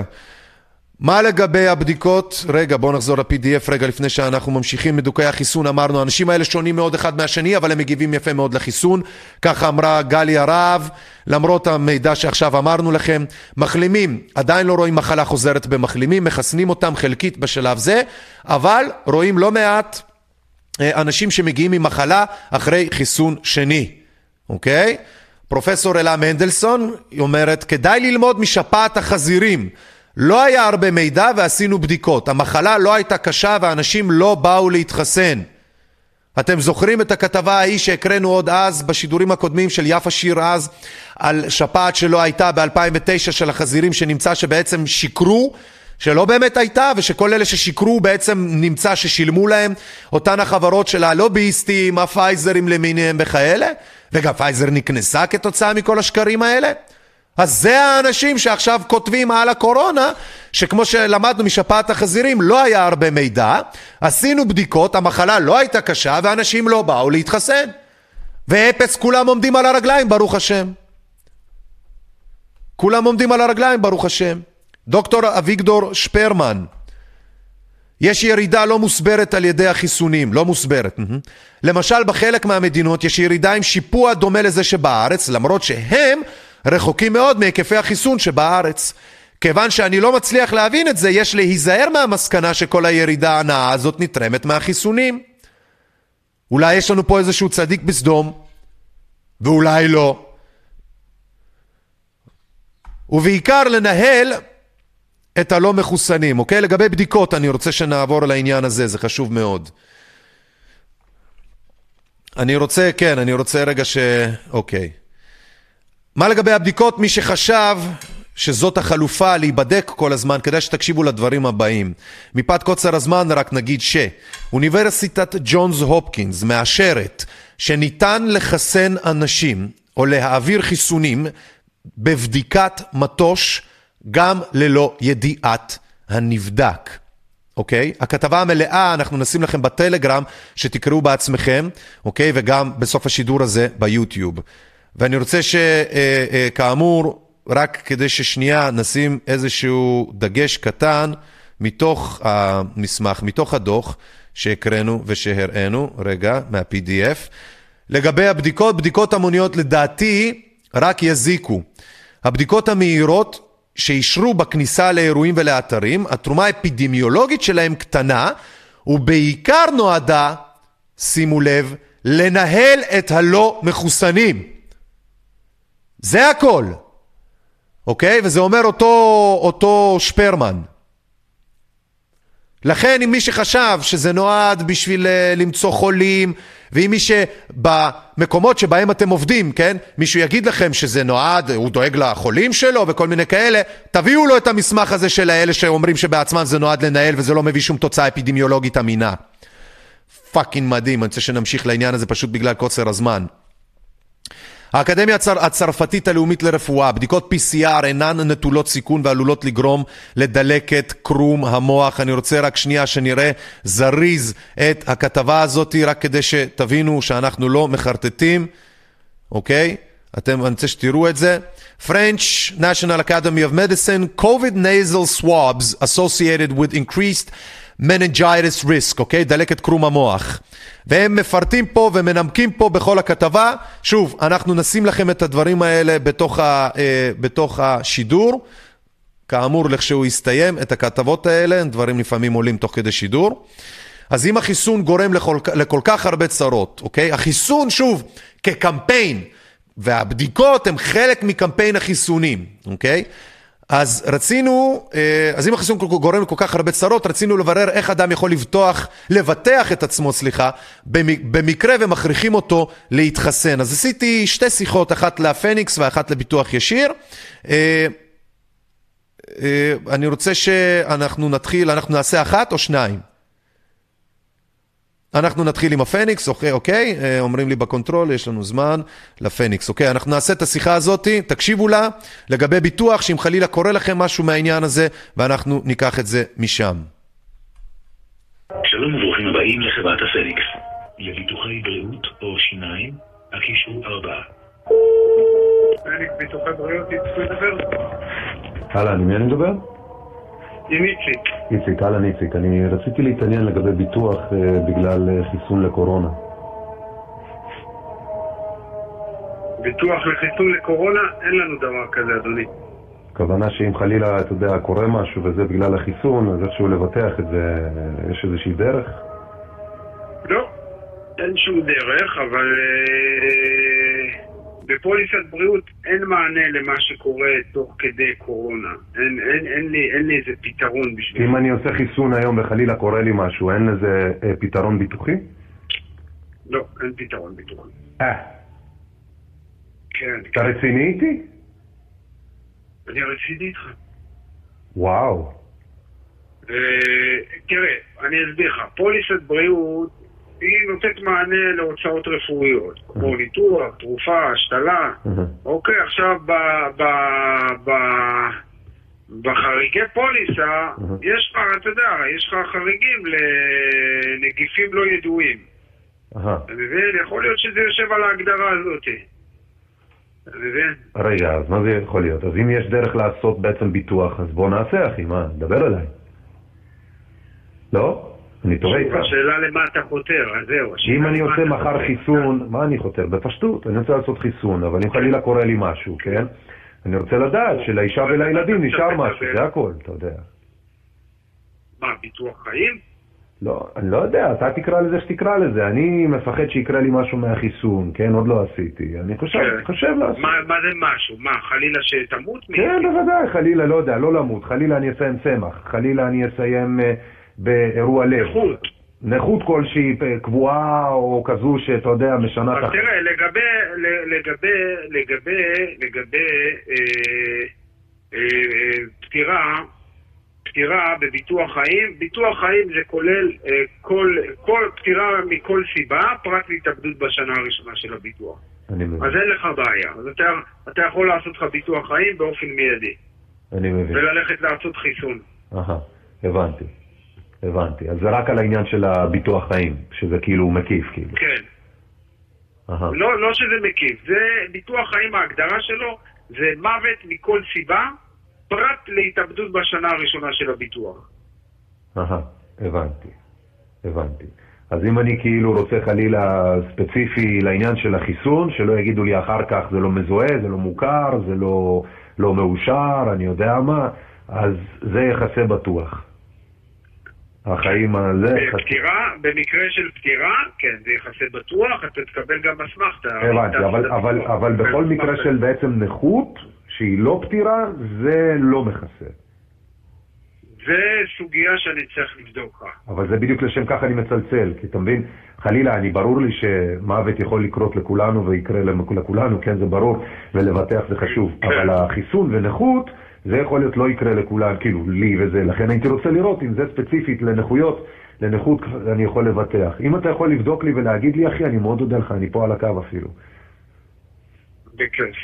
מה לגבי הבדיקות? רגע, בואו נחזור ל-פי די אף רגע לפני שאנחנו ממשיכים. מדוכאי החיסון, אמרנו, האנשים האלה שונים מאוד אחד מהשני, אבל הם מגיבים יפה מאוד לחיסון. ככה אמרה גלי הרב, למרות המידע שעכשיו אמרנו לכם. מחלימים, עדיין לא רואים מחלה חוזרת במחלימים, מחסנים אותם חלקית בשלב זה, אבל רואים לא מעט אנשים שמגיעים עם מחלה אחרי חיסון שני. אוקיי? פרופסור אלה מנדלסון, היא אומרת, כדאי ללמוד משפעת החזירים. לא היה הרבה מידע ועשינו בדיקות. המחלה לא הייתה קשה ואנשים לא באו להתחסן. אתם זוכרים את הכתבה ההיא שהקראנו עוד אז בשידורים הקודמים של יפה שיר אז על שפעת שלא הייתה ב-אלפיים ותשע של החזירים, שנמצא שבעצם שיקרו, שלא באמת הייתה, ושכל אלה ששיקרו בעצם נמצא ששילמו להם, אותן החברות של הלוביסטים, הפייזרים למיניהם וכאלה, וגם פייזר נקנסה כתוצאה מכל השקרים האלה. אז זה האנשים שעכשיו כותבים על הקורונה, שכמו שלמדנו משפעת החזירים, לא היה הרבה מידע, עשינו בדיקות, המחלה לא הייתה קשה, ואנשים לא באו להתחסן. ואפס, כולם עומדים על הרגליים, ברוך השם. כולם עומדים על הרגליים, ברוך השם. דוקטור אביגדור שפרמן, יש ירידה לא מוסברת על ידי החיסונים, לא מוסברת. למשל, בחלק מהמדינות יש ירידה עם שיפוע דומה לזה שבארץ, למרות שהם רחוקים מאוד מהיקפי החיסון שבארץ. כיוון שאני לא מצליח להבין את זה, יש להיזהר מהמסקנה שכל הירידה הנאה הזאת נתרמת מהחיסונים. אולי יש לנו פה איזשהו צדיק בסדום, ואולי לא. ובעיקר לנהל את הלא מחוסנים, אוקיי? לגבי בדיקות, אני רוצה שנעבור לעניין הזה, זה חשוב מאוד. אני רוצה, כן, אני רוצה רגע ש... אוקיי. מה לגבי הבדיקות? מי שחשב שזאת החלופה להיבדק כל הזמן, כדאי שתקשיבו לדברים הבאים. מפאת קוצר הזמן רק נגיד שאוניברסיטת ג'ונס הופקינס מאשרת שניתן לחסן אנשים או להעביר חיסונים בבדיקת מטוש גם ללא ידיעת הנבדק. אוקיי? הכתבה המלאה אנחנו נשים לכם בטלגרם שתקראו בעצמכם, אוקיי? וגם בסוף השידור הזה ביוטיוב. ואני רוצה שכאמור, רק כדי ששנייה נשים איזשהו דגש קטן מתוך המסמך, מתוך הדוח שהקראנו ושהראינו, רגע, מה-פי די אף. לגבי הבדיקות, בדיקות המוניות לדעתי רק יזיקו. הבדיקות המהירות שישרו בכניסה לאירועים ולאתרים, התרומה האפידמיולוגית שלהם קטנה, ובעיקר נועדה, שימו לב, לנהל את הלא מחוסנים. זה הכל. אוקיי? וזה אומר אותו, אותו שפרמן. לכן אם מי שחשב שזה נועד בשביל למצוא חולים, ואם מי שבמקומות שבהם אתם עובדים, כן? מישהו יגיד לכם שזה נועד, הוא דואג לחולים שלו וכל מיני כאלה, תביאו לו את המסמך הזה של האלה שאומרים שבעצמם זה נועד לנהל וזה לא מביא שום תוצאה אפידמיולוגית אמינה. פאקינג מדהים, אני רוצה שנמשיך לעניין הזה פשוט בגלל קוצר הזמן. האקדמיה הצרפתית הלאומית לרפואה, בדיקות פי סי אר אינן נטולות סיכון ועלולות לגרום לדלקת קרום המוח. אני רוצה רק שנייה שנראה זריז את הכתבה הזאת, רק כדי שתבינו שאנחנו לא מחרטטים, אוקיי? אתם, אני רוצה שתראו את זה. French National Academy of Medicine, COVID nasal swabs associated with increased meningitis risk, אוקיי? דלקת קרום המוח. והם מפרטים פה ומנמקים פה בכל הכתבה. שוב, אנחנו נשים לכם את הדברים האלה בתוך, ה, אה, בתוך השידור. כאמור, לכשהוא יסתיים את הכתבות האלה, דברים לפעמים עולים תוך כדי שידור. אז אם החיסון גורם לכל, לכל כך הרבה צרות, אוקיי? החיסון, שוב, כקמפיין, והבדיקות הם חלק מקמפיין החיסונים, אוקיי? אז רצינו, אז אם החיסון גורם לכל כך הרבה צרות, רצינו לברר איך אדם יכול לבטוח, לבטח את עצמו, סליחה, במקרה ומכריחים אותו להתחסן. אז עשיתי שתי שיחות, אחת לפניקס ואחת לביטוח ישיר. אני רוצה שאנחנו נתחיל, אנחנו נעשה אחת או שניים? אנחנו נתחיל עם הפניקס, אוקיי, אוקיי, אומרים לי בקונטרול, יש לנו זמן לפניקס, אוקיי, אנחנו נעשה את השיחה הזאת, תקשיבו לה, לגבי ביטוח, שאם חלילה קורה לכם משהו מהעניין הזה, ואנחנו ניקח את זה משם. שלום וברוכים הבאים לחברת הפניקס. לביטוחי בריאות או שיניים, הקישור ארבע. פניקס, ביטוחי בריאות, יצטרכו לדבר. הלאה, אני מי אני מדבר? עם איציק. איציק, הלאה איציק. אני רציתי להתעניין לגבי ביטוח אה, בגלל אה, חיסון לקורונה. ביטוח לחיסון לקורונה? אין לנו דבר כזה, אדוני. הכוונה שאם חלילה, אתה יודע, קורה משהו וזה בגלל החיסון, אז איכשהו לבטח את זה, יש איזושהי דרך? לא, אין שום דרך, אבל... אה... בפוליסת בריאות אין מענה למה שקורה תוך כדי קורונה. אין, אין, אין, לי, אין לי איזה פתרון בשביל... אם אני עושה חיסון היום וחלילה קורה לי משהו, אין לזה אה, פתרון ביטוחי? לא, אין פתרון ביטוחי. אה. כן. אתה רציני איתי? אני רציני איתך. וואו. אה, תראה, אני אסביר לך. פוליסת בריאות היא נותנת מענה להוצאות רפואיות, כמו ניתוח, תרופה, השתלה. אוקיי, עכשיו בחריגי פוליסה, יש לך, אתה יודע, יש לך חריגים לנגיפים לא ידועים. אתה מבין? יכול להיות שזה יושב על ההגדרה הזאת. אתה מבין? רגע, אז מה זה יכול להיות? אז אם יש דרך לעשות בעצם ביטוח, אז בוא נעשה, אחי, מה? דבר אליי. לא? אני טובה איתך. השאלה למה אתה חותר, אז זהו. אם אני עושה מחר חיסון, מה אני חותר? בפשטות, אני רוצה לעשות חיסון, אבל אם חלילה קורה לי משהו, כן? אני רוצה לדעת שלאישה ולילדים נשאר משהו, זה הכל, אתה יודע. מה, ביטוח חיים? לא, אני לא יודע, אתה תקרא לזה שתקרא לזה. אני מפחד שיקרה לי משהו מהחיסון, כן? עוד לא עשיתי. אני חושב, חושב לעשות. מה, מה זה משהו? מה, חלילה שתמות? כן, בוודאי, חלילה, לא יודע, לא למות. חלילה אני אסיים צמח. חלילה אני אסיים אה, באירוע לב. נכות. נכות כלשהי קבועה או כזו שאתה יודע, משנה אז תראה, לגבי, לגבי, לגבי, לגבי אה, אה, פטירה, פטירה בביטוח חיים, ביטוח חיים זה כולל אה, כל, כל פטירה מכל סיבה, פרט להתאבדות בשנה הראשונה של הביטוח. אני מבין. אז אין לך בעיה. אז אתה, אתה יכול לעשות לך ביטוח חיים באופן מיידי. אני מבין. וללכת לעשות חיסון. אהה, הבנתי. הבנתי. אז זה רק על העניין של הביטוח חיים, שזה כאילו מקיף, כאילו. כן. אהה. לא, לא שזה מקיף. זה ביטוח חיים, ההגדרה שלו, זה מוות מכל סיבה, פרט להתאבדות בשנה הראשונה של הביטוח. אהה, הבנתי. הבנתי. אז אם אני כאילו רוצה חלילה ספציפי לעניין של החיסון, שלא יגידו לי אחר כך זה לא מזוהה, זה לא מוכר, זה לא, לא מאושר, אני יודע מה, אז זה יחסה בטוח. החיים הזה... בפטירה, במקרה של פטירה, כן, זה יחסה בטוח, אתה תקבל גם אסמכתה. הבנתי, אבל, אבל, אבל בכל מקרה של בעצם נכות, שהיא לא פטירה, זה לא מכסה. זה סוגיה שאני צריך לבדוק. אבל זה בדיוק לשם כך אני מצלצל, כי אתה מבין, חלילה, אני ברור לי שמוות יכול לקרות לכולנו ויקרה לכולנו, כן, זה ברור, ולבטח זה חשוב. אבל החיסון ונכות, זה יכול להיות לא יקרה לכולם, כאילו, לי וזה. לכן הייתי רוצה לראות אם זה ספציפית לנכויות, לנכות אני יכול לבטח. אם אתה יכול לבדוק לי ולהגיד לי, אחי, אני מאוד יודע לך, אני פה על הקו אפילו. בכיף.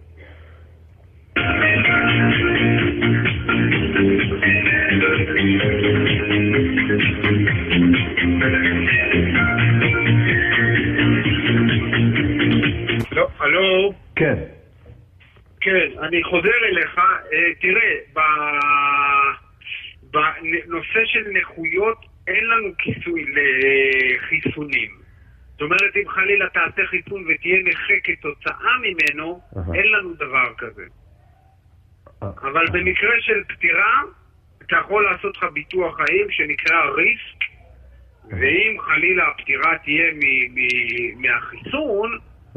לא, הלו? כן. כן, אני חוזר אליך. תראה, בנושא של נכויות אין לנו כיסוי לחיסונים. זאת אומרת, אם חלילה תעשה חיסון ותהיה נכה כתוצאה ממנו, אין לנו דבר כזה. אבל במקרה של פטירה, אתה יכול לעשות לך ביטוח חיים שנקרא ריסק, ואם חלילה הפטירה תהיה מהחיסון,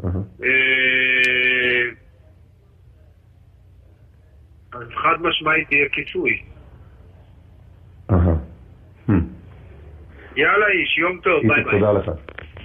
אז חד משמעית תהיה כיסוי. יאללה איש, יום טוב, ביי ביי. תודה לך.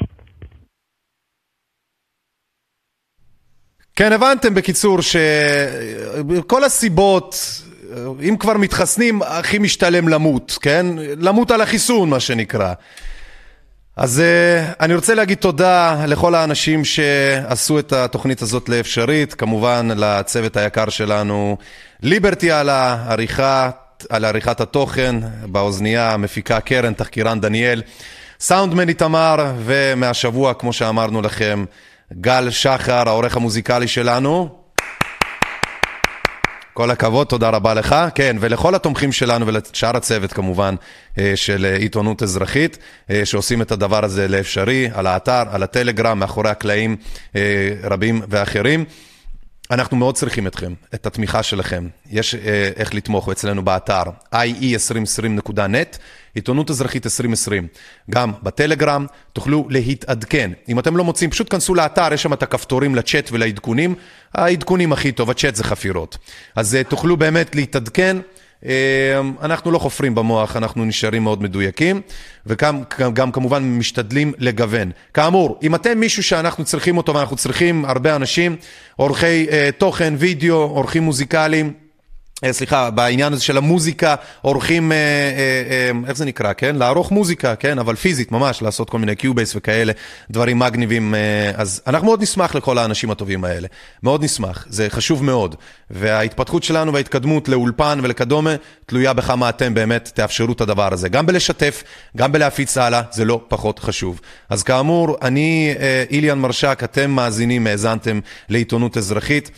כן, הבנתם בקיצור שכל הסיבות, אם כבר מתחסנים, הכי משתלם למות, כן? למות על החיסון, מה שנקרא. אז אני רוצה להגיד תודה לכל האנשים שעשו את התוכנית הזאת לאפשרית, כמובן לצוות היקר שלנו, ליברטי על העריכה, על עריכת התוכן, באוזנייה המפיקה קרן, תחקירן דניאל, סאונדמן איתמר, ומהשבוע, כמו שאמרנו לכם, גל שחר, העורך המוזיקלי שלנו. כל הכבוד, תודה רבה לך. כן, ולכל התומכים שלנו ולשאר הצוות כמובן של עיתונות אזרחית, שעושים את הדבר הזה לאפשרי, על האתר, על הטלגרם, מאחורי הקלעים רבים ואחרים. אנחנו מאוד צריכים אתכם, את התמיכה שלכם. יש אה, איך לתמוך אצלנו באתר איי אי עשרים עשרים נקודה נט, עיתונות אזרחית עשרים עשרים. גם בטלגרם תוכלו להתעדכן. אם אתם לא מוצאים, פשוט כנסו לאתר, יש שם את הכפתורים לצ'אט ולעדכונים. העדכונים הכי טוב, הצ'אט זה חפירות. אז אה, תוכלו באמת להתעדכן. אנחנו לא חופרים במוח, אנחנו נשארים מאוד מדויקים, וגם גם כמובן משתדלים לגוון. כאמור, אם אתם מישהו שאנחנו צריכים אותו, ואנחנו צריכים הרבה אנשים, עורכי תוכן, וידאו, עורכים מוזיקליים, סליחה, בעניין הזה של המוזיקה, עורכים, איך זה נקרא, כן? לערוך מוזיקה, כן? אבל פיזית ממש, לעשות כל מיני קיובייס וכאלה, דברים מגניבים. אז אנחנו מאוד נשמח לכל האנשים הטובים האלה. מאוד נשמח, זה חשוב מאוד. וההתפתחות שלנו וההתקדמות לאולפן ולקדומה, תלויה בכמה אתם באמת תאפשרו את הדבר הזה. גם בלשתף, גם בלהפיץ הלאה, זה לא פחות חשוב. אז כאמור, אני, איליאן מרשק, אתם מאזינים, האזנתם לעיתונות אזרחית.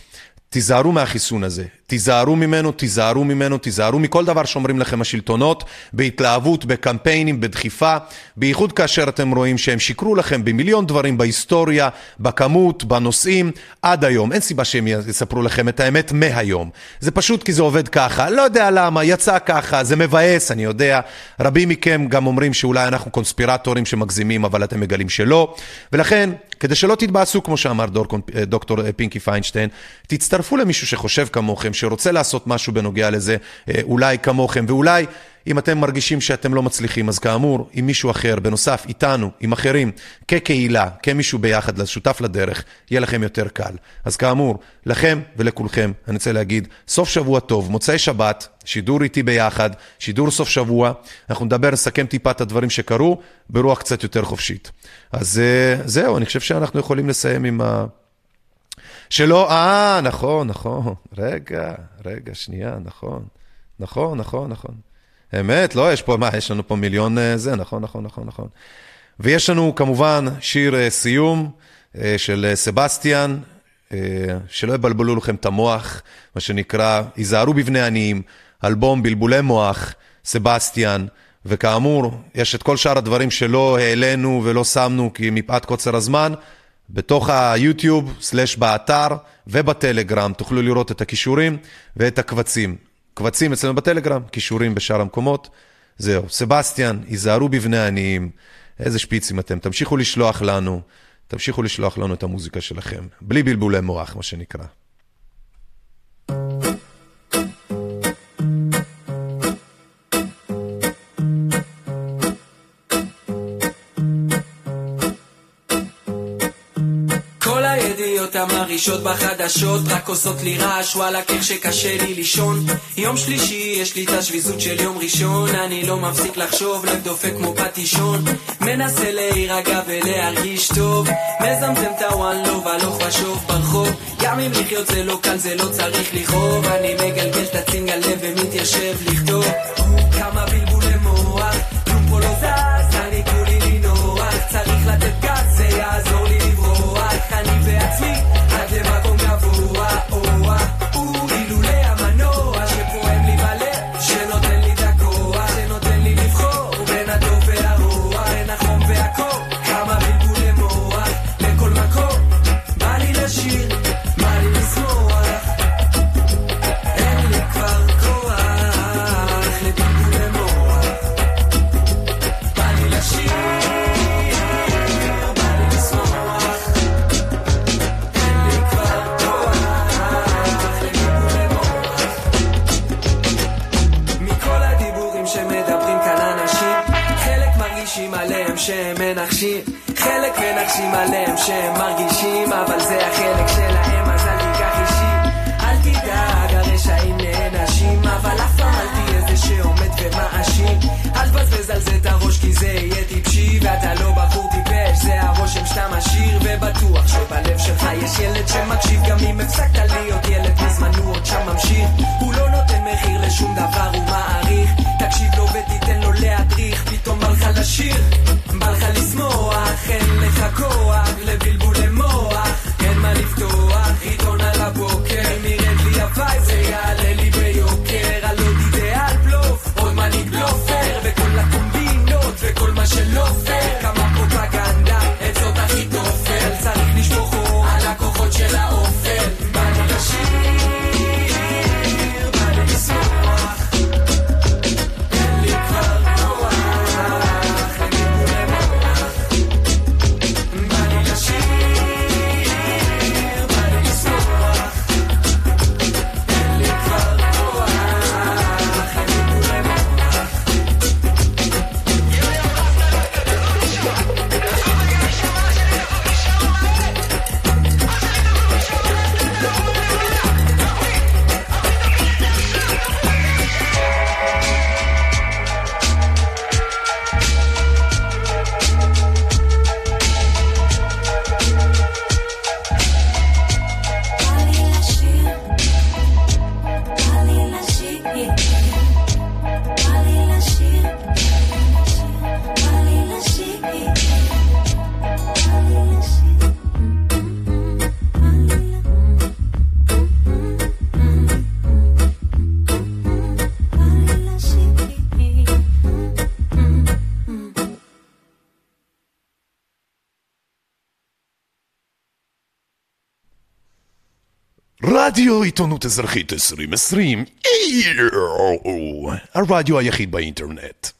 תיזהרו מהחיסון הזה, תיזהרו ממנו, תיזהרו ממנו, תיזהרו מכל דבר שאומרים לכם השלטונות, בהתלהבות, בקמפיינים, בדחיפה, בייחוד כאשר אתם רואים שהם שיקרו לכם במיליון דברים בהיסטוריה, בכמות, בנושאים, עד היום. אין סיבה שהם יספרו לכם את האמת מהיום. זה פשוט כי זה עובד ככה, לא יודע למה, יצא ככה, זה מבאס, אני יודע. רבים מכם גם אומרים שאולי אנחנו קונספירטורים שמגזימים, אבל אתם מגלים שלא. ולכן, כדי שלא תתבאסו, כמו שאמר דוקטור פינקי פיינשטיין, תצטרפו למישהו שחושב כמוכם, שרוצה לעשות משהו בנוגע לזה, אולי כמוכם, ואולי אם אתם מרגישים שאתם לא מצליחים, אז כאמור, עם מישהו אחר, בנוסף, איתנו, עם אחרים, כקהילה, כמישהו ביחד, לשותף לדרך, יהיה לכם יותר קל. אז כאמור, לכם ולכולכם, אני רוצה להגיד, סוף שבוע טוב, מוצאי שבת, שידור איתי ביחד, שידור סוף שבוע, אנחנו נדבר, נסכם טיפה את הדברים שקרו, ברוח קצת יותר חופשית. אז זהו, אני חושב שאנחנו יכולים לסיים עם ה... שלא, אה, נכון, נכון, רגע, רגע, שנייה, נכון, נכון, נכון, נכון. אמת, לא, יש פה, מה, יש לנו פה מיליון זה, נכון, נכון, נכון, נכון. ויש לנו כמובן שיר סיום של סבסטיאן, שלא יבלבלו לכם את המוח, מה שנקרא, היזהרו בבני עניים, אלבום בלבולי מוח, סבסטיאן, וכאמור, יש את כל שאר הדברים שלא העלינו ולא שמנו, כי מפאת קוצר הזמן, בתוך היוטיוב, סלש באתר ובטלגרם, תוכלו לראות את הכישורים ואת הקבצים. קבצים אצלנו בטלגרם, כישורים בשאר המקומות. זהו, סבסטיאן, היזהרו בבני עניים. איזה שפיצים אתם, תמשיכו לשלוח לנו, תמשיכו לשלוח לנו את המוזיקה שלכם. בלי בלבולי מוח, מה שנקרא. המרישות בחדשות רק עושות לי רעש, וואלה כך שקשה לי לישון. יום שלישי יש לי את השביזות של יום ראשון, אני לא מפסיק לחשוב, לב דופק כמו פטישון, מנסה להירגע ולהרגיש טוב, מזמזם את הוואן לוב הלוך ושוב ברחוב, גם אם לחיות זה לא קל, זה לא צריך לכאוב, אני מגלגל את הצינגל לב ומתיישב לכתוב כמה בלבולי מוח, כלום פה לא זז, אני כולי לנוח, צריך לתת גז, זה יעזור לי לברוח, אני בעצמי עד למקום גבוה, אוה, אילולי המנוע שפועם לי בלב, שנותן לי את הכוח, שנותן לי לבחור בין הטוב והרוע, בין החום והקור, כמה בלבולי מוח לכל מקום, בא לי לשיר, בא לי לשמוח, אין לי כבר כוח לבלבולי מוח, בא לי לשיר, עליהם שהם מנחשים, חלק מנחשים עליהם שהם מרגישים, אבל זה החלק שלהם, אז אל תיקח אישי, אל תדאג, הרשעים נענשים, אבל אף פעם אל תהיה זה שעומד ומאשים, אל תבזבז על זה את הראש כי זה יהיה טיפשי, ואתה לא בחור טיפש, זה הרושם שאתה משאיר, ובטוח שבלב שלך יש ילד שמקשיב, גם אם הפסקת להיות ילד מזמן הוא עוד שם ממשיך, הוא לא נותן מחיר לשום דבר, הוא מעריך, תקשיב לו ותיתן לו להדריך, פתאום בא לך לשיר, בא לך לשמוח, אין לך כוח לבלבולי מוח, אין מה לפתוח, עיתון על הבוקר, נרד לי הוואי, זה יעלה לי ביוקר, על עוד אידאל בלוף, עוד מנהיג בלופר, וכל הקומבינות וכל מה שלא פר, כמה פרופגנדה, עצות הכי תופר, צריך לשפוך אור על הכוחות של האופל, בא לי לשיר, בא לי לשמוח, אין לי כבר כוח לבלבולי מוח, בא לי לשיר, רדיו עיתונות אזרחית עשרים עשרים, הרדיו היחיד באינטרנט.